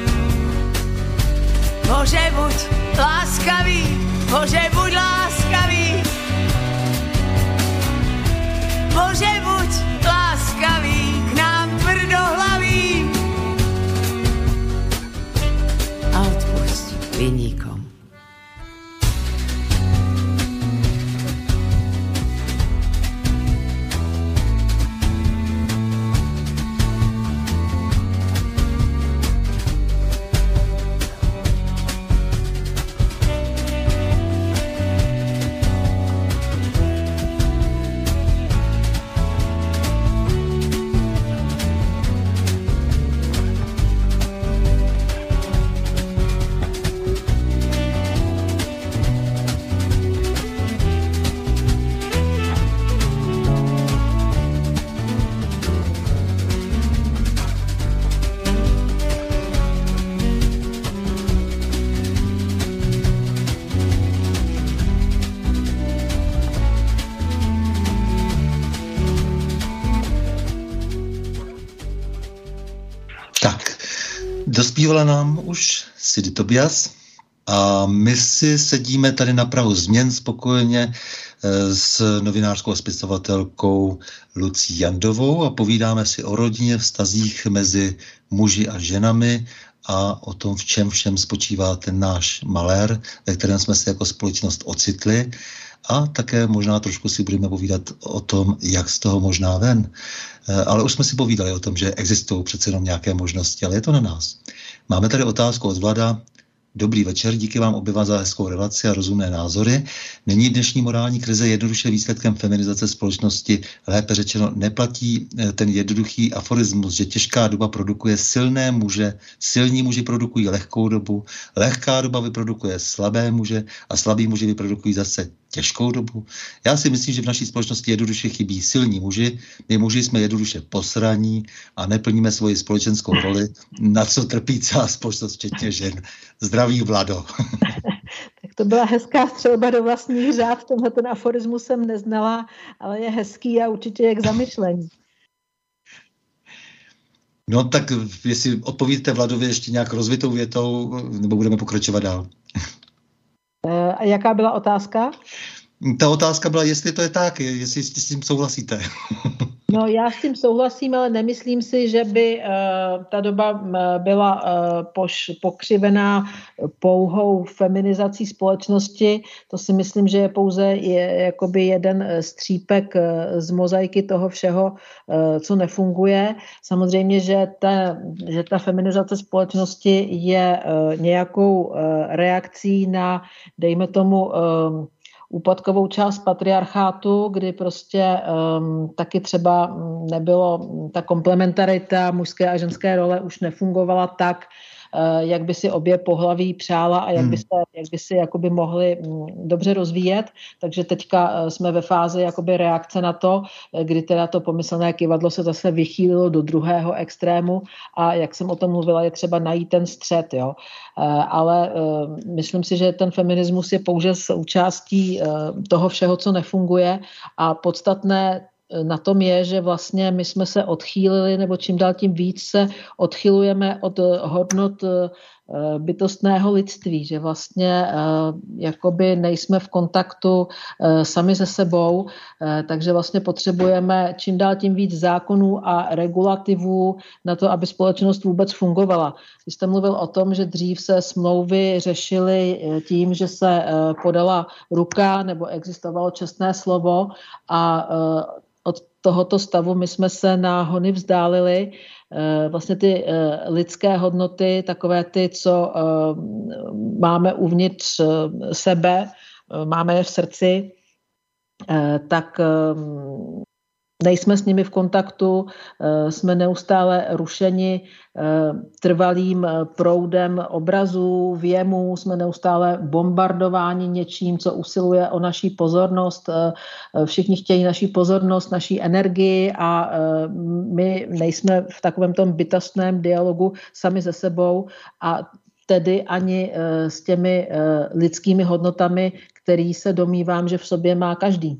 Dospívala nám už Sidy Tobias a my si sedíme tady na prahu změn spokojeně s novinářskou a spisovatelkou Lucí Jandovou a povídáme si o rodině, vztazích mezi muži a ženami a o tom, v čem všem spočívá ten náš malér, ve kterém jsme se jako společnost ocitli. A také možná trošku si budeme povídat o tom, jak z toho možná ven. Ale už jsme si povídali o tom, že existují přece jenom nějaké možnosti, ale je to na nás. Máme tady otázku od Vlada. Dobrý večer, díky vám oběma za hezkou relaci a rozumné názory. Není dnešní morální krize jednoduše výsledkem feminizace společnosti? Lépe řečeno, neplatí ten jednoduchý aforismus, že těžká doba produkuje silné muže, silní muži produkují lehkou dobu, lehká doba vyprodukuje slabé muže a slabí muži vyprodukují zase těžkou dobu. Já si myslím, že v naší společnosti jednoduše chybí silní muži. My muži jsme jednoduše posraní a neplníme svoji společenskou roli, na co trpí celá společnost, včetně žen. Zdraví, Vlado. Tak to byla hezká střelba do vlastních řád. Tenhle ten aforismus jsem neznala, ale je hezký a určitě je k zamyšlení. No tak jestli odpovíte Vladovi ještě nějak rozvitou větou, nebo budeme pokračovat dál. A jaká byla otázka? Ta otázka byla, jestli to je tak, jestli s tím souhlasíte. No já s tím souhlasím, ale nemyslím si, že by uh, ta doba byla uh, poš, pokřivená pouhou feminizací společnosti. To si myslím, že je pouze je, jakoby jeden střípek uh, z mozaiky toho všeho, uh, co nefunguje. Samozřejmě, že ta, že ta feminizace společnosti je uh, nějakou uh, reakcí na, dejme tomu, uh, úpadkovou část patriarchátu, kdy prostě um, taky třeba nebylo, ta komplementarita mužské a ženské role už nefungovala tak, uh, jak by si obě pohlaví přála a jak by se, jak by si jakoby mohli um, dobře rozvíjet. Takže teďka uh, jsme ve fázi jakoby reakce na to, kdy teda to pomyslné kyvadlo se zase vychýlilo do druhého extrému a jak jsem o tom mluvila, je třeba najít ten střed, jo. Ale myslím si, že ten feminismus je pouze součástí toho všeho, co nefunguje a podstatné na tom je, že vlastně my jsme se odchýlili, nebo čím dál tím víc se odchylujeme od hodnot bytostného lidství, že vlastně jakoby nejsme v kontaktu sami se sebou, takže vlastně potřebujeme čím dál tím víc zákonů a regulativů na to, aby společnost vůbec fungovala. Vy jste mluvil o tom, že dřív se smlouvy řešily tím, že se podala ruka nebo existovalo čestné slovo a od tohoto stavu my jsme se na hony vzdálili. Vlastně ty lidské hodnoty, takové ty, co máme uvnitř sebe, máme je v srdci, tak nejsme s nimi v kontaktu, jsme neustále rušeni trvalým proudem obrazů, věmů, jsme neustále bombardováni něčím, co usiluje o naší pozornost. Všichni chtějí naší pozornost, naší energii a my nejsme v takovém tom bytostném dialogu sami se sebou a tedy ani s těmi lidskými hodnotami, který se domnívám, že v sobě má každý.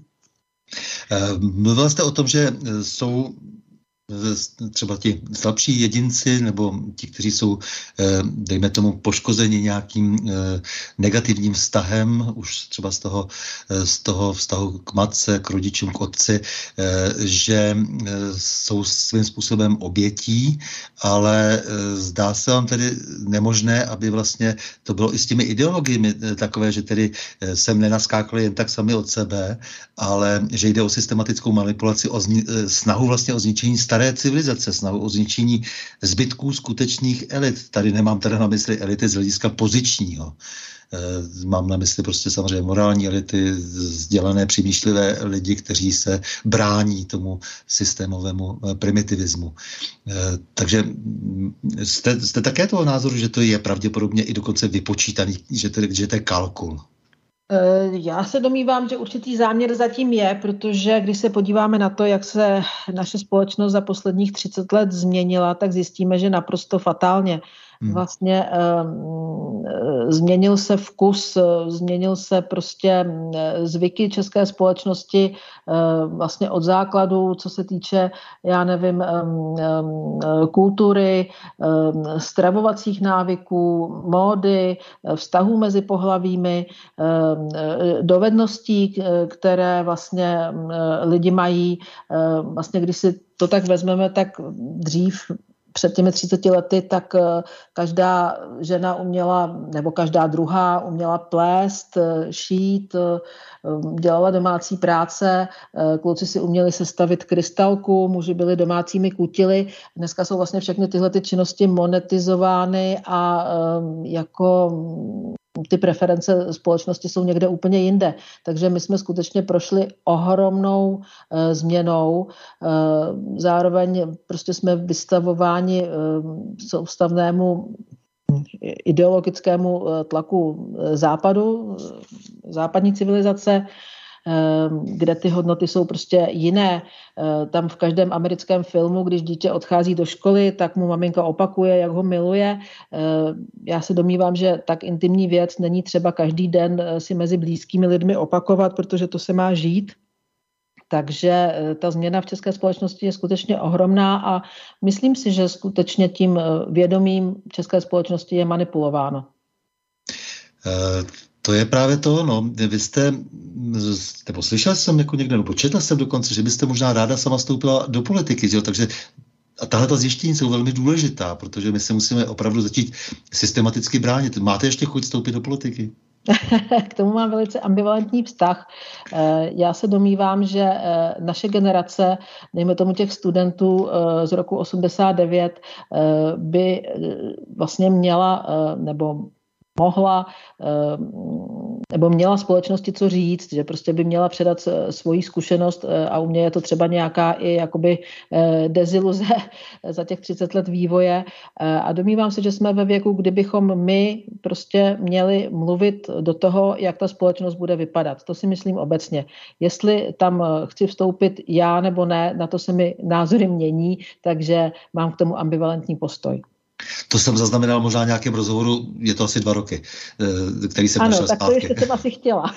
Mluvila jste o tom, že jsou třeba ti slabší jedinci nebo ti, kteří jsou, dejme tomu, poškozeni nějakým negativním vztahem, už třeba z toho, z toho vztahu k matce, k rodičům, k otci, že jsou svým způsobem obětí, ale zdá se vám tedy nemožné, aby vlastně to bylo i s těmi ideologiemi takové, že tedy sem nenaskákali jen tak sami od sebe, ale že jde o systematickou manipulaci, o zni- snahu vlastně o zničení staré civilizace, snahu o zničení zbytků skutečných elit. Tady nemám teda na mysli elity z hlediska pozičního. Mám na mysli prostě samozřejmě morální elity, vzdělané, přemýšlivé lidi, kteří se brání tomu systémovému primitivismu. Takže jste, jste také toho názoru, že to je pravděpodobně i dokonce vypočítaný, že to, že to je kalkul? Já se domnívám, že určitý záměr zatím je, protože když se podíváme na to, jak se naše společnost za posledních třicet let změnila, tak zjistíme, že naprosto fatálně. vlastně um, změnil se vkus, změnil se prostě zvyky české společnosti um, vlastně od základu, co se týče, já nevím, um, um, kultury, um, stravovacích návyků, módy, vztahů mezi pohlavími, um, dovedností, které vlastně um, lidi mají. Um, vlastně když si to tak vezmeme, tak dřív před těmi třiceti lety, tak každá žena uměla, nebo každá druhá uměla plést, šít, dělala domácí práce, kluci si uměli sestavit krystalku, muži byli domácími kutily. Dneska jsou vlastně všechny tyhle ty činnosti monetizovány a jako ty preference společnosti jsou někde úplně jinde. Takže my jsme skutečně prošli ohromnou e, změnou. E, zároveň prostě jsme vystavováni e, soustavnému ideologickému tlaku západu, západní civilizace, kde ty hodnoty jsou prostě jiné. Tam v každém americkém filmu, když dítě odchází do školy, tak mu maminka opakuje, jak ho miluje. Já se domnívám, že tak intimní věc není třeba každý den si mezi blízkými lidmi opakovat, protože to se má žít. Takže ta změna v české společnosti je skutečně ohromná a myslím si, že skutečně tím vědomím české společnosti je manipulováno. Uh... To je právě to, no, vy jste, nebo slyšel jsem jako někde, nebo četl jsem dokonce, že byste možná ráda sama vstoupila do politiky, že jo? Takže a tahle ta zjištění jsou velmi důležitá, protože my se musíme opravdu začít systematicky bránit. Máte ještě chuť vstoupit do politiky? K tomu mám velice ambivalentní vztah. Já se domnívám, že naše generace, dejme tomu těch studentů z roku osmdesát devět, by vlastně měla, nebo mohla nebo měla společnosti co říct, že prostě by měla předat svoji zkušenost a u mě je to třeba nějaká i jakoby deziluze za těch třicet let vývoje a domnívám se, že jsme ve věku, kdybychom my prostě měli mluvit do toho, jak ta společnost bude vypadat. To si myslím obecně. Jestli tam chci vstoupit já nebo ne, na to se mi názory mění, takže mám k tomu ambivalentní postoj. To jsem zaznamenal možná v nějakém rozhovoru, je to asi dva roky, který jsem našel zpátky. Ano, tak to ještě jsem asi chtěla.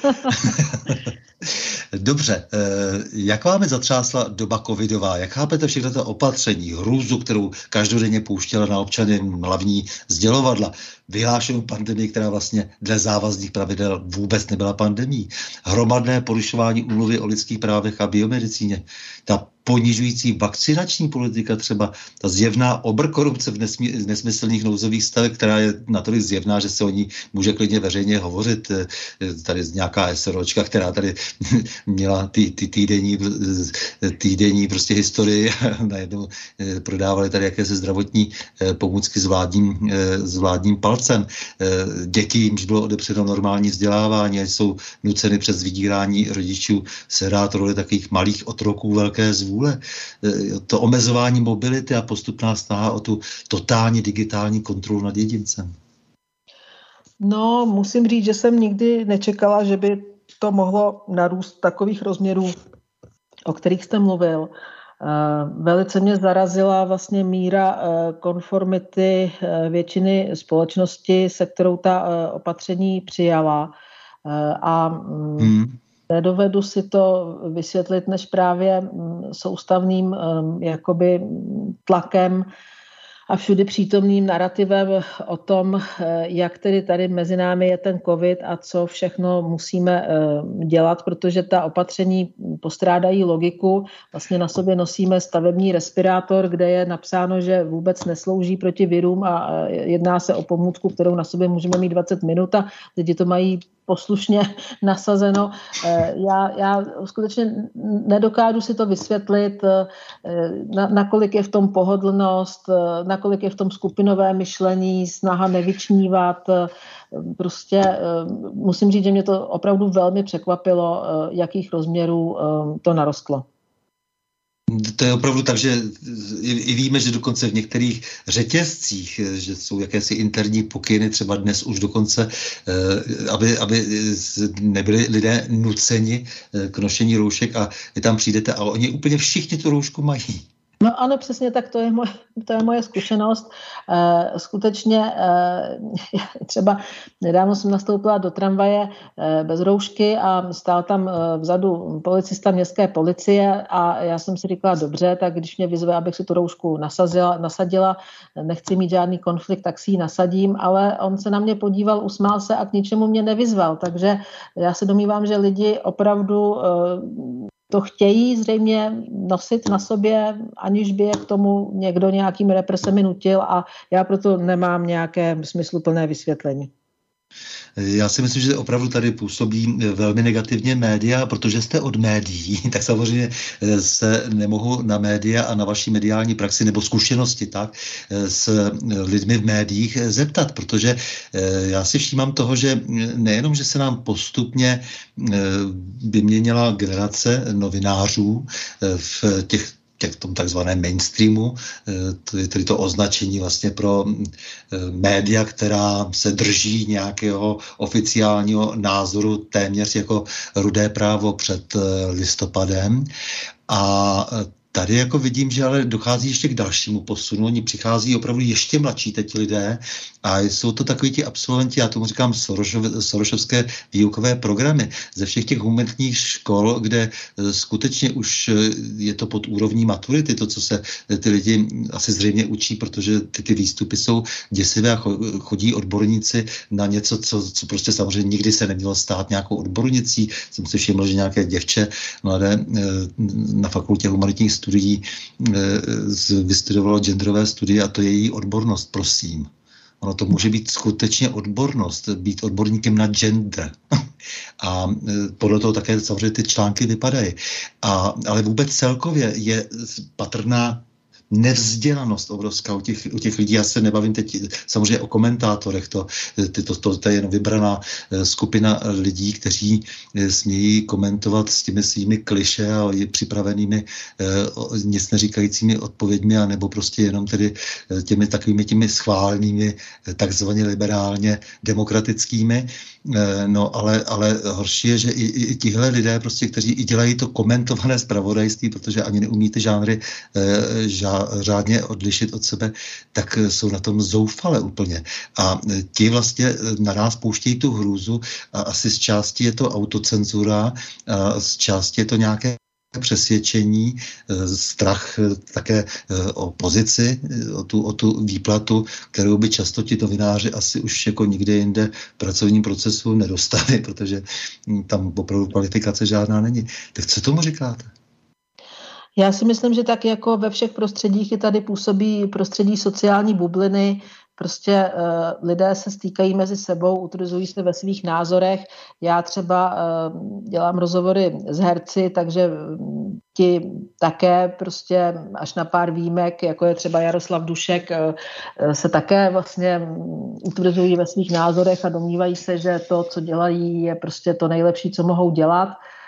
Dobře, jak vámi zatřásla doba covidová? Jak chápete všechno to opatření, hrůzu, kterou každodenně pouštěla na občany hlavní sdělovadla, vyhlášenou pandemii, která vlastně dle závazných pravidel vůbec nebyla pandemií, hromadné porušování úmluvy o lidských právech a biomedicíně, ta ponižující vakcinační politika, třeba ta zjevná obrkorupce v nesmí, nesmyslných nouzových stavech, která je natolik zjevná, že se o ní může klidně veřejně hovořit. Tady nějaká SROčka, která tady měla ty, ty týdenní, týdenní prostě historii a najednou prodávali tady jakési zdravotní pomůcky s vládním, s vládním palcem. Děti, jimž bylo odepřeno normální vzdělávání a jsou nuceny přes vydírání rodičů sehrát roli takových malých otroků velké zvůle. To omezování mobility a postupná snaha o tu totální digitální kontrolu nad jedincem. No, musím říct, že jsem nikdy nečekala, že by to mohlo narůst takových rozměrů, o kterých jste mluvil. Velice mě zarazila vlastně míra konformity většiny společnosti, se kterou ta opatření přijala. A hmm. nedovedu si to vysvětlit než právě soustavným jakoby tlakem a všudy přítomným narrativem o tom, jak tedy tady mezi námi je ten covid a co všechno musíme dělat, protože ta opatření postrádají logiku. Vlastně na sobě nosíme stavební respirátor, kde je napsáno, že vůbec neslouží proti virům a jedná se o pomůcku, kterou na sobě můžeme mít dvacet minut a lidi to mají poslušně nasazeno. Já, já skutečně nedokážu si to vysvětlit, na, nakolik je v tom pohodlnost, nakolik je v tom skupinové myšlení, snaha nevyčnívat. Prostě musím říct, že mě to opravdu velmi překvapilo, jakých rozměrů to narostlo. To je opravdu tak, že i víme, že dokonce v některých řetězcích, že jsou jakési interní pokyny, třeba dnes už dokonce, aby, aby nebyli lidé nuceni k nošení roušek a vy tam přijdete a oni úplně všichni tu roušku mají. No ano, přesně tak, to je moje, to je moje zkušenost. E, skutečně e, třeba nedávno jsem nastoupila do tramvaje e, bez roušky a stál tam e, vzadu policista městské policie a já jsem si říkala, dobře, tak když mě vyzve, abych si tu roušku nasadila, nasadila, nechci mít žádný konflikt, tak si ji nasadím, ale on se na mě podíval, usmál se a k ničemu mě nevyzval, takže já se domnívám, že lidi opravdu e, to chtějí zřejmě nosit na sobě, aniž by je k tomu někdo nějakým represemi nutil a já proto nemám nějaké smysluplné vysvětlení. Já si myslím, že opravdu tady působí velmi negativně média, protože jste od médií, tak samozřejmě se nemohu na média a na vaší mediální praxi nebo zkušenosti tak s lidmi v médiích zeptat, protože já si všímám toho, že nejenom, že se nám postupně vyměnila generace novinářů v těch v tom takzvaném mainstreamu, tedy to označení vlastně pro média, která se drží nějakého oficiálního názoru téměř jako Rudé právo před listopadem. A tady jako vidím, že ale dochází ještě k dalšímu posunu. Oni přichází opravdu ještě mladší teď lidé a jsou to takový ti absolventi, já tomu říkám sorošovské výukové programy ze všech těch humanitních škol, kde skutečně už je to pod úrovní maturity, to, co se ty lidi asi zřejmě učí, protože ty, ty výstupy jsou děsivé a chodí odborníci na něco, co, co prostě samozřejmě nikdy se nemělo stát nějakou odbornicí. Jsem si všiml, že nějaké děvče mladé na fakultě humanitních studií vystudovalo genderové studie a to je její odbornost, prosím. Ono to může být skutečně odbornost, být odborníkem na gender. A podle toho také samozřejmě ty články vypadají. A, ale vůbec celkově je patrná nevzdělanost obrovská u těch, u těch lidí. Já se nebavím teď samozřejmě o komentátorech, to, to, to, to je jen vybraná skupina lidí, kteří smějí komentovat s těmi svými kliše a připravenými nic neříkajícími odpověďmi, anebo prostě jenom tedy těmi takovými těmi schválenými, takzvaně liberálně demokratickými. No, ale, ale horší je, že i, i tihle lidé, prostě, kteří i dělají to komentované zpravodajství, protože ani neumí ty žánry žá, řádně odlišit od sebe, tak jsou na tom zoufale úplně. A ti vlastně na nás pouštějí tu hrůzu a asi z části je to autocenzura, a z části je to nějaké přesvědčení, strach také o pozici, o tu, o tu výplatu, kterou by často ti novináři asi už jako nikde jinde v pracovním procesu nedostali, protože tam opravdu kvalifikace žádná není. Tak co tomu říkáte? Já si myslím, že tak jako ve všech prostředích i tady působí prostředí sociální bubliny. Prostě uh, lidé se stýkají mezi sebou, utvrzují se ve svých názorech. Já třeba uh, dělám rozhovory s herci, takže ti také prostě až na pár výjimek, jako je třeba Jaroslav Dušek, uh, se také vlastně utvrzují ve svých názorech a domnívají se, že to, co dělají, je prostě to nejlepší, co mohou dělat.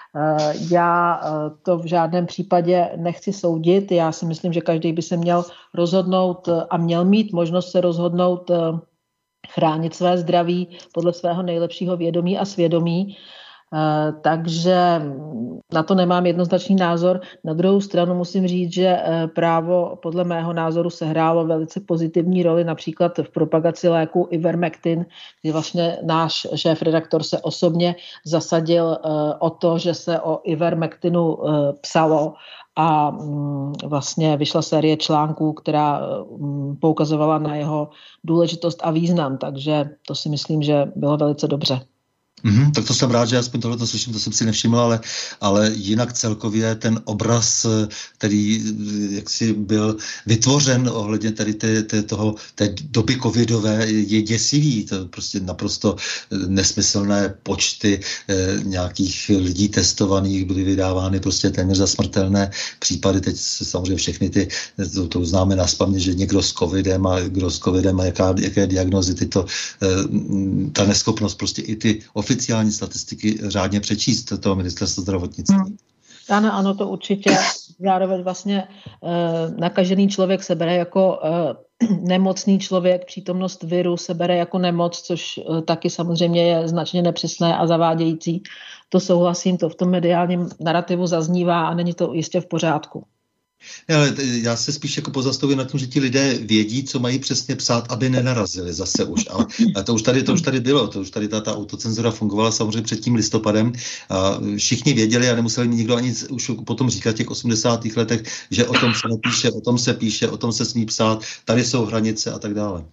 Já to v žádném případě nechci soudit. Já si myslím, že každý by se měl rozhodnout a měl mít možnost se rozhodnout chránit své zdraví podle svého nejlepšího vědomí a svědomí. Takže na to nemám jednoznačný názor. Na druhou stranu musím říct, že právo podle mého názoru sehrálo velice pozitivní roli například v propagaci léku Ivermectin, kdy vlastně náš šéfredaktor se osobně zasadil o to, že se o Ivermectinu psalo a vlastně vyšla série článků, která poukazovala na jeho důležitost a význam, takže to si myslím, že bylo velice dobře. Mm-hmm, tak to jsem rád, že aspoň tohle to slyším, to jsem si nevšiml, ale, ale jinak celkově ten obraz, který jaksi byl vytvořen ohledně tady té, té, toho, té doby covidové, je děsivý. To prostě naprosto nesmyslné počty eh, nějakých lidí testovaných byly vydávány prostě téměř za smrtelné případy. Teď samozřejmě všechny ty, to, to známe nazpaměť, že někdo s covidem a kdo s covidem a jaká, jaké diagnózy, tyto, eh, ta neschopnost prostě i ty oficiální statistiky řádně přečíst toho ministerstva zdravotnictví. Hmm. Ano, ano, to určitě. Zároveň vlastně eh, nakažený člověk se bere jako eh, nemocný člověk, přítomnost viru se bere jako nemoc, což eh, taky samozřejmě je značně nepřesné a zavádějící. To souhlasím, to v tom mediálním narrativu zaznívá a není to jistě v pořádku. Ne, ale já se spíš jako pozastavím nad tím, že ti lidé vědí, co mají přesně psát, aby nenarazili zase už. Ale, ale to už tady to už tady bylo, to už tady ta, ta autocenzura fungovala samozřejmě před tím listopadem. A všichni věděli a nemuseli mi nikdo ani už potom říkat v těch osmdesátých letech, že o tom se nepíše, o tom se píše, o tom se smí psát, tady jsou hranice a tak dále.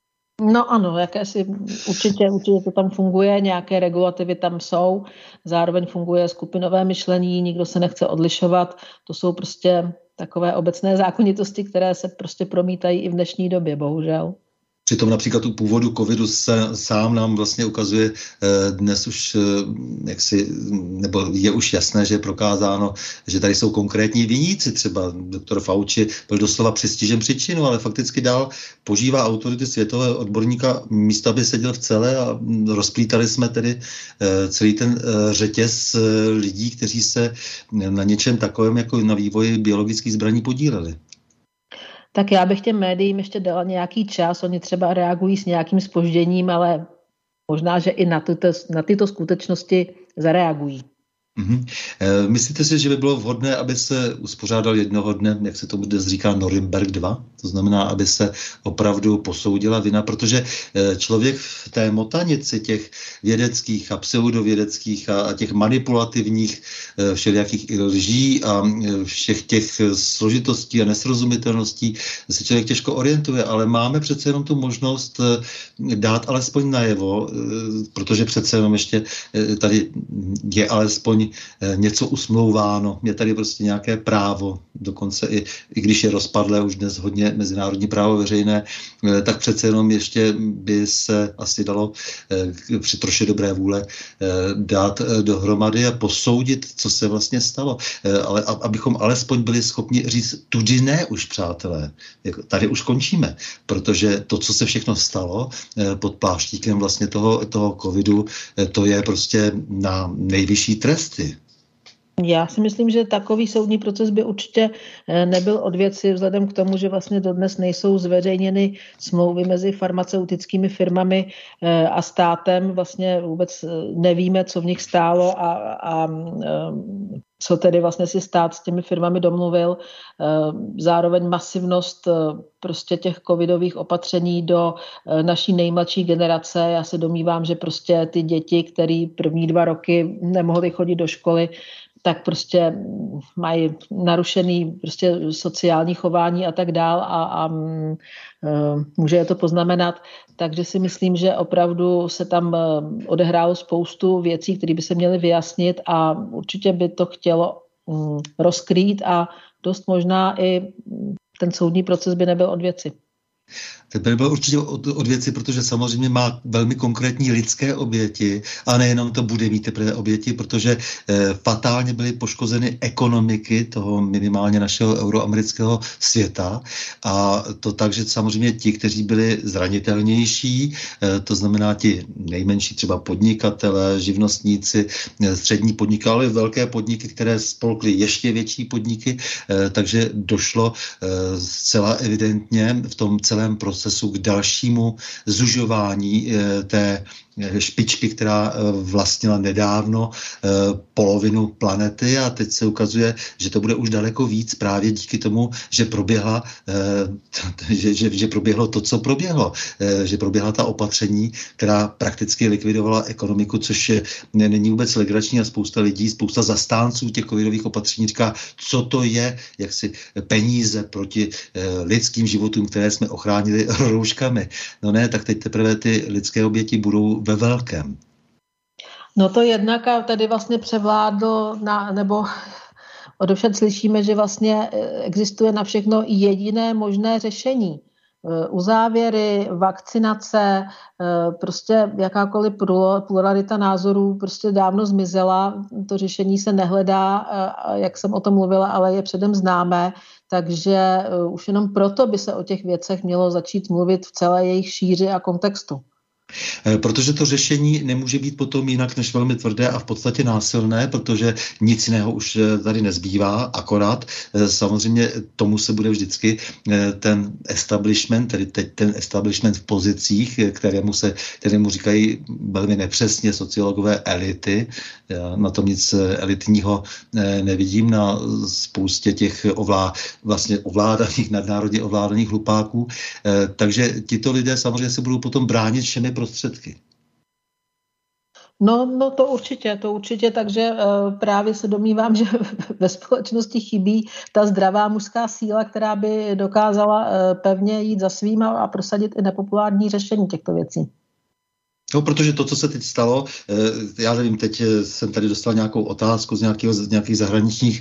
No ano, jakési, určitě, určitě to tam funguje, nějaké regulativy tam jsou, zároveň funguje skupinové myšlení, nikdo se nechce odlišovat, to jsou prostě takové obecné zákonitosti, které se prostě promítají i v dnešní době, bohužel. Přitom například u původu covidu se, sám nám vlastně ukazuje eh, dnes už, eh, jaksi, nebo je už jasné, že je prokázáno, že tady jsou konkrétní viníci. Třeba doktor Fauci byl doslova přistižen příčinu, ale fakticky dál požívá autority světového odborníka místo, aby seděl v celé a rozplítali jsme tedy eh, celý ten eh, řetěz eh, lidí, kteří se na něčem takovém jako na vývoji biologických zbraní podíleli. Tak já bych těm médiím ještě dala nějaký čas, oni třeba reagují s nějakým zpožděním, ale možná, že i na, tuto, na tyto skutečnosti zareagují. Mm-hmm. E, myslíte si, že by bylo vhodné, aby se uspořádal jednoho dne, jak se tomu dnes říká, Norimberg dva? To znamená, aby se opravdu posoudila vina, protože člověk v té motanici těch vědeckých a pseudovědeckých a, a těch manipulativních všelijakých lží a všech těch složitostí a nesrozumitelností se člověk těžko orientuje, ale máme přece jenom tu možnost dát alespoň najevo, protože přece jenom ještě tady je alespoň něco usmlouváno, je tady prostě nějaké právo, dokonce i, i když je rozpadlé už dnes hodně mezinárodní právo veřejné, tak přece jenom ještě by se asi dalo při troše dobré vůle dát dohromady a posoudit, co se vlastně stalo. Ale abychom alespoň byli schopni říct, tudy ne už, přátelé, tady už končíme, protože to, co se všechno stalo pod pláštíkem vlastně toho, toho covidu, to je prostě na nejvyšší tresty. Já si myslím, že takový soudní proces by určitě nebyl od věci vzhledem k tomu, že vlastně dodnes nejsou zveřejněny smlouvy mezi farmaceutickými firmami a státem. Vlastně vůbec nevíme, co v nich stálo a, a co tedy vlastně si stát s těmi firmami domluvil. Zároveň masivnost prostě těch covidových opatření do naší nejmladší generace. Já se domnívám, že prostě ty děti, které první dva roky nemohly chodit do školy, tak prostě mají narušený prostě sociální chování a tak dál a, a uh, může je to poznamenat. Takže si myslím, že opravdu se tam odehrálo spoustu věcí, které by se měly vyjasnit a určitě by to chtělo um, rozkrýt a dost možná i ten soudní proces by nebyl od věci. To by bylo určitě od, od věci, protože samozřejmě má velmi konkrétní lidské oběti a nejenom to bude mít teprve oběti, protože eh, fatálně byly poškozeny ekonomiky toho minimálně našeho euroamerického světa a to tak, že samozřejmě ti, kteří byli zranitelnější, eh, to znamená ti nejmenší třeba podnikatele, živnostníci, eh, střední podniky, ale velké podniky, které spolkly ještě větší podniky, eh, takže došlo eh, zcela evidentně v tom celém procesu k dalšímu zužování e, té špičky, která vlastnila nedávno e, polovinu planety a teď se ukazuje, že to bude už daleko víc právě díky tomu, že proběhla, e, že, že, že proběhlo to, co proběhlo. E, že proběhla ta opatření, která prakticky likvidovala ekonomiku, což je, ne, není vůbec legrační a spousta lidí, spousta zastánců těch covidových opatření říká, co to je, jak si peníze proti e, lidským životům, které jsme ochránili rouškami. No ne, tak teď teprve ty lidské oběti budou ve velkém. No to jednak a tady vlastně převládlo, na, nebo odevšad slyšíme, že vlastně existuje na všechno jediné možné řešení. Uzávěry, vakcinace, prostě jakákoliv pluralita názorů prostě dávno zmizela, to řešení se nehledá, jak jsem o tom mluvila, ale je předem známé, takže už jenom proto by se o těch věcech mělo začít mluvit v celé jejich šíři a kontextu. Protože to řešení nemůže být potom jinak než velmi tvrdé a v podstatě násilné, protože nic jiného už tady nezbývá, akorát samozřejmě tomu se bude vždycky ten establishment, tedy teď ten establishment v pozicích, kterému se, kterému říkají velmi nepřesně sociologové elity. Já na tom nic elitního nevidím, na spoustě těch ovlá, vlastně ovládaných, nadnárodně ovládaných hlupáků. Takže tito lidé samozřejmě se budou potom bránit všemi prostředky. No, no to určitě, to určitě, takže uh, právě se domnívám, že ve společnosti chybí ta zdravá mužská síla, která by dokázala uh, pevně jít za svým a, a prosadit i nepopulární řešení těchto věcí. No, protože to, co se teď stalo, já nevím, teď jsem tady dostal nějakou otázku z, nějakého, z nějakých zahraničních,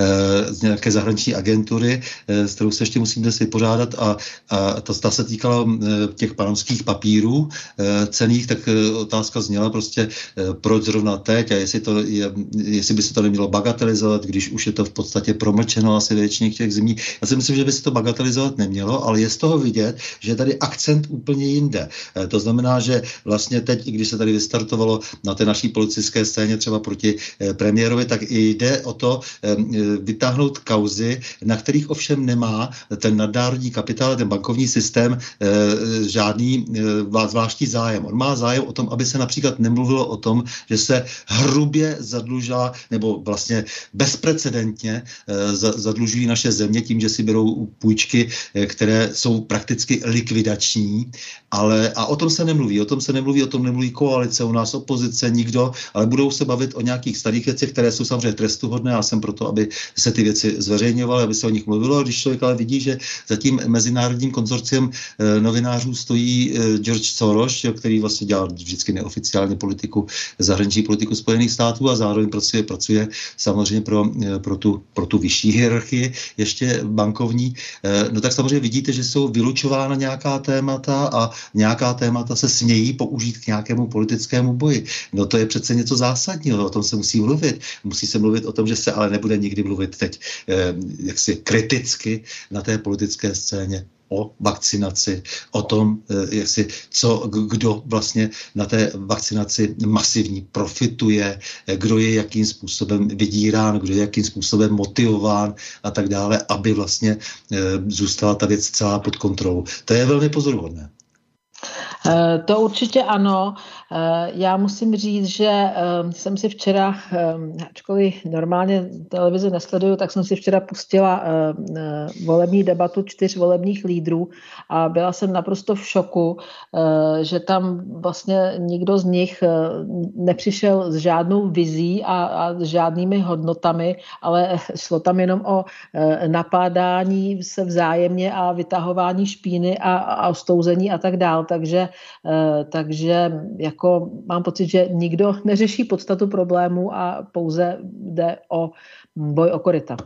z nějaké zahraniční agentury, s kterou se ještě musím dnes vypořádat a, a ta, ta se týkala těch panamských papírů cenných, tak otázka zněla prostě, proč zrovna teď a jestli, to je, jestli by se to nemělo bagatelizovat, když už je to v podstatě promlčeno asi většině těch zemí. Já si myslím, že by se to bagatelizovat nemělo, ale je z toho vidět, že je tady akcent úplně jinde. To znamená, že vlastně teď, i když se tady vystartovalo na té naší politické scéně třeba proti eh, premiérovi, tak i jde o to eh, vytáhnout kauzy, na kterých ovšem nemá ten nadnárodní kapitál, ten bankovní systém eh, žádný eh, zvláštní zájem. On má zájem o tom, aby se například nemluvilo o tom, že se hrubě zadlužila, nebo vlastně bezprecedentně eh, zadlužují naše země tím, že si berou půjčky, eh, které jsou prakticky likvidační, ale a o tom se nemluví, o tom se nemluví, o tom nemluví koalice, u nás opozice, nikdo, ale budou se bavit o nějakých starých věcech, které jsou samozřejmě trestuhodné. Já jsem proto, aby se ty věci zveřejňovaly, aby se o nich mluvilo. Když člověk ale vidí, že za tím mezinárodním konzorciem e, novinářů stojí e, George Soros, jo, který vlastně dělá vždycky neoficiálně politiku, zahraniční politiku Spojených států a zároveň pracuje, pracuje samozřejmě pro, e, pro, tu, pro tu vyšší hierarchii, ještě bankovní. E, no tak samozřejmě vidíte, že jsou vylučována nějaká témata a nějaká témata se smějí použít k nějakému politickému boji. No to je přece něco zásadního, o tom se musí mluvit. Musí se mluvit o tom, že se ale nebude nikdy mluvit teď eh, jaksi kriticky na té politické scéně o vakcinaci, o tom, eh, jaksi, co, kdo vlastně na té vakcinaci masivní profituje, eh, kdo je jakým způsobem vydírán, kdo je jakým způsobem motivován a tak dále, aby vlastně eh, zůstala ta věc celá pod kontrolou. To je velmi pozoruhodné. To určitě ano. Já musím říct, že jsem si včera, ačkoliv normálně televizi nesleduju, tak jsem si včera pustila volební debatu čtyř volebních lídrů a byla jsem naprosto v šoku, že tam vlastně nikdo z nich nepřišel s žádnou vizí a, a s žádnými hodnotami, ale šlo tam jenom o napádání se vzájemně a vytahování špíny a, a ostouzení a tak dál. Takže Takže jako mám pocit, že nikdo neřeší podstatu problému a pouze jde o boj o koryta.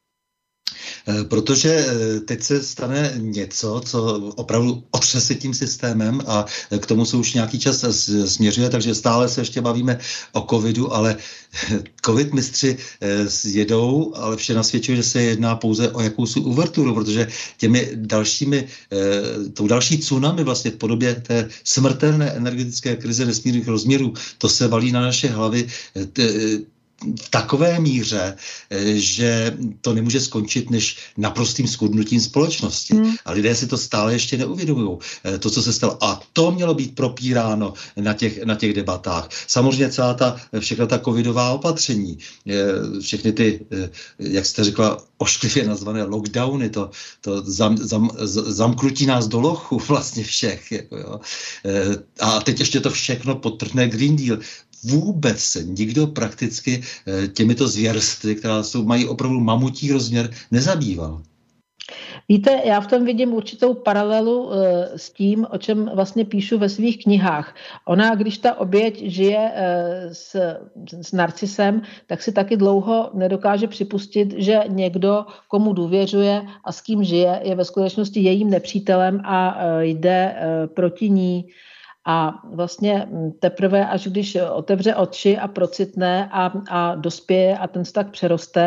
Protože teď se stane něco, co opravdu otřese tím systémem a k tomu se už nějaký čas směřuje, takže stále se ještě bavíme o covidu, ale covid mistři jedou, ale vše nasvědčuje, že se jedná pouze o jakousi uverturu, protože těmi dalšími, tou další tsunami vlastně v podobě té smrtelné energetické krize nesmírných rozměrů, to se valí na naše hlavy t- v takové míře, že to nemůže skončit než naprostým schudnutím společnosti. Hmm. A lidé si to stále ještě neuvědomují. To, co se stalo. A to mělo být propíráno na těch, na těch debatách. Samozřejmě celá ta, všechna ta covidová opatření, všechny ty, jak jste řekla, ošklivě nazvané lockdowny, to, to zam, zam, zamknutí nás do lochu vlastně všech. Jako jo. A teď ještě to všechno podtrhne Green Deal. Vůbec se nikdo prakticky těmito zvěrstvy, která jsou, mají opravdu mamutí rozměr, nezabýval. Víte, já v tom vidím určitou paralelu uh, s tím, o čem vlastně píšu ve svých knihách. Ona, když ta oběť žije uh, s, s narcisem, tak si taky dlouho nedokáže připustit, že někdo, komu důvěřuje a s kým žije, je ve skutečnosti jejím nepřítelem a uh, jde uh, proti ní. A vlastně teprve, až když otevře oči a procitne a, a dospěje a ten vztah přeroste,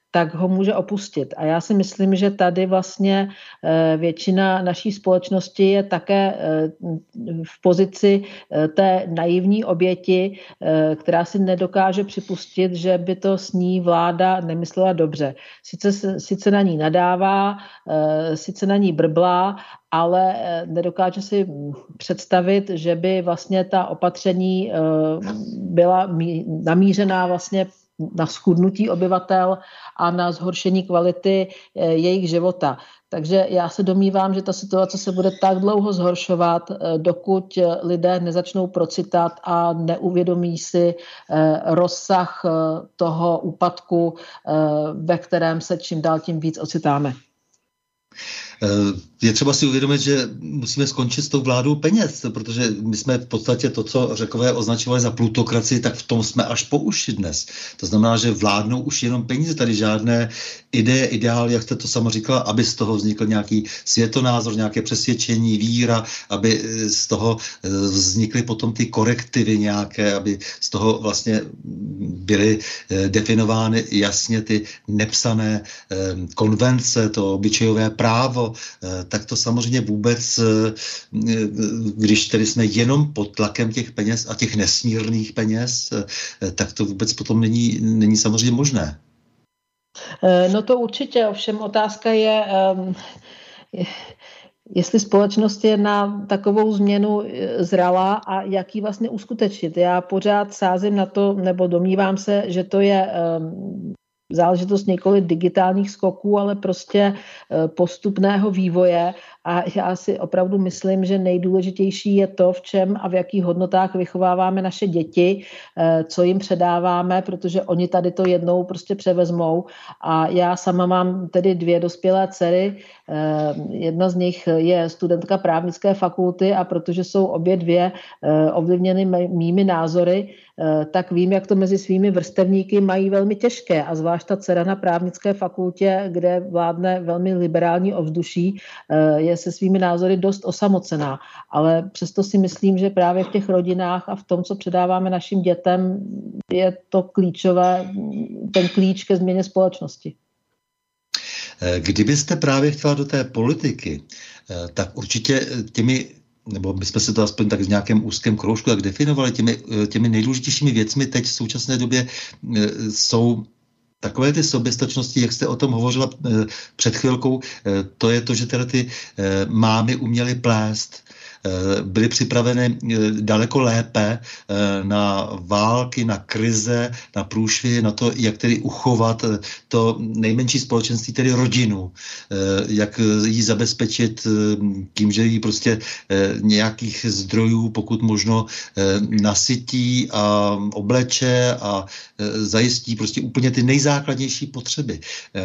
tak ho může opustit. A já si myslím, že tady vlastně většina naší společnosti je také v pozici té naivní oběti, která si nedokáže připustit, že by to s ní vláda nemyslela dobře. Sice, sice na ní nadává, sice na ní brblá, ale nedokáže si představit, že by vlastně ta opatření byla namířená vlastně na schudnutí obyvatel a na zhoršení kvality jejich života. Takže já se domnívám, že ta situace se bude tak dlouho zhoršovat, dokud lidé nezačnou procitat a neuvědomí si rozsah toho úpadku, ve kterém se čím dál tím víc ocitáme. Je třeba si uvědomit, že musíme skončit s tou vládou peněz, protože my jsme v podstatě to, co Řekové označovali za plutokracii, tak v tom jsme až po uši dnes. To znamená, že vládnou už jenom peníze, tady žádné ideje, ideály, jak jste to sama říkala, aby z toho vznikl nějaký světonázor, nějaké přesvědčení, víra, aby z toho vznikly potom ty korektivy nějaké, aby z toho vlastně byly definovány jasně ty nepsané konvence, to obyčejové právo, tak to samozřejmě vůbec, když tedy jsme jenom pod tlakem těch peněz a těch nesmírných peněz, tak to vůbec potom není, není samozřejmě možné. No to určitě, ovšem otázka je, jestli společnost je na takovou změnu zralá a jak ji vlastně uskutečnit. Já pořád sázím na to, nebo domnívám se, že to je záležitost několik digitálních skoků, ale prostě postupného vývoje. A já si opravdu myslím, že nejdůležitější je to, v čem a v jakých hodnotách vychováváme naše děti, co jim předáváme, protože oni tady to jednou prostě převezmou. A já sama mám tedy dvě dospělé dcery. Jedna z nich je studentka právnické fakulty a protože jsou obě dvě ovlivněny mými názory, tak vím, jak to mezi svými vrstevníky mají velmi těžké. A zvlášť ta dcera na právnické fakultě, kde vládne velmi liberální ovzduší, je se svými názory dost osamocená. Ale přesto si myslím, že právě v těch rodinách a v tom, co předáváme našim dětem, je to klíčové, ten klíč ke změně společnosti. Kdybyste právě chtěla do té politiky, tak určitě těmi, nebo my jsme se to aspoň tak v nějakém úzkém kroužku tak definovali, těmi, těmi nejdůležitějšími věcmi teď v současné době jsou takové ty soběstačnosti, jak jste o tom hovořila před chvilkou, to je to, že teda ty mámy uměly plést, byly připraveny daleko lépe na války, na krize, na průšvihy, na to, jak tedy uchovat to nejmenší společenství, tedy rodinu, jak ji zabezpečit tím, že ji prostě nějakých zdrojů, pokud možno, nasytí a obleče a zajistí prostě úplně ty nejzákladnější potřeby.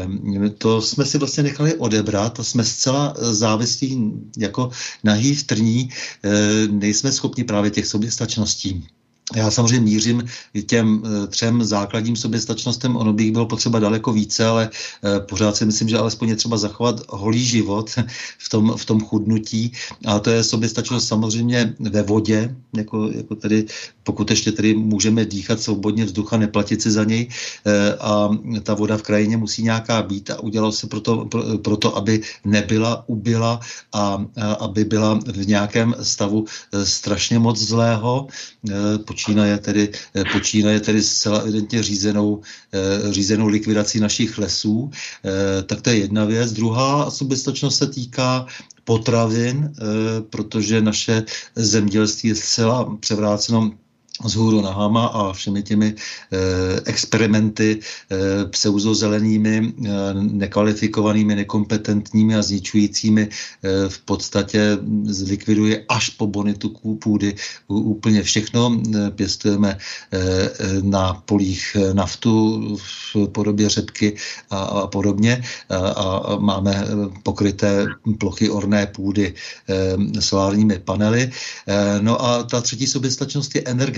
To jsme si vlastně nechali odebrat a jsme zcela závislí jako nahý v trní, nejsme schopni právě těch soběstačností. Já samozřejmě mířím těm třem základním soběstačnostem, ono by jich bylo potřeba daleko více, ale pořád si myslím, že alespoň je třeba zachovat holý život v tom, v tom chudnutí. A to je soběstačnost samozřejmě ve vodě, jako, jako tedy, pokud ještě tedy můžeme dýchat svobodně vzduch a neplatit si za něj. A ta voda v krajině musí nějaká být a udělalo se proto, pro, proto aby nebyla, ubyla a, a aby byla v nějakém stavu strašně moc zlého. Počínaje tedy, počínaje tedy zcela evidentně řízenou, řízenou likvidací našich lesů. Tak to je jedna věc. Druhá soběstačnost se týká potravin, protože naše zemědělství je zcela převráceno vzhůru nohama a všemi těmi eh, experimenty eh, pseudozelenými, eh, nekvalifikovanými, nekompetentními a zničujícími eh, v podstatě zlikviduje až po bonitu půdy úplně všechno. Eh, pěstujeme eh, na polích naftu v podobě řepky a, a podobně a, a máme pokryté plochy orné půdy eh, solárními panely. Eh, no a ta třetí soběstačnost je energetika.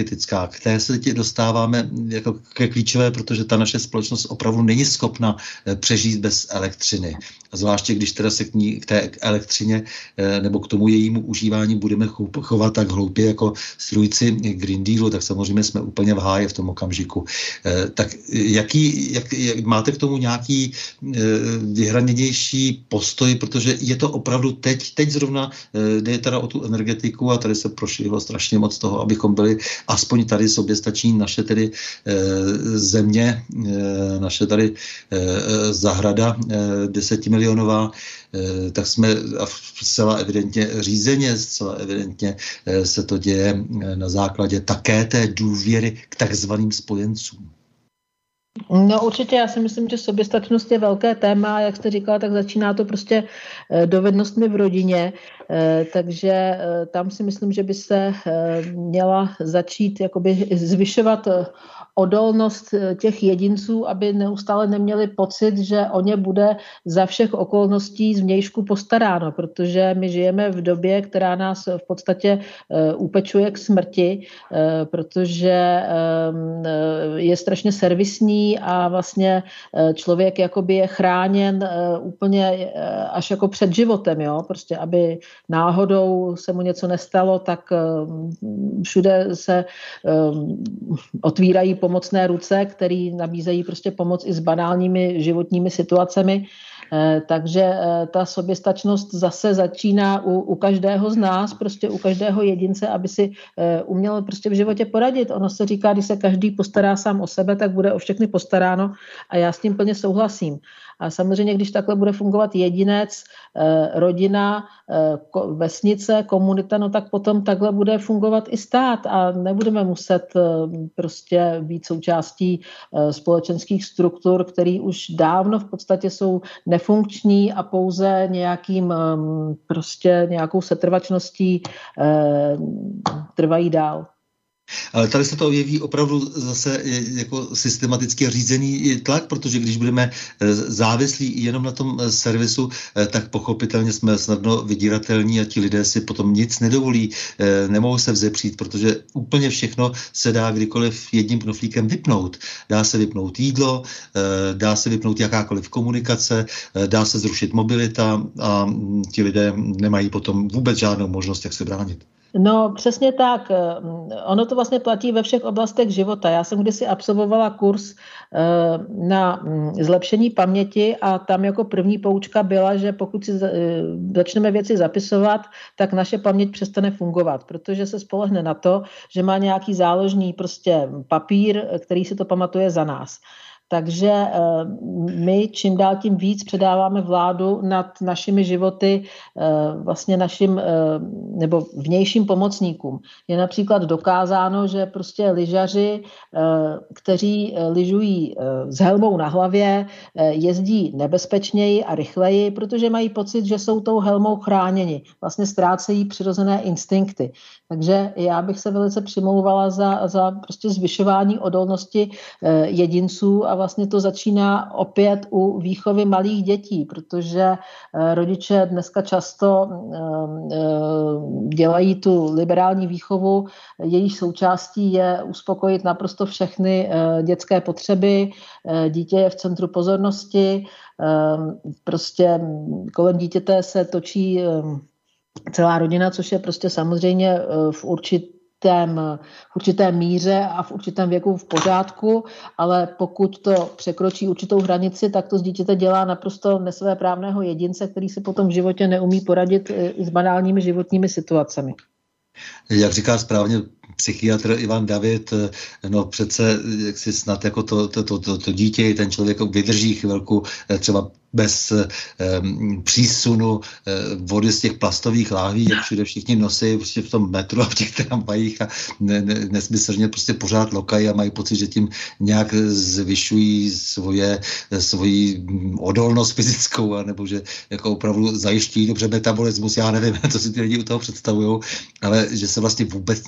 energetická, k té se teď dostáváme jako ke klíčové, protože ta naše společnost opravdu není schopna přežít bez elektřiny. A zvláště, když teda se k, ní, k té elektřině nebo k tomu jejímu užívání budeme chovat tak hloupě jako strůjci Green Dealu, tak samozřejmě jsme úplně v háji v tom okamžiku. Tak jaký, jak, jak, máte k tomu nějaký vyhraněnější postoj, protože je to opravdu teď, teď zrovna jde teda o tu energetiku a tady se prošlihlo strašně moc toho, abychom byli aspoň tady soběstační naše tedy země, naše tady zahrada desetimilionová, tak jsme zcela evidentně řízeně, zcela evidentně se to děje na základě také té důvěry k takzvaným spojencům. No určitě, já si myslím, že soběstačnost je velké téma, jak jste říkala, tak začíná to prostě dovednostmi v rodině, takže tam si myslím, že by se měla začít jakoby zvyšovat odolnost těch jedinců, aby neustále neměli pocit, že o ně bude za všech okolností zvnějšku postaráno, protože my žijeme v době, která nás v podstatě upečuje k smrti, protože je strašně servisní a vlastně člověk jakoby je chráněn úplně až jako před životem, jo? Prostě aby náhodou se mu něco nestalo, tak všude se otvírají pomocné ruce, které nabízejí prostě pomoc i s banálními životními situacemi. Takže ta soběstačnost zase začíná u, u každého z nás, prostě u každého jedince, aby si uměl prostě v životě poradit. Ono se říká, když se každý postará sám o sebe, tak bude o všechny postaráno a já s tím plně souhlasím. A samozřejmě, když takhle bude fungovat jedinec, rodina, vesnice, komunita, no tak potom takhle bude fungovat i stát a nebudeme muset prostě být součástí společenských struktur, které už dávno v podstatě jsou nefunkční a pouze nějakým prostě nějakou setrvačností trvají dál. Ale tady se to objeví opravdu zase jako systematicky řízený tlak, protože když budeme závislí jenom na tom servisu, tak pochopitelně jsme snadno vydíratelní a ti lidé si potom nic nedovolí, nemohou se vzepřít, protože úplně všechno se dá kdykoliv jedním knoflíkem vypnout. Dá se vypnout jídlo, dá se vypnout jakákoliv komunikace, dá se zrušit mobilita a ti lidé nemají potom vůbec žádnou možnost, jak se bránit. No přesně tak. Ono to vlastně platí ve všech oblastech života. Já jsem kdysi absolvovala kurz na zlepšení paměti a tam jako první poučka byla, že pokud si začneme věci zapisovat, tak naše paměť přestane fungovat, protože se spolehne na to, že má nějaký záložní prostě papír, který si to pamatuje za nás. Takže my čím dál tím víc předáváme vládu nad našimi životy vlastně našim nebo vnějším pomocníkům. Je například dokázáno, že prostě lyžaři, kteří lyžují s helmou na hlavě, jezdí nebezpečněji a rychleji, protože mají pocit, že jsou tou helmou chráněni. Vlastně ztrácejí přirozené instinkty. Takže já bych se velice přimlouvala za, za prostě zvyšování odolnosti jedinců a vlastně to začíná opět u výchovy malých dětí, protože rodiče dneska často dělají tu liberální výchovu, jejíž součástí je uspokojit naprosto všechny dětské potřeby, dítě je v centru pozornosti, prostě kolem dítěte se točí celá rodina, což je prostě samozřejmě v určitém, v určité míře a v určitém věku v pořádku, ale pokud to překročí určitou hranici, tak to z dítěte dělá naprosto nesvéprávného jedince, který si potom v životě neumí poradit i s banálními životními situacemi. Jak říká správně psychiatr Ivan David, no přece jak si snad jako to, to, to, to, to dítě, ten člověk vydrží chvilku třeba bez um, přísunu uh, vody z těch plastových láhví, jak všude všichni nosí prostě v tom metru a v těch tramvajích a ne, ne, nesmyslně prostě pořád lokají a mají pocit, že tím nějak zvyšují svoje, svoji odolnost fyzickou, anebo že jako opravdu zajišťují dobře metabolismus, já nevím, co si ty lidi u toho představujou, ale že se vlastně vůbec nic jako nevy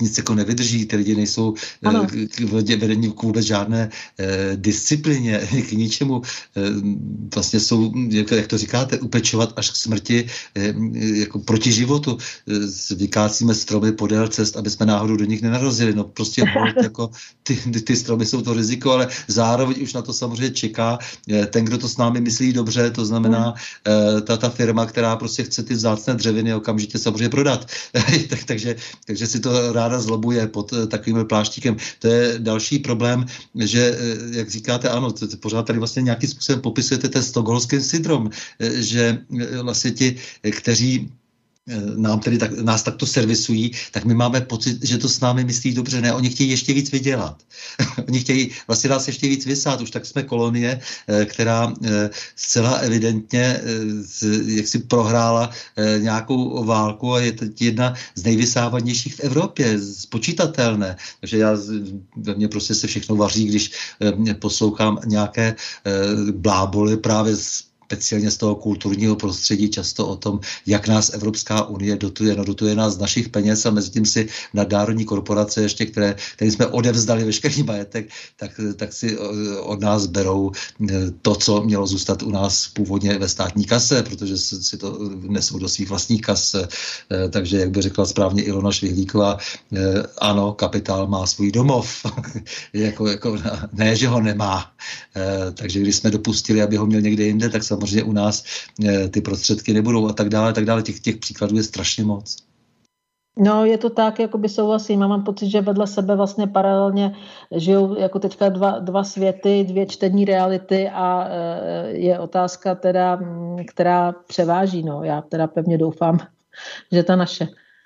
nevydrží, ty lidi nejsou ano. k vedení k vůbec žádné eh, disciplině, k ničemu. Eh, vlastně jsou, jak, jak to říkáte, upečovat až k smrti eh, jako proti životu. Eh, vykácíme stromy podél cest, aby jsme náhodou do nich nenarazili. No prostě jako ty, ty stromy jsou to riziko, ale zároveň už na to samozřejmě čeká eh, ten, kdo to s námi myslí dobře, to znamená eh, ta, ta firma, která prostě chce ty vzácné dřeviny okamžitě samozřejmě prodat. tak, takže, takže si to ráda zlobuje pod eh, takovým pláštíkem. To je další problém, že, eh, jak říkáte, ano, to, to pořád tady vlastně nějakým způsobem popisujete ten stockholmský syndrom, eh, že eh, vlastně ti, eh, kteří nám tedy tak, nás takto servisují, tak my máme pocit, že to s námi myslí dobře. Ne, oni chtějí ještě víc vydělat. Oni chtějí vlastně nás ještě víc vysát. Už tak jsme kolonie, která zcela evidentně jak si prohrála nějakou válku a je to jedna z nejvysávanějších v Evropě. Spočítatelné. Takže já, ve mně prostě se všechno vaří, když poslouchám nějaké bláboly právě z speciálně z toho kulturního prostředí, často o tom, jak nás Evropská unie dotuje. No dotuje nás z našich peněz a mezi tím si nadnárodní korporace ještě, které, které jsme odevzdali veškerý majetek, tak, tak si od nás berou to, co mělo zůstat u nás původně ve státní kase, protože si to nesou do svých vlastních kas. Takže, jak by řekla správně Ilona Švihlíková, ano, kapitál má svůj domov. jako, jako, ne, že ho nemá. Takže když jsme dopustili, aby ho měl někde jinde, tak samozřejmě u nás e, ty prostředky nebudou a tak dále, tak dále. Těch, těch příkladů je strašně moc. No, je to tak, jakoby souhlasím. Já mám pocit, že vedle sebe vlastně paralelně žijou jako teďka dva, dva světy, dvě čtení reality a e, je otázka teda, která převáží. No. Já teda pevně doufám, že ta naše.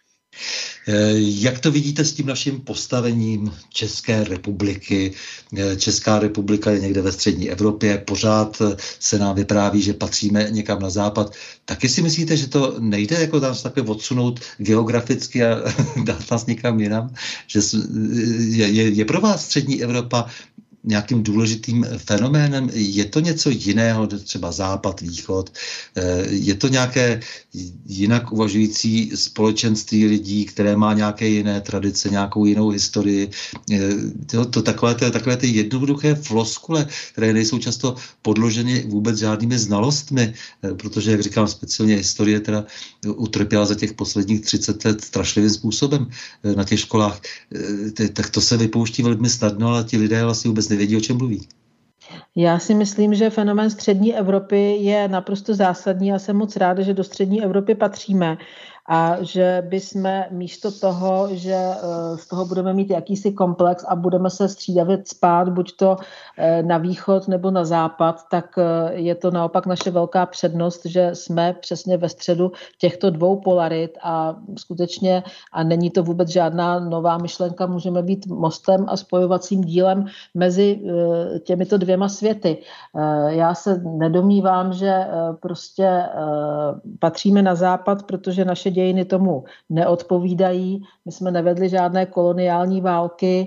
Jak to vidíte s tím naším postavením České republiky? Česká republika je někde ve střední Evropě, pořád se nám vypráví, že patříme někam na západ. Taky si myslíte, že to nejde jako nás takhle odsunout geograficky a dát nás někam jinam? Že je, je, je pro vás střední Evropa nějakým důležitým fenoménem? Je to něco jiného, třeba západ, východ? Je to nějaké jinak uvažující společenství lidí, které má nějaké jiné tradice, nějakou jinou historii? To, to takové, to, takové ty jednoduché floskule, které nejsou často podloženy vůbec žádnými znalostmi, protože, jak říkám, speciálně historie teda utrpěla za těch posledních třicet let strašlivým způsobem na těch školách. Tak to se vypouští velmi snadno, ale ti lidé vlastně vůbec nevědí, o čem mluví. Já si myslím, že fenomén střední Evropy je naprosto zásadní a jsem moc ráda, že do střední Evropy patříme a že bychom místo toho, že z toho budeme mít jakýsi komplex a budeme se střídavě spát, buď to na východ nebo na západ, tak je to naopak naše velká přednost, že jsme přesně ve středu těchto dvou polarit a skutečně, a není to vůbec žádná nová myšlenka, můžeme být mostem a spojovacím dílem mezi těmito dvěma světy. Já se nedomnívám, že prostě patříme na západ, protože naše dějiny tomu neodpovídají. My jsme nevedli žádné koloniální války,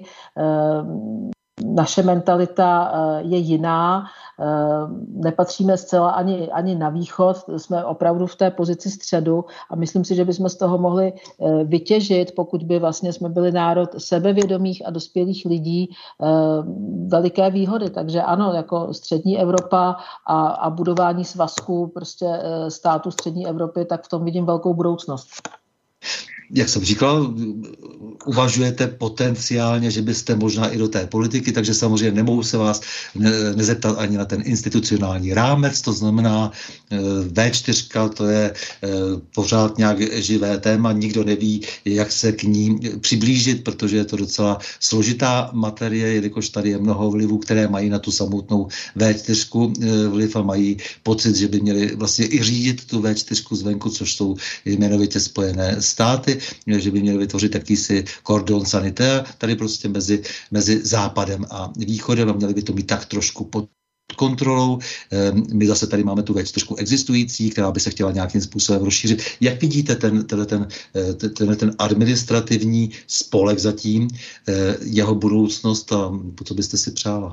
naše mentalita je jiná, nepatříme zcela ani, ani na východ, jsme opravdu v té pozici středu a myslím si, že bychom z toho mohli vytěžit, pokud by vlastně jsme byli národ sebevědomých a dospělých lidí, veliké výhody. Takže ano, jako střední Evropa a, a budování svazků prostě státu střední Evropy, tak v tom vidím velkou budoucnost. Jak jsem říkal, uvažujete potenciálně, že byste možná i do té politiky, takže samozřejmě nemohu se vás nezeptat ani na ten institucionální rámec, to znamená vé čtyři, to je pořád nějak živé téma, nikdo neví, jak se k ní přiblížit, protože je to docela složitá materie, jelikož tady je mnoho vlivů, které mají na tu samotnou vé čtyři vliv a mají pocit, že by měli vlastně i řídit tu vé čtyři zvenku, což jsou jmenovitě Spojené státy, že by měli vytvořit jakýsi cordon sanitaire tady prostě mezi, mezi západem a východem a měli by to mít tak trošku pod kontrolou. My zase tady máme tu vé čtyři existující, která by se chtěla nějakým způsobem rozšířit. Jak vidíte ten, ten, ten, ten, ten administrativní spolek zatím, jeho budoucnost a co byste si přála?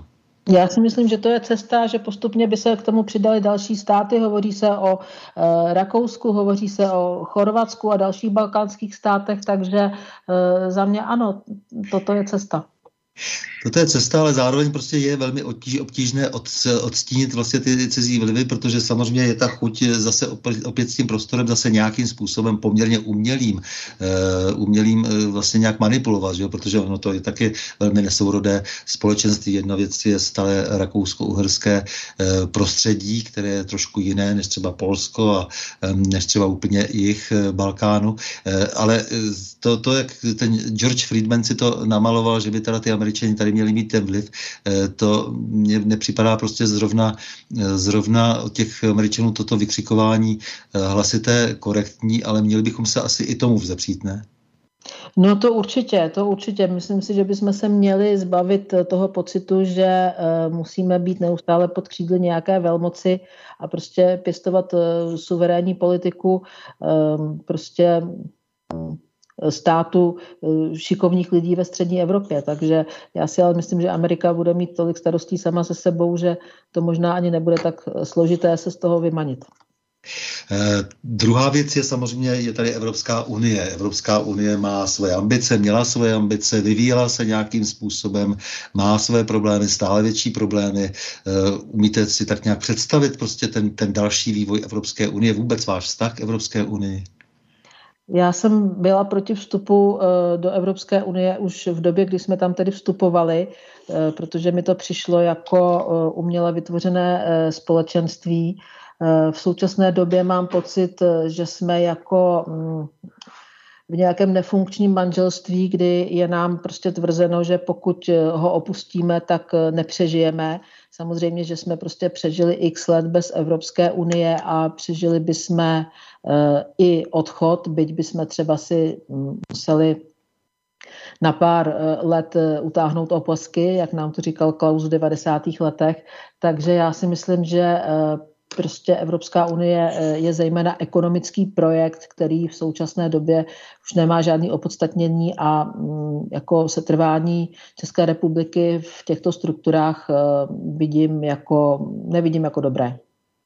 Já si myslím, že to je cesta, že postupně by se k tomu přidali další státy. Hovoří se o e, Rakousku, hovoří se o Chorvatsku a dalších balkánských státech, takže e, za mě ano, toto je cesta. Toto je cesta, ale zároveň prostě je velmi obtíž, obtížné od, odstínit vlastně ty cizí vlivy, protože samozřejmě je ta chuť zase opět, opět s tím prostorem zase nějakým způsobem poměrně umělým, uh, umělým uh, vlastně nějak manipulovat, že? Protože ono to je taky velmi nesourodé společenství. Jedna věc je stále rakousko-uherské uh, prostředí, které je trošku jiné než třeba Polsko a um, než třeba úplně jih uh, Balkánu, uh, ale to, to, jak ten George Friedman si to namaloval, že by teda ty Američani tady měli mít ten vliv, to mně nepřipadá prostě zrovna, zrovna od těch Američanů toto vykřikování hlasité, korektní, ale měli bychom se asi i tomu vzepřít, ne? No to určitě, to určitě. Myslím si, že bychom se měli zbavit toho pocitu, že uh, musíme být neustále pod křídly nějaké velmoci a prostě pěstovat uh, suverénní politiku, uh, prostě uh, státu šikovných lidí ve střední Evropě. Takže já si ale myslím, že Amerika bude mít tolik starostí sama se sebou, že to možná ani nebude tak složité se z toho vymanit. Eh, druhá věc je samozřejmě, je tady Evropská unie. Evropská unie má svoje ambice, měla svoje ambice, vyvíjela se nějakým způsobem, má své problémy, stále větší problémy. Eh, umíte si tak nějak představit prostě ten, ten další vývoj Evropské unie, vůbec váš vztah k Evropské unii? Já jsem byla proti vstupu do Evropské unie už v době, kdy jsme tam tedy vstupovali, protože mi to přišlo jako uměle vytvořené společenství. V současné době mám pocit, že jsme jako v nějakém nefunkčním manželství, kdy je nám prostě tvrzeno, že pokud ho opustíme, tak nepřežijeme. Samozřejmě, že jsme prostě přežili x let bez Evropské unie a přežili bychom i odchod, byť bychom třeba si museli na pár let utáhnout opasky, jak nám to říkal Klaus v devadesátých letech. Takže já si myslím, že prostě Evropská unie je zejména ekonomický projekt, který v současné době už nemá žádný opodstatnění a jako setrvání České republiky v těchto strukturách vidím jako, nevidím jako dobré.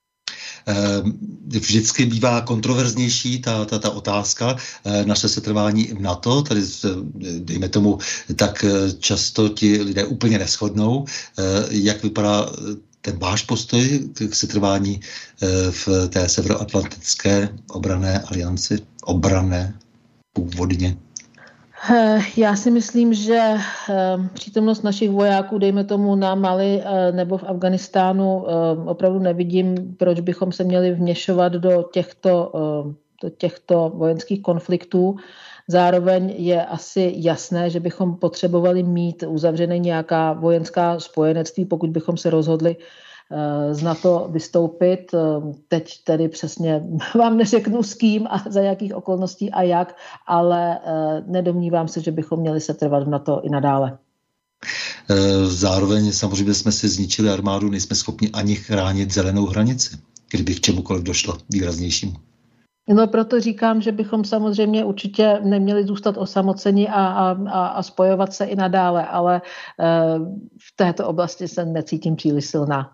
Vždycky bývá kontroverznější ta, ta, ta otázka naše setrvání v NATO, tady dejme tomu, tak často ti lidé úplně neshodnou. Jak vypadá ten váš postoj k setrvání v té severoatlantické obranné alianci, obranné původně? Já si myslím, že přítomnost našich vojáků, dejme tomu na Mali nebo v Afghánistánu, opravdu nevidím, proč bychom se měli vměšovat do těchto, do těchto vojenských konfliktů. Zároveň je asi jasné, že bychom potřebovali mít uzavřené nějaká vojenská spojenectví, pokud bychom se rozhodli z NATO vystoupit. Teď tedy přesně vám neřeknu s kým a za jakých okolností a jak, ale nedomnívám se, že bychom měli se trvat v NATO i nadále. Zároveň samozřejmě jsme si zničili armádu, nejsme schopni ani chránit zelenou hranici, kdyby k čemukoliv došlo výraznějšímu. No proto říkám, že bychom samozřejmě určitě neměli zůstat osamoceni a, a, a spojovat se i nadále, ale e, v této oblasti se necítím příliš silná.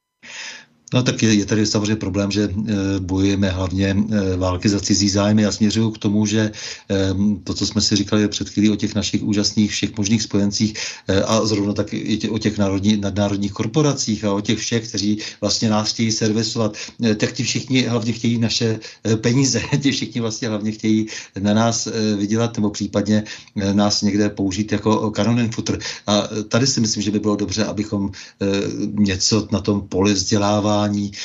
No tak je, je tady samozřejmě problém, že e, bojujeme hlavně e, války za cizí zájmy a směřuju k tomu, že e, to, co jsme si říkali před chvílí o těch našich úžasných všech možných spojencích e, a zrovna tak i tě, o těch národní, nadnárodních korporacích a o těch všech, kteří vlastně nás chtějí servisovat, e, tak ti všichni hlavně chtějí naše e, peníze, ti všichni vlastně hlavně chtějí na nás e, vydělat nebo případně e, nás někde použít jako kanonenfutter. A tady si myslím, že by bylo dobře, abychom e, něco na tom poli vzdělávání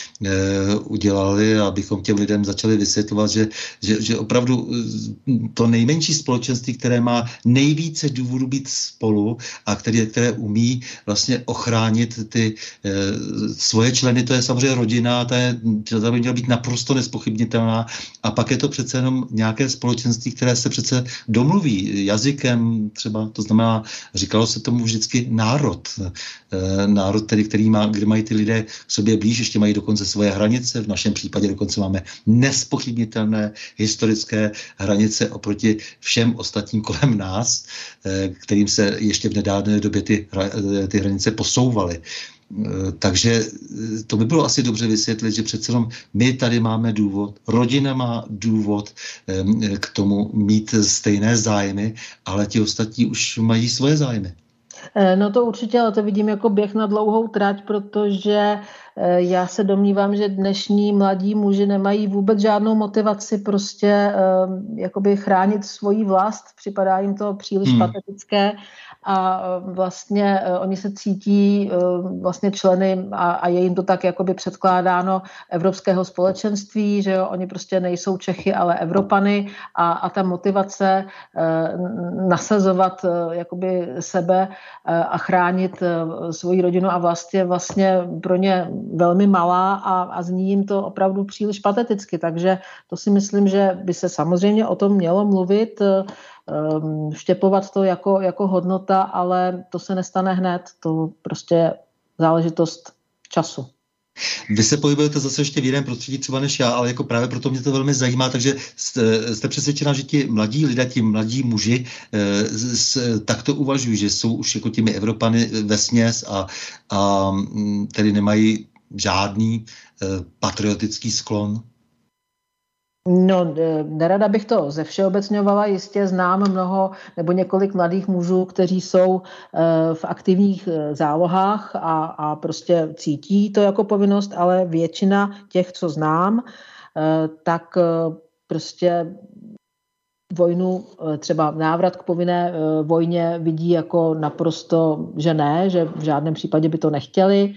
udělali, abychom těm lidem začali vysvětlovat, že, že, že opravdu to nejmenší společenství, které má nejvíce důvodů být spolu a které, které umí vlastně ochránit ty e, svoje členy, to je samozřejmě rodina, ta, je, ta by měla být naprosto nespochybnitelná a pak je to přece jenom nějaké společenství, které se přece domluví jazykem třeba, to znamená, říkalo se tomu vždycky národ. E, národ, tedy, který má, kde mají ty lidé k sobě blíž, ještě mají dokonce svoje hranice, v našem případě dokonce máme nespochybnitelné historické hranice oproti všem ostatním kolem nás, kterým se ještě v nedávné době ty, ty hranice posouvaly. Takže to by bylo asi dobře vysvětlit, že přece jenom my tady máme důvod, rodina má důvod k tomu mít stejné zájmy, ale ti ostatní už mají svoje zájmy. No to určitě, ale to vidím jako běh na dlouhou trať, protože já se domnívám, že dnešní mladí muži nemají vůbec žádnou motivaci prostě jakoby chránit svoji vlast, připadá jim to příliš hmm. patetické a vlastně oni se cítí vlastně členy a, a je jim to tak jakoby předkládáno evropského společenství, že jo, oni prostě nejsou Čechy, ale Evropany a, a ta motivace nasazovat jakoby sebe a chránit svoji rodinu a vlast je vlastně pro ně velmi malá a, a zní jim to opravdu příliš pateticky, takže to si myslím, že by se samozřejmě o tom mělo mluvit, vštěpovat to jako, jako hodnota, ale to se nestane hned, to prostě záležitost času. Vy se pohybujete zase ještě v jiném prostředí třeba než já, ale jako právě proto mě to velmi zajímá, takže jste, jste přesvědčená, že ti mladí lidé, ti mladí muži tak to uvažují, že jsou už jako těmi Evropany vesměs a, a tedy nemají žádný patriotický sklon? No, nerada bych to zevšeobecňovala, jistě znám mnoho nebo několik mladých mužů, kteří jsou v aktivních zálohách a, a prostě cítí to jako povinnost, ale většina těch, co znám, tak prostě vojnu, třeba návrat k povinné vojně vidí jako naprosto, že ne, že v žádném případě by to nechtěli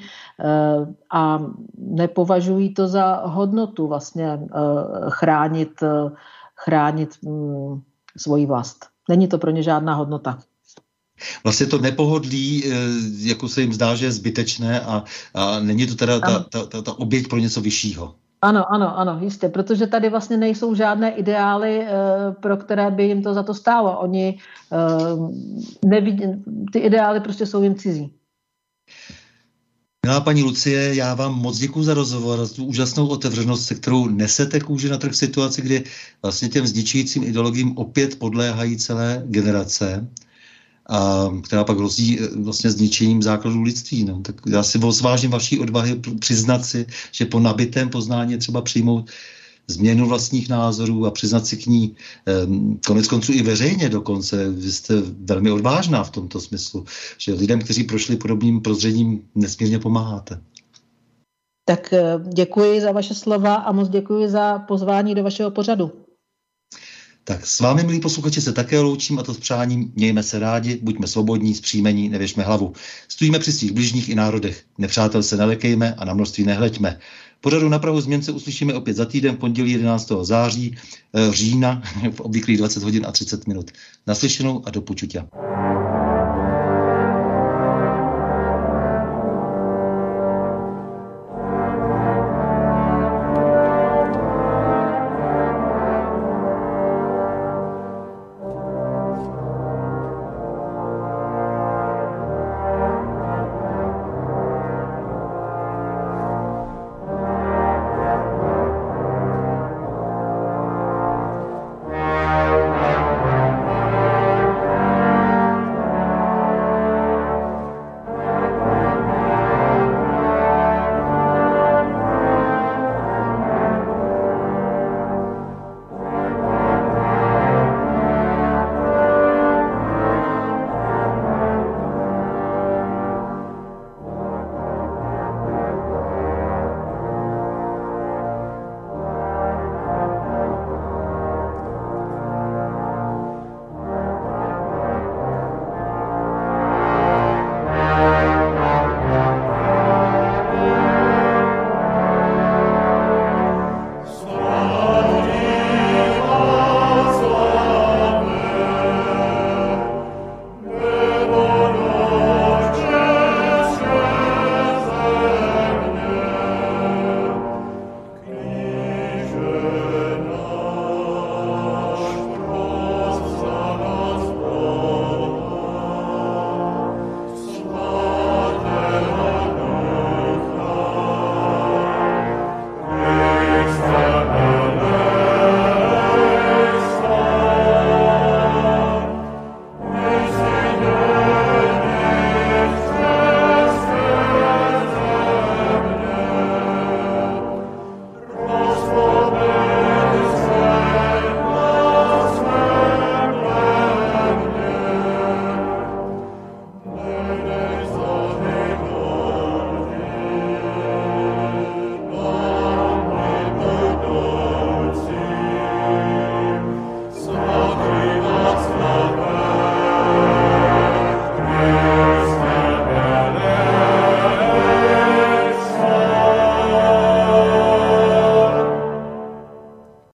a nepovažují to za hodnotu vlastně chránit, chránit svoji vlast. Není to pro ně žádná hodnota. Vlastně to nepohodlí, jako se jim zdá, že je zbytečné a, a není to teda ta, ta, ta, ta oběť pro něco vyššího. Ano, ano, ano, jistě, protože tady vlastně nejsou žádné ideály, pro které by jim to za to stálo. Oni nevidí, ty ideály prostě jsou jim cizí. Milá paní Lucie, já vám moc děkuji za rozhovor, za tu úžasnou otevřenost, se kterou nesete kůži na trh v situaci, kdy vlastně těm zničujícím ideologiím opět podléhají celé generace, a která pak hrozí vlastně zničením základů lidství. No. Tak já si zvážím vaší odvahy přiznat si, že po nabitém poznání je třeba přijmout změnu vlastních názorů a přiznat si k ní eh, konec konců i veřejně dokonce. Vy jste velmi odvážná v tomto smyslu, že lidem, kteří prošli podobným prozřením, nesmírně pomáháte. Tak děkuji za vaše slova a moc děkuji za pozvání do vašeho pořadu. Tak s vámi, milí posluchači, se také loučím a to s přáním: mějme se rádi, buďme svobodní, zpříjmení, nevěšme hlavu. Stojíme při svých bližních i národech. Nepřátel se nelekejme a na množství nehleďme. Pořadu Na prahu změn se uslyšíme opět za týden v pondělí jedenáctého září, října v obvyklých dvacet hodin a třicet minut. Naslyšenou a do počutia.